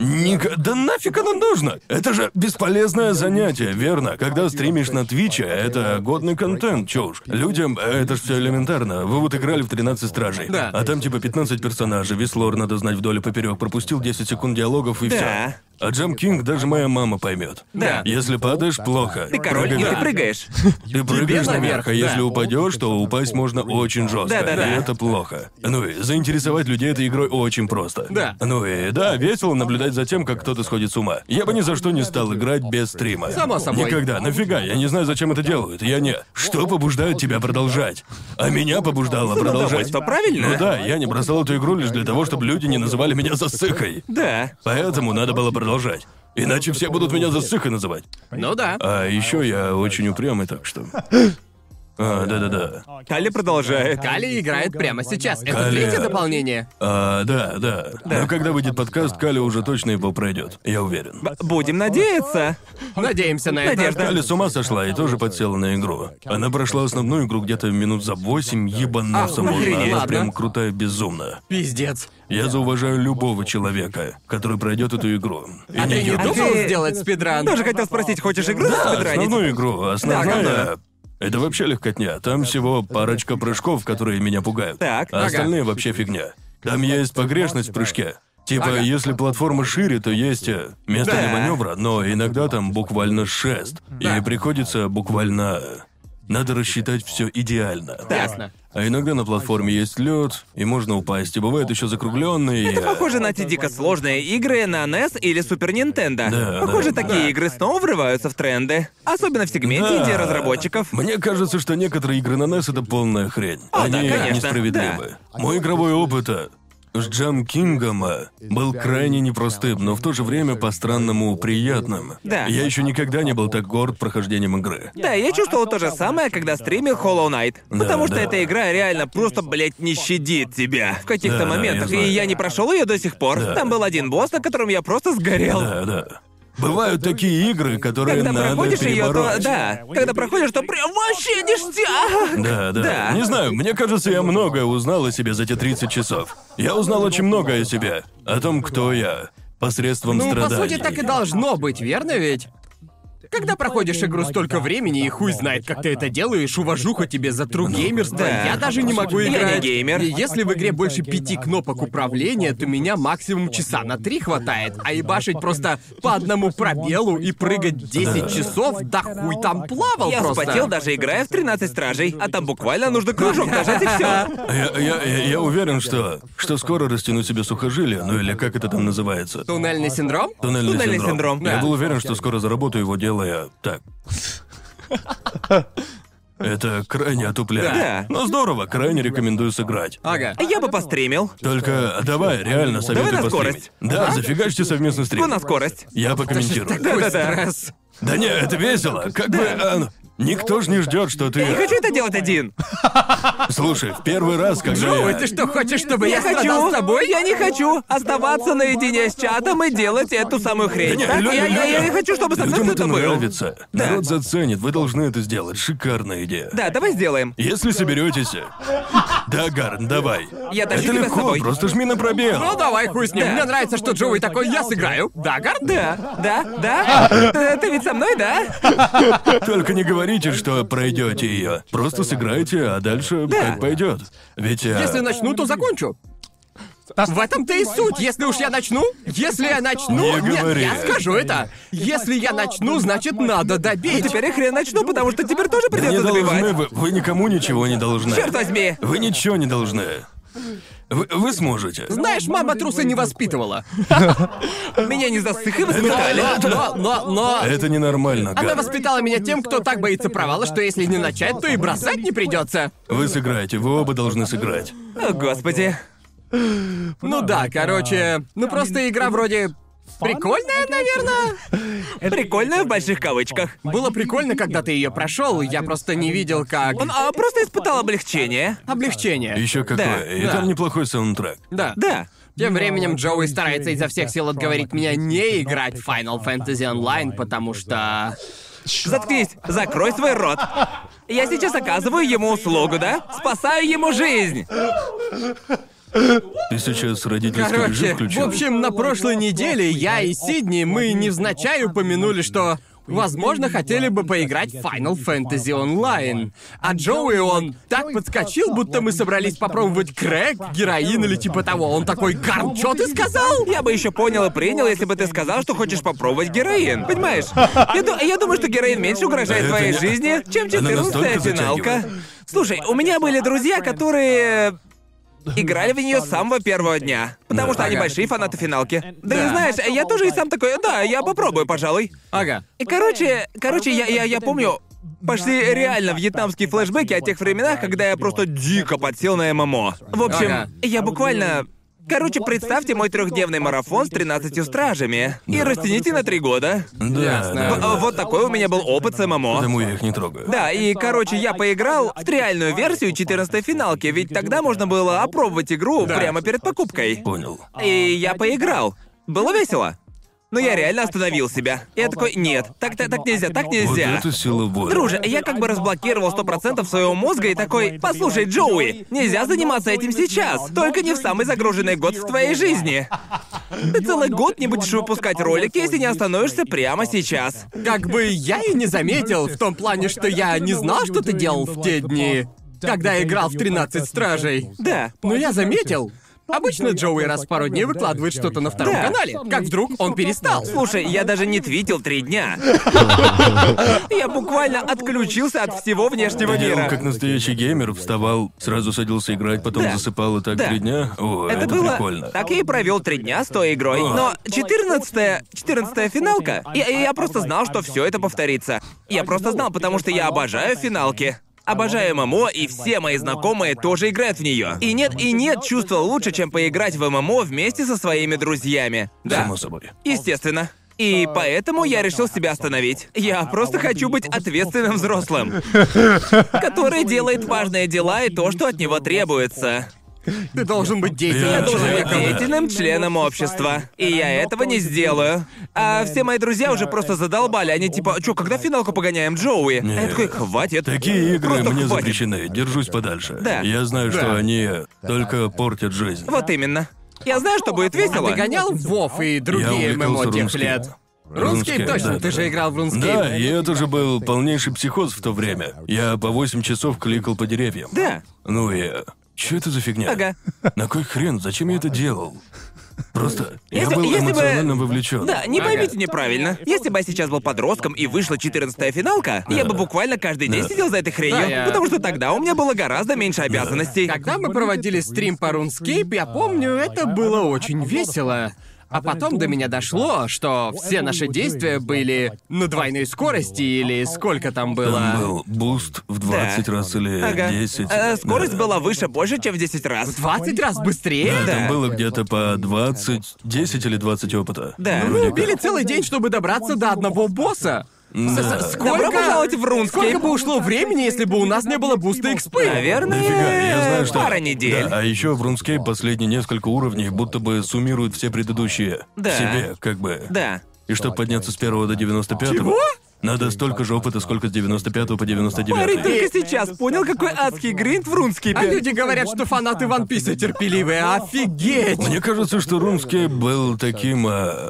Да нафиг оно нужно? Это же бесполезное занятие, верно? Когда стримишь на Твиче, это годный контент, чё уж. Людям это ж все элементарно. Вы вот играли в 13 стражей. Да. А там типа 15 персонажей, весь лор надо знать вдоль и поперек. Пропустил 10 секунд диалогов и Да. все. А Jump King даже моя мама поймет. Да. Если падаешь, плохо. Ты король, и Прыгай ты вверх. прыгаешь. Ты прыгаешь наверх, наверх, а если да. упадешь, то упасть можно очень жестко. Да-да-да. И это плохо. Ну и заинтересовать людей этой игрой очень просто. Да. Ну и да, весело наблюдать за тем, как кто-то сходит с ума. Я бы ни за что не стал играть без стрима. Само собой. Никогда. Нафига? Я не знаю, зачем это делают. Я не. Что побуждает тебя продолжать? А меня побуждало продолжать. Удовольствие, правильно? Ну да, я не бросал эту игру лишь для того, чтобы люди не называли меня засыхой. Да. Поэтому надо было продолжать. Иначе все будут меня засыхой называть. Ну да. А еще я очень упрямый, так что. Да-да-да. Кали продолжает. Кали играет прямо сейчас. Это Кали. третье дополнение. Да. Но когда выйдет подкаст, Кали уже точно его пройдет. Я уверен. Будем надеяться. Надеемся на это. Надежда. Кали с ума сошла и тоже подсела на игру. Она прошла основную игру где-то минут за 8, ебанулся можно. Охренеть. Она Ладно. прям крутая безумно. Пиздец. Я зауважаю любого человека, который пройдет эту игру. И А ты не ёбнется. думал ты- сделать спидран? Тоже хотел спросить, хочешь игру спидранить? Основную игру. Да, Основная... Это вообще легкотня. Там всего парочка прыжков, которые меня пугают. Так. А остальные вообще фигня. Там есть погрешность в прыжке. Типа, Ага. если платформа шире, то есть место Да. для маневра, но иногда там буквально шест. Да. И приходится буквально... Надо рассчитать все идеально. Ясно. А иногда на платформе есть лед, и можно упасть. И бывает еще закругленные. Это похоже на те дико сложные игры на NES или Super Nintendo. Да, Похоже, да. такие игры снова врываются в тренды. Особенно в сегменте Да. инди-разработчиков. Мне кажется, что некоторые игры на NES это полная хрень. О, да, Они конечно, несправедливы. Мой игровой опыт с Jump King'ом был крайне непростым, но в то же время по-странному приятным. Да. Я еще никогда не был так горд прохождением игры. Да, я чувствовал то же самое, когда стримил Hollow Knight. Да, Потому что да. эта игра реально просто, блядь, не щадит тебя в каких-то Да, да, моментах. я И знаю. я не прошел ее до сих пор. Да. Там был один босс, на котором я просто сгорел. Да. Бывают такие игры, которые Когда надо проходишь ее, то. перебороть. Да. Когда проходишь, то прям вообще ништяк! Да. Да. Не знаю, мне кажется, я многое узнал о себе за те 30 часов. Я узнал очень многое о себе. О том, кто я. Посредством Ну, по страданий. сути, так и должно быть, верно ведь? Когда проходишь игру столько времени, и хуй знает, как ты это делаешь, уважуха тебе за тру-геймерство. Да. Я даже не могу Я не играть. геймер. И если в игре больше 5 кнопок управления, то меня максимум часа на 3 хватает. А ебашить просто по одному пробелу и прыгать 10 часов, да хуй там плавал Я просто. вспотел, даже играя в 13 стражей, а там буквально нужно кружок нажать и все. Я уверен, что скоро растяну себе сухожилие, ну или как это там называется. Туннельный синдром? Туннельный синдром. Я Да. был уверен, что скоро заработаю его, делая так. Это крайне отупляет. Да. Но здорово, крайне рекомендую сыграть. Ага. Я бы постримил. Только давай, реально советую Давай на постримить. скорость. Да, зафигачьте совместный стрим. Го на скорость. Я покомментирую. Такой Да-да-да. стресс. Да не, это весело. Как бы... никто ж не ждет, что ты... Я не хочу это делать один. Слушай, в первый раз, когда Джоуи, я... ты что, хочешь, чтобы я страдал хочу. с тобой? Я не хочу оставаться наедине с чатом и делать эту самую хрень. Да не, Так? лю- Я не хочу, чтобы со мной Людям это кто-то был. нравится. Народ заценит, вы должны это сделать. Шикарная идея. Да, давай сделаем. Если соберетесь... Да, Гарн, давай. Я тащу Это тебя с легко, собой. просто жми на пробел. Ну давай, хуй с ним. Да. Мне нравится, что Джоуи такой, я сыграю. Да, Гард? Да. Ты ведь со мной, да? Только не говорите, что пройдете ее. Просто сыграйте, а дальше как пойдет. Ведь Если начну, то закончу. В этом-то и суть. Если уж я начну, Не нет, говори. я скажу это. Если я начну, значит надо добить. Теперь я хрен начну, потому что теперь тоже не придется должны добивать. вы никому ничего не должны. Черт возьми! Вы ничего не должны. Вы сможете. Знаешь, мама труса не воспитывала. Меня не засыхай воспитали. Но... Это ненормально, Она Гарн. воспитала меня тем, кто так боится провала, что если не начать, то и бросать не придется. Вы сыграете, вы оба должны сыграть. О, господи. Ну да, короче, ну просто игра вроде Прикольная, наверное. Прикольная в больших кавычках. Было прикольно, когда ты ее прошел, я просто не видел, как... Он просто испытал облегчение. Облегчение. Еще какое. Да, И да. там неплохой саундтрек. Да. Да. Тем временем Джоуи старается изо всех сил отговорить меня не играть в Final Fantasy Online, потому что... Заткнись, закрой свой рот. Я сейчас оказываю ему услугу, да? Спасаю ему жизнь. Ты сейчас родительский Короче, режим в включил? общем, на прошлой неделе я и Сидни, мы невзначай упомянули, что, возможно, хотели бы поиграть в Final Fantasy Online. А Джоуи, он так подскочил, будто мы собрались попробовать крэк, героин или типа того. Он такой: «Карл, что ты сказал?» Я бы еще понял и принял, если бы ты сказал, что хочешь попробовать героин. Понимаешь? Я думаю, что героин меньше угрожает Это твоей не- жизни, чем Она 14-я настолько финалка. затягивает. Слушай, у меня были друзья, которые играли в нее с самого первого дня. Потому что они Ага. большие фанаты финалки. Да и Да. знаешь, я тоже и сам такой: да, я попробую, пожалуй. Ага. И короче, я помню, пошли реально вьетнамские флешбеки о тех временах, когда я просто дико подсел на ММО. В общем, Ага. я буквально... Короче, представьте мой 3-дневный марафон с 13 стражами. И растяните на 3 года. Да, Ясно. да. Вот такой у меня был опыт с ММО. Потому я их не трогаю. Да, и, короче, я поиграл в реальную версию 14-й финалки, ведь тогда можно было опробовать игру прямо перед покупкой. Понял. И я поиграл. Было весело. Но я реально остановил себя. Я такой: нет, так нельзя, так Вот нельзя. это сила воли. Друже, я как бы разблокировал 100% своего мозга и такой: послушай, Джоуи, нельзя заниматься этим сейчас, только не в самый загруженный год в твоей жизни. Ты целый год не будешь выпускать ролики, если не остановишься прямо сейчас. Как бы я и не заметил, в том плане, что я не знал, что ты делал в те дни, когда играл в 13 стражей. Да. Но я заметил. Обычно Джоуи раз в пару дней выкладывает что-то на втором Да. канале. Как вдруг он перестал. Слушай, я даже не твитил 3 дня. Я буквально отключился от всего внешнего Ты делал, мира. как настоящий геймер, вставал, сразу садился играть, потом Да. засыпал и так Да. 3 дня. О, это было... прикольно. Так я и провел 3 дня с той игрой. Но 14-я финалка, я просто знал, что все это повторится. Я просто знал, потому что я обожаю финалки. Обожаю ММО, и все мои знакомые тоже играют в нее. И нет чувства лучше, чем поиграть в ММО вместе со своими друзьями. Да, Само собой. естественно. И поэтому я решил себя остановить. Я просто хочу быть ответственным взрослым, который делает важные дела и то, что от него требуется. Ты должен быть деятельным Я должен быть человеком. деятельным членом общества. И я этого не сделаю. А все мои друзья уже просто задолбали. Они типа: чё, когда финалку погоняем, Джоуи? А я такой: хватит. Такие игры Просто мне хватит. запрещены. Держусь подальше. Да. Я знаю, что они только портят жизнь. Вот именно. Я знаю, что будет весело. Ты гонял в Вов и Я другие увлекался ММО тех RuneScape. лет? RuneScape точно, да, ты же да. играл в RuneScape. Да, и это же был полнейший психоз в то время. Я по 8 часов кликал по деревьям. Да. Ну и... Чё это за фигня? Ага. На кой хрен? Зачем я это делал? Просто я Если- был если бы- эмоционально вовлечен. Да, не поймите неправильно. Если бы я сейчас был подростком и вышла 14-я финалка, я бы буквально каждый день Да. сидел за этой хренью, Да, я- потому что тогда у меня было гораздо меньше обязанностей. Когда мы проводили стрим по RuneScape, я помню, это было очень весело. А потом до меня дошло, что все наши действия были на двойной скорости, или сколько там было. Там был буст в 20 раз или Ага. 10. Скорость Да. была выше больше, чем в 10 раз. 20 раз быстрее? Да, Да. там было где-то по 20, 10 или 20 опыта. Да. Мы убили целый день, чтобы добраться до одного босса. Да. Добро пожаловать в RuneScape. Сколько бы ушло времени, если бы у нас не было буста экспы? Наверное, Дофига, я знаю, что... пара недель. Да, а еще в RuneScape последние несколько уровней будто бы суммируют все предыдущие. Да. В себе, как бы. Да. И чтобы подняться с 1 до 95-го... Чего? Надо столько же опыта, сколько с 95 по Парень 99. только сейчас понял, какой адский гринд в А RuneScape. люди говорят, что фанаты One Piece терпеливые. Офигеть! Мне кажется, что RuneScape был таким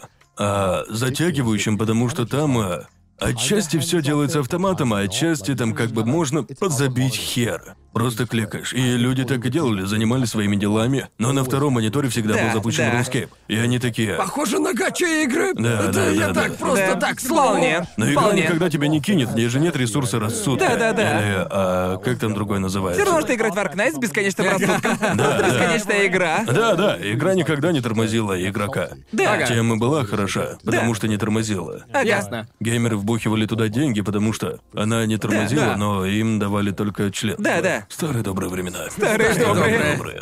затягивающим, потому что там отчасти все делается автоматом, а отчасти там как бы можно подзабить хер. Просто кликаешь. И люди так и делали, занимались своими делами, но на втором мониторе всегда Да, был запущен да. RuneScape. И они такие... Похоже на гача игры. Да, Это да, я да, так да. просто Да. так слово. Вполне. Но игра Вполне. никогда тебя не кинет, в ней же нет ресурса рассудка. Да-да-да. Или, как там другой называется? Все равно, что играть в Arknight с бесконечным рассудком. Бесконечная игра. Да, игра никогда не тормозила игрока. Да. Тем и была хороша, потому что не тормозила. Ага. Ясно. Геймеры вбухивали туда деньги, потому что она не тормозила, Да. но им давали только член. Да. Старые добрые времена. Старые добрые. Добрые.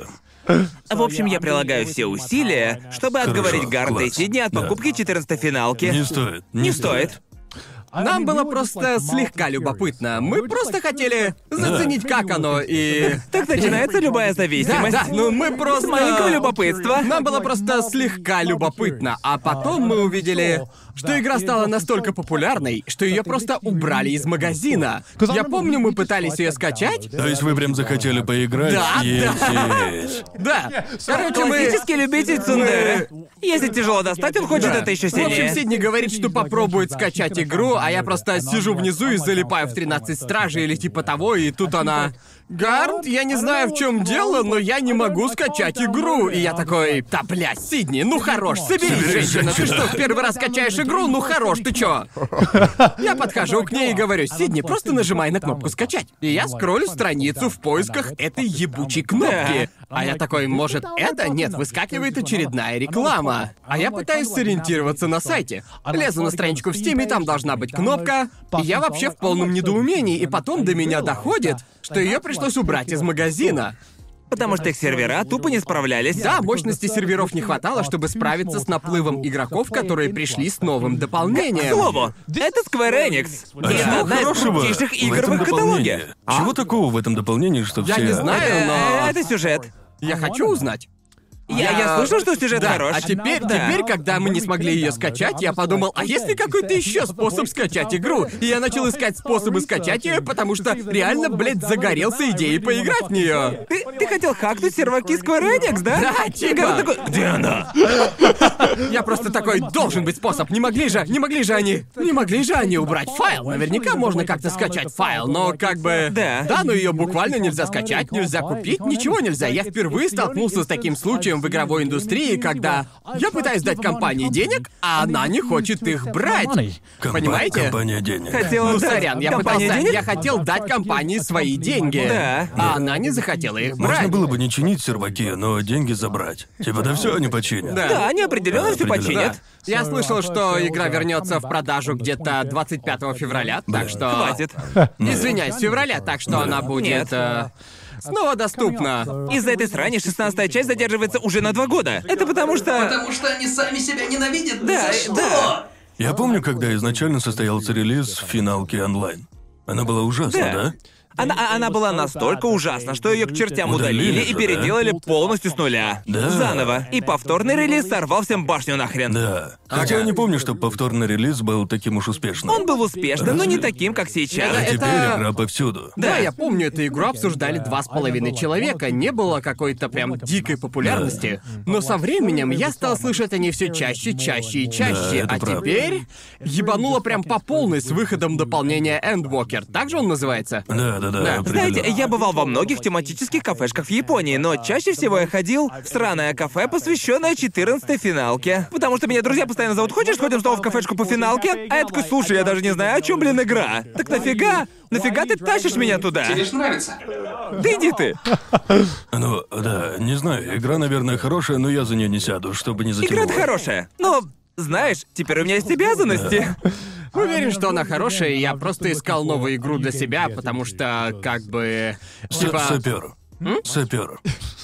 В общем, я прилагаю все усилия, чтобы отговорить Гарнта и класс. Сидни от Да. покупки 14-й финалки. Не стоит. Не стоит. Нам было просто слегка любопытно. Мы просто хотели заценить, как оно, и... Так начинается любая зависимость. Да, ну мы просто... С маленького любопытства. Нам было просто слегка любопытно, а потом мы увидели, что игра стала настолько популярной, что ее просто убрали из магазина. Я помню, мы пытались ее скачать. То есть вы прям захотели поиграть? Да, Етесь. Да. Короче, мы... Классический любитель Цундеры. Если тяжело достать, он хочет Да. это еще В общем, сильнее. Сидни говорит, что попробует скачать игру, а я просто сижу внизу и залипаю в 13 стражей или типа того, и тут она... Гарнт, я не знаю, в чем дело, но я не могу скачать игру. И я такой, да бля, Сидни, ну хорош, соберись, женщина. Ты что, в первый раз качаешь игру? Ну хорош, ты чё? Я подхожу к ней и говорю, Сидни, просто нажимай на кнопку скачать. И я скроллю страницу в поисках этой ебучей кнопки. А я такой, может, это? Нет, выскакивает очередная реклама. А я пытаюсь сориентироваться на сайте. Лезу на страничку в Steam, и там должна быть кнопка. И я вообще в полном недоумении, и потом до меня доходит, что ее пришлось убрать из магазина. Потому что их сервера тупо не справлялись. Да, мощности серверов не хватало, чтобы справиться с наплывом игроков, которые пришли с новым К дополнением. слову, это Square Enix. А И это чего одна из хорошего крутейших в игр в этом их каталоге. дополнении? Чего такого в этом дополнении, что Я все... не знаю, но... Это сюжет. Я хочу узнать. Я слышал, что сюжет Да, хорош. а теперь, Да. когда мы не смогли ее скачать, я подумал, а есть ли какой-то еще способ скачать игру? И я начал искать способы скачать ее, потому что реально, блядь, загорелся идеей поиграть в нее. Ты хотел хакнуть серваки Square Enix, да? Да, И типа. Гарнт такой, где она? Я просто такой, должен быть способ. Не могли же они убрать файл. Наверняка можно как-то скачать файл, но как бы... Да. Да, но ее буквально нельзя скачать, нельзя купить, ничего нельзя. Я впервые столкнулся с таким случаем в игровой индустрии, когда я пытаюсь дать компании денег, а она не хочет их брать. Понимаете? Компания денег. Хотела Ну, дать сорян, компании денег? я хотел дать компании свои деньги. Да. А она не захотела их брать. Можно было бы не чинить серваки, но деньги забрать. Типа, да все они починят. Да, они определенно все Определенно. починят. Я слышал, что игра вернется в продажу где-то 25 февраля, так что... Хватит. Извиняюсь, февраля, так что она будет... Нет. Снова доступна. Из-за этой срани 16-я часть задерживается уже на 2 года. Это потому что... Потому что они сами себя ненавидят. Да, За что? да. Я помню, когда изначально состоялся релиз финалки онлайн. Она была ужасна, да? Она была настолько ужасна, что ее к чертям Удалили удалили же, и да? переделали полностью с нуля. Да. Заново. И повторный релиз сорвал всем башню нахрен. Да. Хотя я не помню, что повторный релиз был таким уж успешным. Он был успешным, но не таким, как сейчас. А Это- теперь игра повсюду. Да, я помню, эту игру обсуждали 2,5 человека, не было какой-то прям дикой популярности. Но со временем я стал слышать о ней все чаще, чаще и чаще. это А правда. теперь ебануло прям по полной с выходом дополнения Endwalker. Так же он называется? Да. Да. Знаете, я бывал во многих тематических кафешках в Японии, но чаще всего я ходил в сраное кафе, посвященное 14-й финалке. Потому что меня друзья постоянно зовут, хочешь, сходим снова в кафешку по финалке? А я такой, слушай, я даже не знаю, о чем, блин, игра. Так нафига? Нафига ты тащишь меня туда? Тебе ж нравится. Да иди ты. Ну, да, не знаю, игра, наверное, хорошая, но я за нее не сяду, чтобы не затянуло. Игра-то хорошая. Но, знаешь, теперь у меня есть обязанности. Уверен, что она хорошая, и я просто искал новую игру для себя, потому что, как бы... Типа... Сапер. Сапер.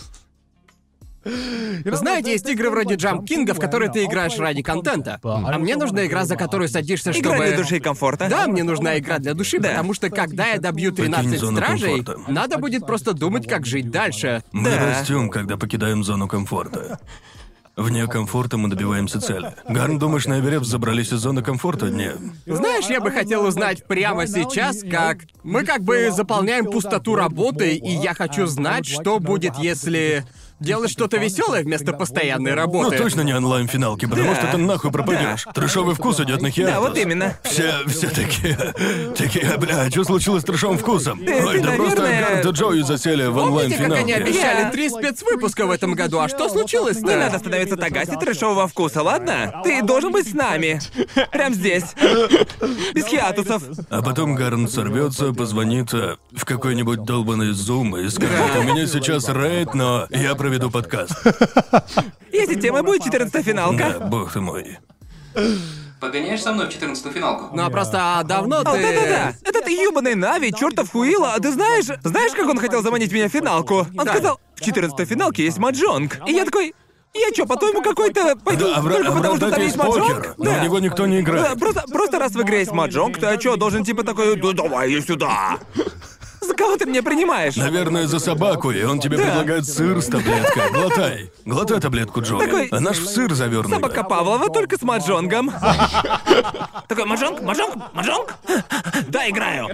Знаете, есть игры вроде Jump King, в которые ты играешь ради контента. А мне нужна игра, за которую садишься, чтобы... Игра для души и комфорта. Да, мне нужна игра для души, Да. потому что когда я добью 13 Покинь зону стражей, комфорта. надо будет просто думать, как жить дальше. Мы Да. растем, когда покидаем зону комфорта. Вне комфорта мы добиваемся цели. Гарн, думаешь, на Эверест забрались из зоны комфорта? Нет. Знаешь, я бы хотел узнать прямо сейчас, как... Мы как бы заполняем пустоту работой, и я хочу знать, что будет, если... делать что-то веселое вместо постоянной Ну работы. точно не онлайн-финалки, потому Да. что ты нахуй пропадешь. Трэшовый вкус идет на хиатус. Да, вот именно. Все такие, бля, что случилось с трэшовым вкусом? Ой, да просто наверное, Гарнт и Джоуи засели в Помните, как они онлайн-финалке. обещали Я- 3 спецвыпуска в этом году? А что случилось-то? Не надо становиться Тагаси трэшового вкуса, ладно? Ты должен быть с нами. Прям здесь. Без хиатусов. А потом Гарн сорвется, позвонит в какой-нибудь долбанный зум и скажет, у меня сейчас рейд, но я проведу подкаст. Если тема будет 14-я финалка. Да, бог ты мой. Погоняешь со мной в 14-ю финалку? Ну а просто давно ты... Да-да-да! Этот ёбаный Нави, чертов Хуила, а ты знаешь... Знаешь, как он хотел заманить меня в финалку? Он сказал, в 14-й финалке есть маджонг. И я такой... Я чё, по-твоему какой-то пойду Да, только потому, что там есть маджонг? покер, но в него никто не играет. Да, просто раз в игре есть маджонг, то я чё, должен типа такой, да давай иди сюда. За кого ты меня принимаешь? Наверное, за собаку, и он тебе предлагает сыр с таблеткой. Глотай. Глотай таблетку, Джоуи. Такой, А наш в сыр завернутый. Собака Павлова, только с маджонгом. Такой, маджонг, маджонг, маджонг? Да, играю.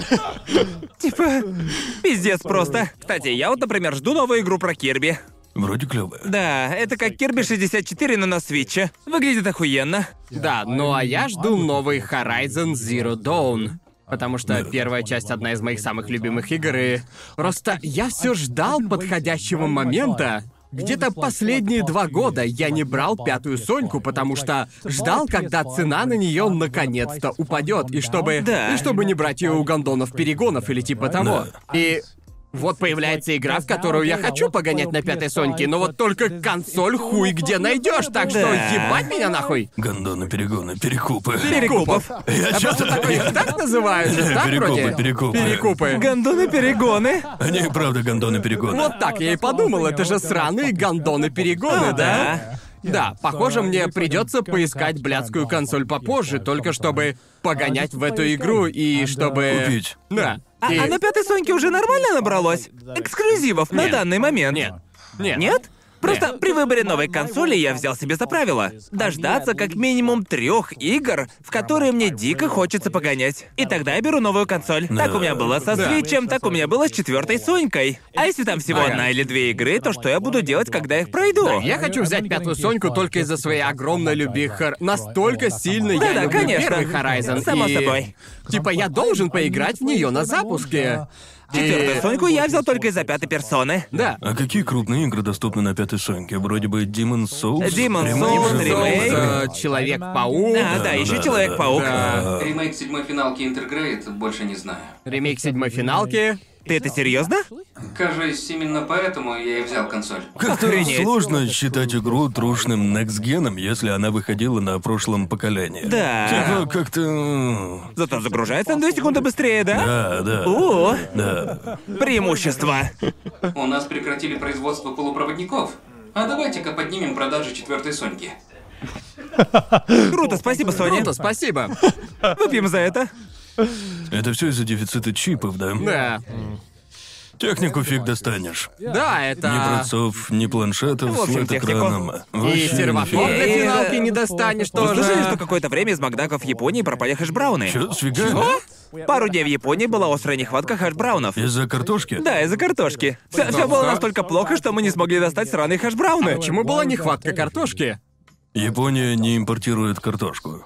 Типа, пиздец просто. Кстати, я вот, например, жду новую игру про Кирби. Вроде клёвая. Да, это как Kirby 64, но на Свитче. Выглядит охуенно. Да, ну а я жду новый Horizon Zero Dawn. Потому что первая часть одна из моих самых любимых игр, и просто я все ждал подходящего момента. Где-то последние 2 года я не брал 5-ю Соньку, потому что ждал, когда цена на нее наконец-то упадет, и чтобы не брать ее у гондонов перегонов или типа того. И вот появляется игра, в которую я хочу погонять на 5-й Соньке, но вот только консоль хуй где найдешь, так что ебать меня нахуй. Гондоны, перегоны, перекупы. Перекупов. Я чё-то Такой, так называют же, так вроде? перекупы. Перекупы. Гондоны-перегоны. Они и правда гондоны-перегоны. Вот так я и подумал, это же сраные гондоны-перегоны, да? Да, похоже, мне придется поискать блядскую консоль попозже, только чтобы погонять в эту игру и чтобы... Купить. Да. А И- на 5-й Соньке уже нормально набралось? Эксклюзивов на Нет. данный момент? Нет. Нет. Нет? Просто при выборе новой консоли я взял себе за правило дождаться как минимум 3 игр, в которые мне дико хочется погонять. И тогда я беру новую консоль. Так у меня было со Свитчем, так у меня было с 4-й Сонькой. А если там всего Ага. 1 или 2 игры, то что я буду делать, когда их пройду? Я хочу взять 5-ю Соньку только из-за своей огромной любви Настолько сильно я Да-да, люблю конечно. первый Horizon. Само и... собой. Типа я должен поиграть в нее на запуске. 4-ю Соньку я взял только из-за 5-й персоны. Да. А какие крупные игры доступны на 5-й Соньке? Вроде бы Demon's Souls? Demon's Ремейк Souls, же был. ремейк. Человек-паук. Да, еще Человек-паук. Да. Ремейк 7-й финалки Интергрейд больше не знаю. Ремейк 7-й финалки. Ты это серьезно? Кажется, именно поэтому я и взял консоль. Как-то Охренеть. сложно считать игру трушным некстгеном, если она выходила на прошлом поколении. Да. Типа как-то... Зато загружается на 2 секунды быстрее, да? Да. О, Да. преимущество. У нас прекратили производство полупроводников. А давайте-ка поднимем продажи 4-й Соньки. Круто, спасибо, Соня. Круто, спасибо. Выпьем за это. Это все из-за дефицита чипов, да? Да. Технику фиг достанешь. Да, Ни это... процессов, ни планшетов В общем, с флэт-экраном. И Вообще серваков нифига. для финалки не достанешь Вы слышали, что тоже. какое-то время из Макдаков в Японии пропали хэшбрауны? Чё, сфига? Пару дней в Японии была острая нехватка хэшбраунов. Из-за картошки? Да, из-за картошки. Все было настолько плохо, что мы не смогли достать сраные хэшбрауны. Почему была нехватка картошки? Япония не импортирует картошку.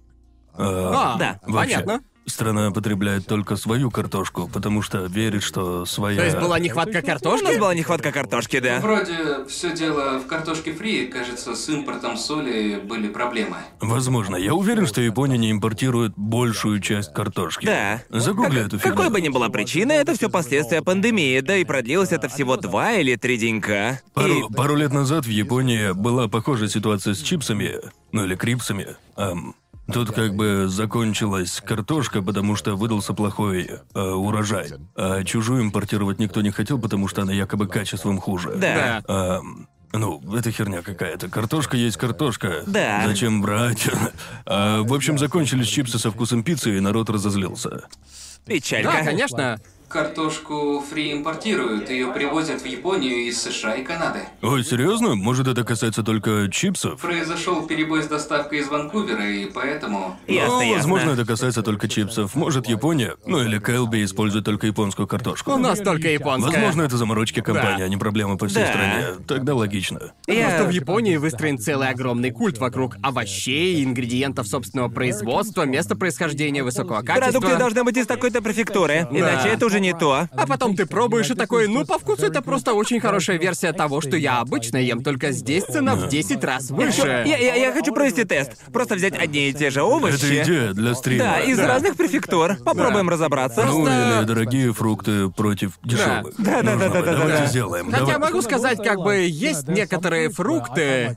Да, Вообще, понятно. страна потребляет только свою картошку, потому что верит, что своя... То есть была нехватка У нас картошки? была нехватка картошки, да. Вроде все дело в картошке фри, кажется, с импортом соли были проблемы. Возможно. Я уверен, что Япония не импортирует большую часть картошки. Да. Загугли эту фигню. Какой бы ни была причина, это все последствия пандемии, да и продлилось это всего 2 или 3 денька. Пару лет назад в Японии была похожая ситуация с чипсами, ну или крипсами. Тут как бы закончилась картошка, потому что выдался плохой урожай. А чужую импортировать никто не хотел, потому что она якобы качеством хуже. Да. Ну, это херня какая-то. Картошка есть картошка. Да. Зачем брать? В общем, закончились чипсы со вкусом пиццы, и народ разозлился. Печалька. Да, конечно. Картошку фри импортируют, ее привозят в Японию из США и Канады. Ой, серьезно? Может, это касается только чипсов? Произошел перебой с доставкой из Ванкувера, и поэтому... Ясно, Ну, ясно. возможно, это касается только чипсов. Может, Япония, ну или Кэлби использует только японскую картошку. У нас только японская. Возможно, это заморочки компании, Да. а не проблемы по всей Да. стране. Тогда логично. Просто в Японии выстроен целый огромный культ вокруг овощей, ингредиентов собственного производства, места происхождения, высокого качества. Продукты должны быть из такой-то префектуры, иначе это уже не то. А потом ты пробуешь и такой, ну по вкусу это просто очень хорошая версия того, что я обычно ем, только здесь цена в 10 раз выше. Я хочу провести тест. Просто взять одни и те же овощи. Это идея для стрима. Да, из разных префектур. Попробуем разобраться. Ну Просто- или дорогие фрукты против дешевых. Да. Давайте Да. сделаем. Хотя Давай. могу сказать, как бы есть некоторые фрукты,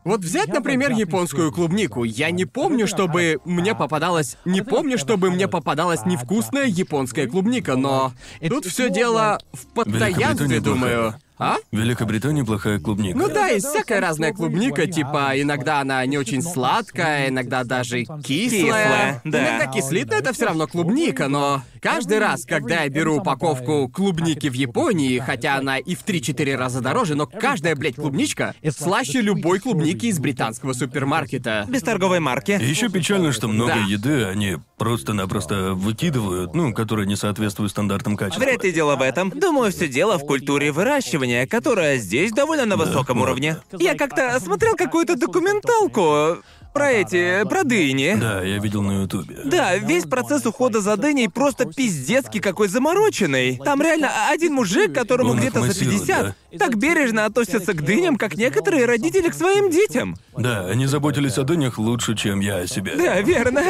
Вот взять, например, японскую клубнику. Я не помню, чтобы мне попадалась... Не помню, чтобы мне попадалась невкусная японская клубника, но... Тут все дело в постоянстве, Великобритания думаю. плохая. А? В Великобритании плохая клубника. Ну да, есть всякая разная клубника, типа иногда она не очень сладкая, иногда даже кислая. Кислая, да. Иногда кислит, но это все равно клубника, но каждый раз, когда я беру упаковку клубники в Японии, хотя она и в 3-4 раза дороже, но каждая, блядь, клубничка слаще любой клубники из британского супермаркета. Без торговой марки. И еще печально, что много Да. еды они просто-напросто выкидывают, которая не соответствует стандартам качества. Вряд ли дело в этом. Думаю, все дело в культуре выращивания, которая здесь довольно на высоком вот. уровне. Я как-то смотрел какую-то документалку про дыни. Да, я видел на Ютубе. Да, весь процесс ухода за дыней просто пиздецкий какой замороченный. Там реально один мужик, которому Он где-то за массирует, 50, так бережно относится к дыням, как некоторые родители к своим детям. Да, они заботились о дынях лучше, чем я о себе. Да, верно.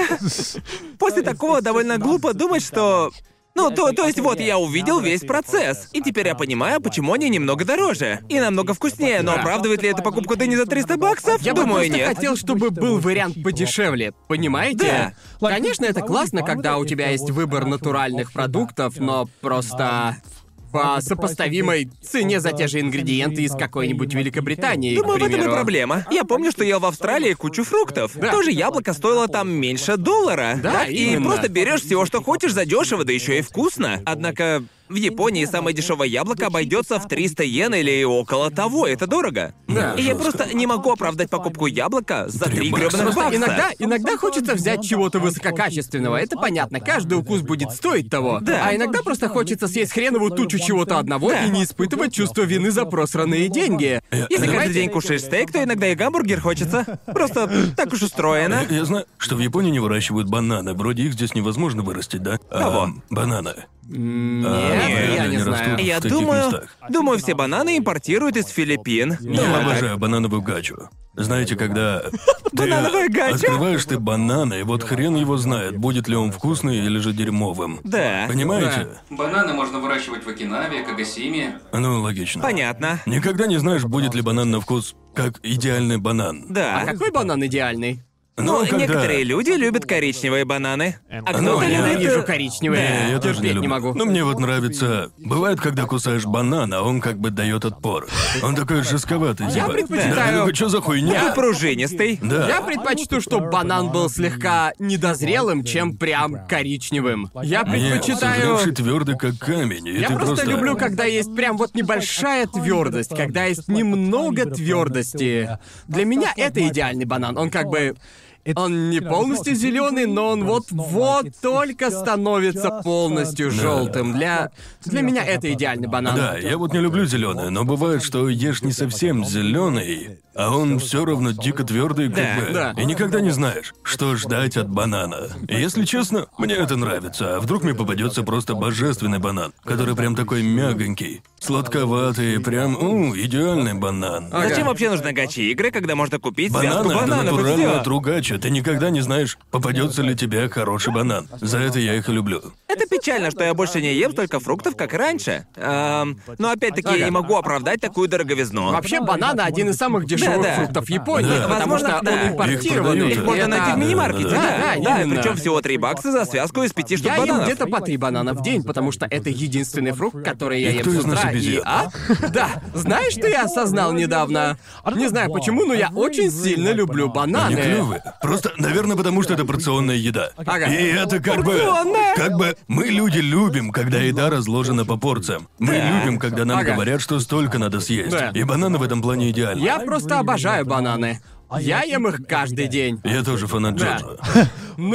После такого довольно глупо думать, что... То есть вот я увидел весь процесс. И теперь я понимаю, почему они немного дороже. И намного вкуснее. Но оправдывает ли это покупку дыни за 300 баксов? Я бы Думаю, просто нет. хотел, чтобы был вариант подешевле, понимаете? Конечно, это классно, когда у тебя есть выбор натуральных продуктов, но просто по сопоставимой цене за те же ингредиенты из какой-нибудь Великобритании, Думаю, к в этом и примеру. проблема. Я помню, что ел в Австралии кучу фруктов. Да. Тоже яблоко стоило там меньше $1. Да, И именно. просто берешь всего, что хочешь, задешево, да еще и вкусно. Однако в Японии самое дешевое яблоко обойдется в 300 йен или около того. Это дорого. Да, И я жестко. просто не могу оправдать покупку яблока за 3 бакса. грёбаных Просто бакса. иногда хочется взять чего-то высококачественного, это понятно, каждый укус будет стоить того. Да. А иногда просто хочется съесть хреновую тучу чего-то одного Да. и не испытывать чувство вины за просранные деньги. Если каждый Понимаете? день кушаешь стейк, то иногда и гамбургер хочется. Просто так уж устроено. Я знаю, что в Японии не выращивают бананы. Вроде их здесь невозможно вырастить, да? Кого? Бананы. Нет, бананы я не не знаю. растут. Я в таких местах. думаю, все бананы импортируют из Филиппин. Я Думаю, так. обожаю банановую гачу. Знаете, когда Банановая ты гача? открываешь ты банан, и вот хрен его знает, будет ли он вкусный или же дерьмовым. Да. Понимаете? Бананы можно выращивать в Окинаве, Кагасиме. Ну, логично. Понятно. Никогда не знаешь, будет ли банан на вкус как идеальный банан. Да. А какой банан идеальный? Ну, когда- некоторые люди любят коричневые бананы. А Ну, кто-то я любит... ненавижу коричневые. Не, я тоже не Терпеть люблю. не могу. Но мне вот нравится... Бывает, когда кусаешь банан, а он как бы дает отпор. Он такой жестковатый, Я типа. предпочитаю- Да, что за хуйня? И пружинистый. Да. Я предпочту, чтобы банан был слегка недозрелым, чем прям коричневым. Я Нет, предпочитаю... созревший твердый как камень. И Я ты просто люблю, когда есть прям вот небольшая твердость, когда есть немного твердости. Для меня это идеальный банан. Он как бы... Он не полностью зеленый, но он вот только становится полностью желтым. Для меня это идеальный банан. Да, я вот не люблю зеленое, но бывает, что ешь не совсем зеленый, а он все равно дико твердый, как Да, бы. да. И никогда не знаешь, что ждать от банана. И если честно, мне это нравится. А вдруг мне попадется просто божественный банан, который прям такой мягонький, сладковатый, прям, идеальный банан. Ага. Зачем вообще нужны гачи-игры, когда можно купить связку Бананы — это бананов и натуральная всё? тругача. Ты никогда не знаешь, попадется ли тебе хороший банан. За это я их и люблю. Это печально, что я больше не ем столько фруктов, как и раньше. Но опять-таки я Ага. не могу оправдать такую дороговизну. Вообще, банан один из самых дешевых Да. фруктов Японии, Да. потому Возможно, что да. он импортированный. Их Их можно Это- найти в мини-маркете, Да, да. да, именно. Причем всего 3 бакса за связку из 5 штук Я ем бананов. где-то по 3 банана в день, потому что это единственный фрукт, который я И ем кто с из нас утра. обезьян? Да, знаешь, что я осознал недавно? Не знаю почему, но я очень сильно люблю Они бананы. клёвые. Просто, наверное, потому что это порционная еда. Ага. И это как бы... Порционная? Как бы мы люди любим, когда еда разложена по порциям. Мы любим, когда нам Ага. говорят, что столько надо съесть. Да. И бананы в этом плане идеальны. Я просто обожаю бананы. Я ем их каждый день. Я тоже фанат Да. Джорджа.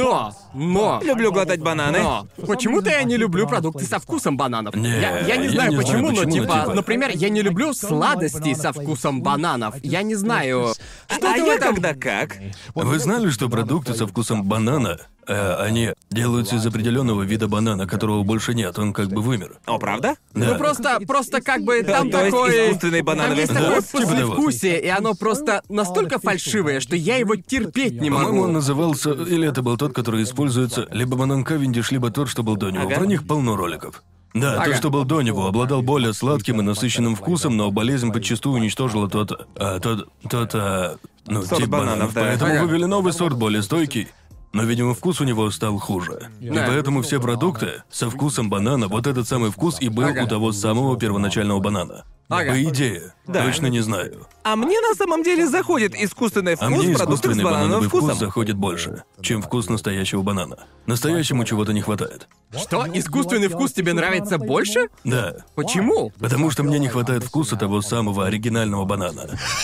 Но... Люблю глотать бананы. Но почему-то я не люблю продукты со вкусом бананов. Не, Я не я знаю не знаю, почему, но почему, но типа, типа- например, я не люблю сладости со вкусом бананов. Я не знаю. Что-то А в я этом... когда как? Вы знали, что продукты со вкусом банана, они делаются из определенного вида банана, которого больше нет, он как бы вымер. О, правда? Да. Ну просто как бы там то есть такой... искусственный банановый Там есть вкус? такое Да, типа того. послевкусие, и оно просто настолько фальшивое, что я его терпеть не По-моему, могу. он назывался, или это был тот, который используется, либо банан Кавендиш, либо тот, что был до него. Ага. Про них полно роликов. Да, Ага. тот, что был до него, обладал более сладким и насыщенным вкусом, но болезнь подчастую уничтожила Ну, Сорт тип бананов, да. Поэтому Ага. вывели новый сорт, более стойкий. Но, видимо, вкус у него стал хуже. И Да. поэтому все продукты со вкусом банана, вот этот самый вкус и был Ага. у того самого первоначального банана. Ага. По идее. Да. Точно не знаю. А мне на самом деле заходит искусственный А вкус мне продуктов с искусственный банановым банановый вкус вкусом. заходит больше, чем вкус настоящего банана. Настоящему чего-то не хватает. Что? Искусственный вкус тебе нравится больше? Да. Почему? Потому что мне не хватает вкуса того самого оригинального банана.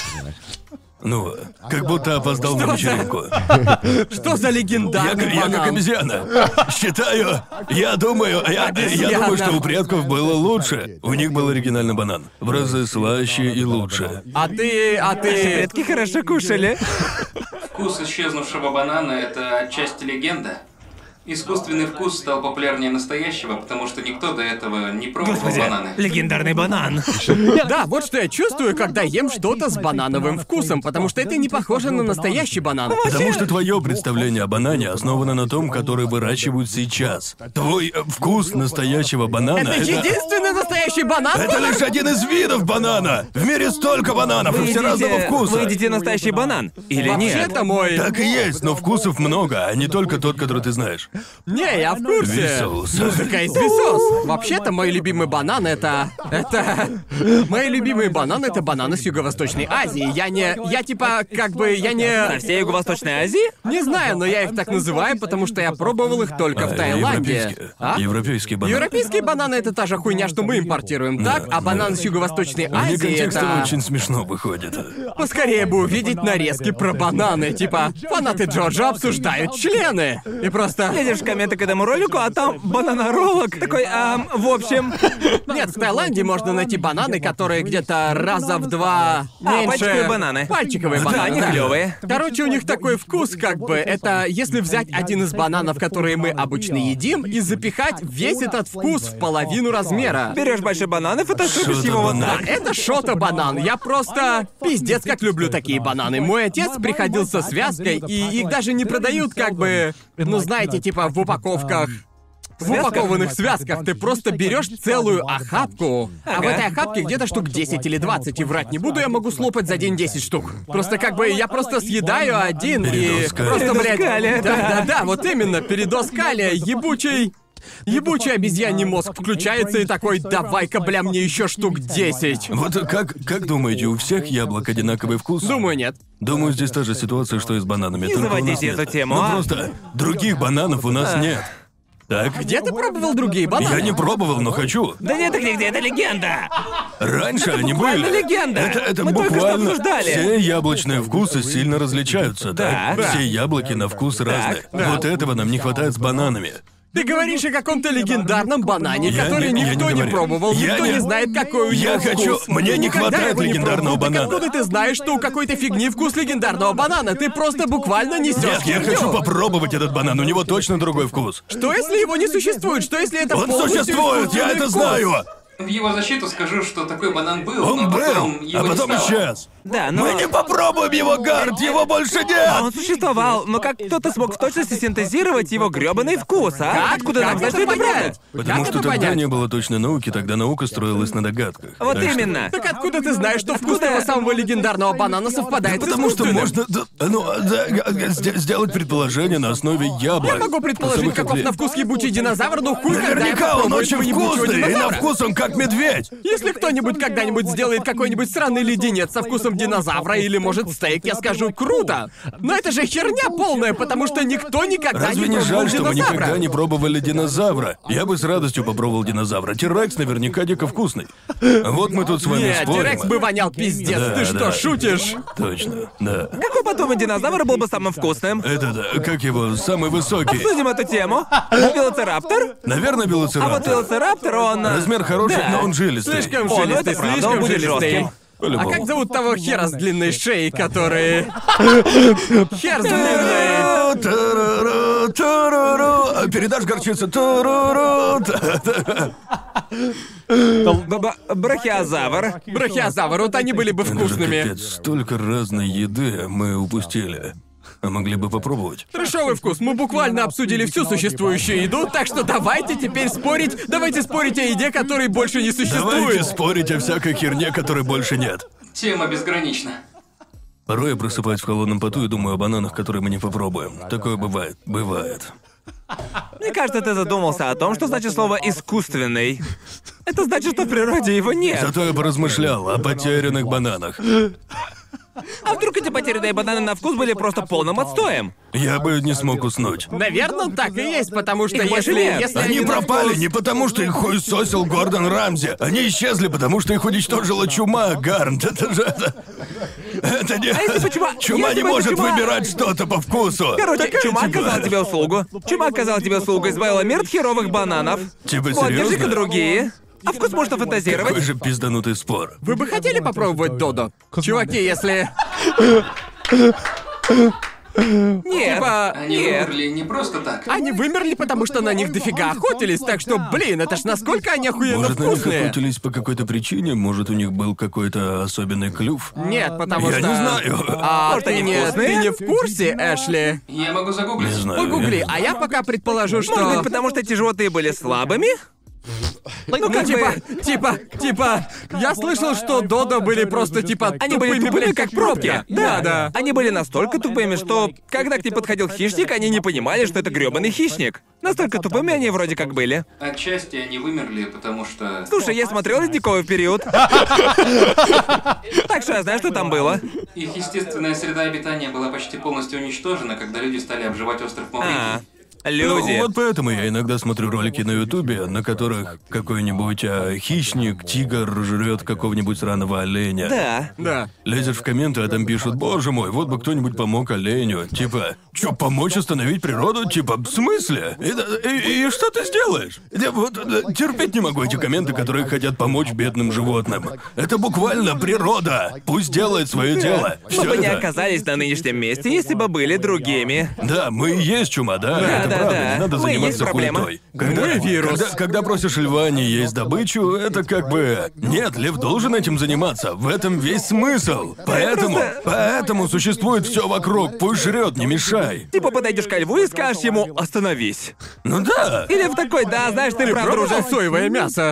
Ну, как будто опоздал на вечеринку. Что за легендарный Я как банан? обезьяна. Считаю, я думаю, что у предков было лучше. У них был оригинальный банан. В разы слаще и лучше. А ты... Предки хорошо кушали. Вкус исчезнувшего банана – это отчасти легенда. Искусственный вкус стал популярнее настоящего, потому что никто до этого не пробовал бананы. Легендарный банан. Да, вот что я чувствую, когда ем что-то с банановым вкусом, потому что это не похоже на настоящий банан. Потому что твое представление о банане основано на том, который выращивают сейчас. Твой вкус настоящего банана Это единственный настоящий банан? Это лишь один из видов банана! В мире столько бананов, и все разного вкуса! Вы едите настоящий банан? Или нет? Вообще-то мой... Так и есть, но вкусов много, а не только тот, который ты знаешь. Не, я в курсе. Висос. Музыка из Висос. Вообще-то мой любимый банан это... Мои любимые бананы это бананы с Юго-Восточной Азии. Я На всей Юго-Восточной Азии? не знаю, но я их так называю, потому что я пробовал их только в Таиланде. Европейские. А? Европейские бананы. Европейские бананы это та же хуйня, что мы импортируем, так? А банан с Юго-Восточной Вне Азии контекста это... очень смешно выходит. Поскорее бы увидеть нарезки про бананы. Типа, фанаты Джорджа обсуждают члены. И просто... Лезешь в комменты к этому ролику, а там бананоролог. Такой, в общем... Нет, в Таиланде можно найти бананы, которые где-то раза в два меньше... пальчиковые бананы. Пальчиковые Да, бананы, они клёвые. Короче, у них такой вкус, как бы, это если взять один из бананов, которые мы обычно едим, и запихать весь этот вкус в половину размера. Берешь большой банан и фотошопишь Что-то его вот банан. так. Это шота-банан. Я просто... Пиздец, как люблю такие бананы. Мой отец приходил со связкой, и их даже не продают как бы... Ну, знаете, типа в упаковках... В упакованных связках ты просто берешь целую охапку, а в этой охапке где-то штук 10 или 20, и врать не буду, я могу слопать за день 10 штук. Просто как бы я просто съедаю один и... Передоз калия. Просто, Передоз блядь... калия, да. Да-да-да, вот именно, передоз калия, Ебучий обезьяний мозг включается и такой, давай-ка, бля, мне еще штук 10. Вот как думаете, у всех яблок одинаковый вкус? Думаю, нет. Думаю, здесь та же ситуация, что и с бананами. Не только у нас заводите нет. эту тему, Ну а? просто других бананов у нас нет. Так? Где ты пробовал другие бананы? Я не пробовал, но хочу. Да нет их нигде, это легенда! Раньше они буквально были. легенда. Это Мы только что буквально. обсуждали. Все яблочные вкусы сильно различаются, Да. так? Все яблоки на вкус разные. Вот этого нам не хватает с бананами. Ты говоришь о каком-то легендарном банане, Я который не никто не говорю. пробовал, Я никто не- не знает, какой у него Я хочу- вкус. мне Ты не никогда хватает его не легендарного пробовал. Так банана. откуда ты знаешь, что у какой-то фигни вкус легендарного банана? Ты просто буквально несешь Нет, я херню. хочу попробовать этот банан, у него точно другой вкус. Что если его не существует? Что если это Он полностью существует, я искусственный это вкус? знаю! В его защиту скажу, что такой банан был, Он но был, потом а его не потом стало. исчез. Да, но... Мы не попробуем его, Гард, его больше нет! Он существовал, но как кто-то смог в точности синтезировать его грёбаный вкус, а? Как? Откуда нам Как знать, это что это понять? правда? Потому Как что это тогда понять? не было точной науки, тогда наука строилась на догадках. Вот Так что- именно. Так откуда ты знаешь, что вкус того самого легендарного банана совпадает с Потому что искусственным? можно сделать предположение на основе яблок. Я могу предположить, Вкусовых каков котлет. на вкус ебучий динозавр, но хуй, когда я Наверняка он попробую очень этого ебучего вкусный, и на динозавра. вкус он как медведь. Если кто-нибудь когда-нибудь сделает какой-нибудь сраный леденец со вкусом динозавра или, может, стейк, я скажу круто. Но это же херня полная, потому что никто никогда Разве не не пробовал жаль, что мы динозавра. никогда не пробовали динозавра? Я бы с радостью попробовал динозавра. Тирекс наверняка дико вкусный. Вот мы тут с вами Нет, спорим. Тирекс бы вонял пиздец, Да, ты что, да. шутишь? Точно, да. Какой потомок динозавра был бы самым вкусным? Это да, как его, самый высокий. Обсудим эту тему. Велоцираптор? Наверное, А вот велоцираптор. велоцираптор, он... Размер хороший, Да. но он жилистый. Слишком О, ну это жилистый, правда, он слишком будет жилистый. жестким. А По-любому. как зовут того хера с длинной шеей, который... Хер с длинной... Туруру, туруру. Передашь горчицу. Туруру. Брахиозавр. Брахиозавр, вот они были бы Даже вкусными. капец, столько разной еды мы упустили. А могли бы попробовать. Трэшовый вкус. Мы буквально обсудили всю существующую еду, так что давайте теперь спорить. Давайте спорить о еде, которой больше не Давайте существует. спорить о всякой херне, которой больше нет. Тема безгранична. Порой я просыпаюсь в холодном поту и думаю о бананах, которые мы не попробуем. Такое бывает. Бывает. Мне кажется, ты задумался о том, что значит слово «искусственный». Это значит, что в природе его нет. Зато я поразмышлял о потерянных бананах. А вдруг эти потерянные бананы на вкус были просто полным отстоем? Я бы не смог уснуть. Наверное, так и есть, потому что Их больше если... нет. если Они на пропали вкус- не потому, что их хуесосил Гордон Рамзи. Они исчезли, потому что их уничтожила чума, Гарнт. Это же... Это не... если бы чума- Чума если не бы это может чума- выбирать что-то по вкусу. Короче, чума типа- оказала тебе услугу. Чума оказала тебе услугу, избавила мир от херовых бананов. Типа, Вот, держи-ка серьезно? другие. А вкус можно Какой фантазировать. же пизданутый спор. Вы бы хотели попробовать Додо? Чуваки, если... Нет. Типа... Они Нет. вымерли не просто так. Они вымерли, потому что на них дофига охотились, так что, блин, это ж насколько они охуенно Может, на них вкусные. охотились по какой-то причине? Может, у них был какой-то особенный клюв? Нет, потому Я что... не знаю. А Может, ты они не, вкусные? ты не в курсе, Эшли? Я могу загуглить. Не знаю. Погугли, а я пока предположу, Может что... быть, потому что эти животные были слабыми? Ну, как типа, я слышал, что Додо были просто, типа, Они были тупыми, блядь, как пробки. Да. Они были настолько тупыми, что когда к ним подходил хищник, они не понимали, что это грёбаный хищник. Настолько тупыми они вроде как были. Отчасти они вымерли, потому что... Слушай, я смотрел «Ледниковый период». Так что я знаю, что там было. Их естественная среда обитания была почти полностью уничтожена, когда люди стали обживать остров А, Маврикий. люди. Ну, вот поэтому я иногда смотрю ролики на Ютубе, на которых какой-нибудь хищник, тигр жрет какого-нибудь сраного оленя. Да. Лезешь в комменты, а там пишут: боже мой, вот бы кто-нибудь помог оленю. Типа, чё, помочь остановить природу? Типа, в смысле? И что ты сделаешь? Я вот терпеть не могу эти комменты, которые хотят помочь бедным животным. Это буквально природа. Пусть делает свое дело. Мы Всё бы не это. оказались на нынешнем месте, если бы были другими. Да, мы и есть чума, да, это да, правда, да. не надо Мы и есть заниматься проблема. хуетой. Когда, Мы вирус. Когда просишь льва не есть добычу, это как бы... Нет, лев должен этим заниматься, в этом весь смысл. Поэтому существует все вокруг, пусть жрет, не мешай. Типа подойдешь ко льву и скажешь ему «остановись». Ну да, Или в такой «да, знаешь, ты прав, Пробовал друже». соевое мясо?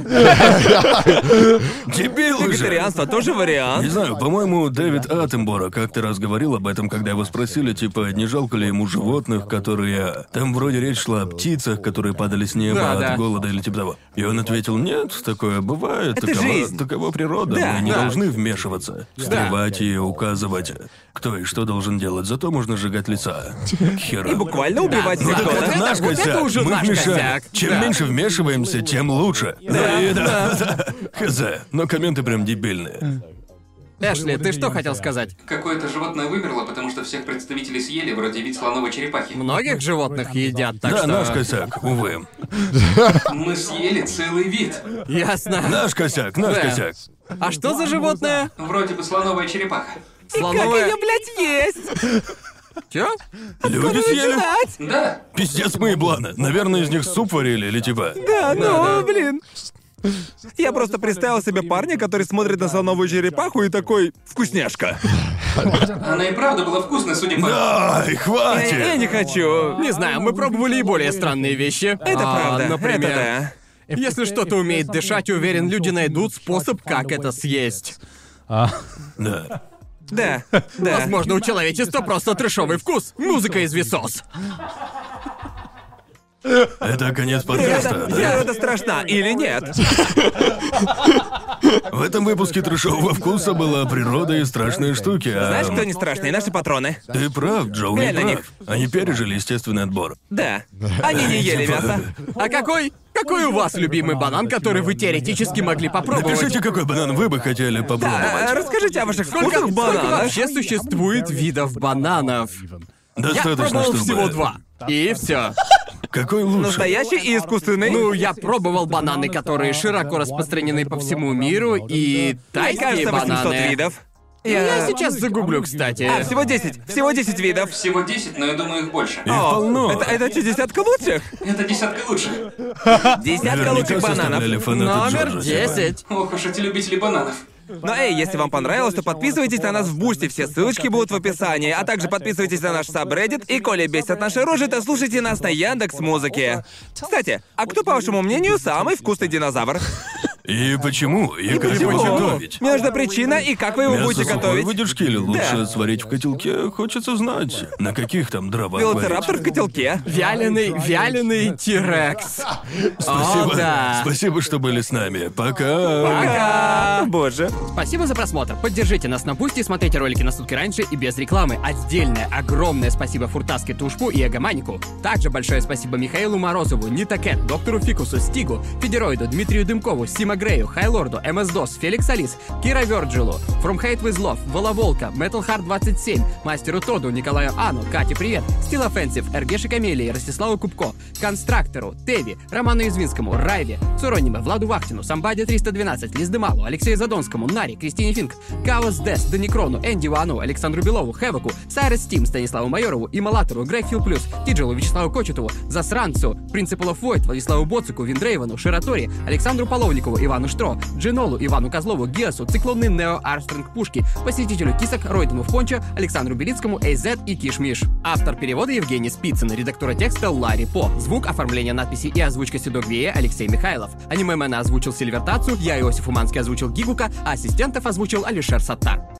дебил же. Вегетарианство тоже Не вариант. знаю, по-моему, Дэвид Аттенборо как-то раз говорил об этом, когда его спросили, типа, не жалко ли ему животных, которые... Там вроде речь шла о птицах, которые падали с неба Да, от да. голода или типа того. И он ответил: нет, такое бывает, Это жизнь. такова природа, Да, мы не да. должны вмешиваться, встревать и указывать, кто и что должен делать, зато можно сжигать леса. Хера. И буквально убивать Да, Ну так дракона. это наш вот это косяк, уже мы наш вмешаем. косяк. Чем Да. меньше вмешиваемся, тем лучше. Да. Хз, но комменты прям дебильные. Эшли, ты что хотел сказать? Какое-то животное вымерло, потому что всех представителей съели, вроде вид слоновой черепахи. Многих животных едят, так Да, что... наш косяк, увы. Мы съели целый вид. Ясно. Наш косяк, наш Да. косяк. А что за животное? Вроде бы слоновая черепаха. Как Слоновое... её, блядь, есть? Чё? Люди съели? Начинать? Да, Пиздец, мы ебланы. Наверное, из них суп варили или типа... Да, ну, блин. Я просто представил себе парня, который смотрит на слоновую черепаху и такой «вкусняшка». она и правда была вкусной, судя по... Ай, Я хватит! не хочу. Не знаю, мы пробовали и более странные вещи. Это правда. Например, Это да. если что-то умеет дышать, уверен, люди найдут способ, как это съесть. Да. Да, да. Возможно, у человечества просто трэшовый вкус. Музыка из Висос. Это конец подкаста. Природа страшна или нет? В этом выпуске трэшового вкуса была природа и страшные штуки, а... Знаешь, кто не страшный? Наши патроны. Ты прав, Джоуи Глянь на прав. них. Они пережили естественный отбор. Да. Они не ели мясо. А какой у вас любимый банан, который вы теоретически могли попробовать? Напишите, какой банан вы бы хотели попробовать. Расскажите о ваших Сколько вкусах бананах. вообще существует видов бананов? Я Достаточно, пробовал чтобы... всего 2. И все. Какой лучше? Настоящий и искусственный. Ну, я пробовал бананы, которые широко распространены по всему миру, и мне тайские кажется, 800 бананы. видов. Я сейчас загуглю, кстати. Всего 10. Всего 10 видов. Всего 10, но я думаю, их больше. Их полно. Это что, десятка лучших? Это десятка лучших. Десятка Наверняка лучших бананов. составляли фанаты Номер Джорджа Сива. 10. Ох уж эти любители бананов. Но эй, если вам понравилось, то подписывайтесь на нас в Бусти, все ссылочки будут в описании, а также подписывайтесь на наш сабреддит, и коли бесят наши рожи, то слушайте нас на Яндекс.Музыке. Кстати, а кто, по вашему мнению, самый вкусный динозавр? И почему? И как его Почему? готовить? Мне нужна причина и как вы его Мясо будете сухой готовить. выдержки или лучше Да. сварить в котелке? Хочется знать, на каких там дровах Велоцираптор в варить. котелке. Вяленый Тирекс. Спасибо. О, да. Спасибо, что были с нами. Пока. Пока. Боже. Спасибо за просмотр. Поддержите нас на Бусти и смотрите ролики на сутки раньше и без рекламы. Отдельное, огромное спасибо Фуртаске Тушпу и Эгоманику. Также большое спасибо Михаилу Морозову, Нитакет, Доктору Фикусу, Стигу, Федероиду, Дмитрию Дымкову, Сима Грею, Хайлорду, МС-Дос, Феликс Алис, Кира Вёрджилу, From Hate With Love, Воловолка, Metal Heart 27, Мастеру Тоду, Николаю Ану, Кате Привет, Steel Offensive, Эргеше Камелии, Ростиславу Кубко, Констрактору, Теви, Роману Извинскому, Райве, Цурониме, Владу Вахтину, Самбаде 312, Лиздемалу, Алексею Задонскому, Наре, Кристине Финк, Каос Дес, Даникрону, Энди Уану, Александру Белову, Хеваку, Сайрес Стим, Станиславу Майорову, Ималатору, Грег Фил Плюс, Тиджилу, Вячеславу Кочетову, Засранцу, Принципал оф Войд, Владиславу Боцику, Виндрейвану, Ширатори, Александру Половникову, Ивану Штро, Джинолу, Ивану Козлову, Гиасу, Циклонный Нео Армстронг Пушки, Посетителю Кисок, Ройдену в Пончо, Александру Белицкому, Эйзет и Кишмиш. Автор перевода Евгений Спицын, редактора текста Ларри По. Звук, оформление надписи и озвучка Седогвея Алексей Михайлов. Аниме-мэна озвучил Сильвертацию, я, Иосиф Уманский, озвучил Гигука, а ассистентов озвучил Алишер Саттар.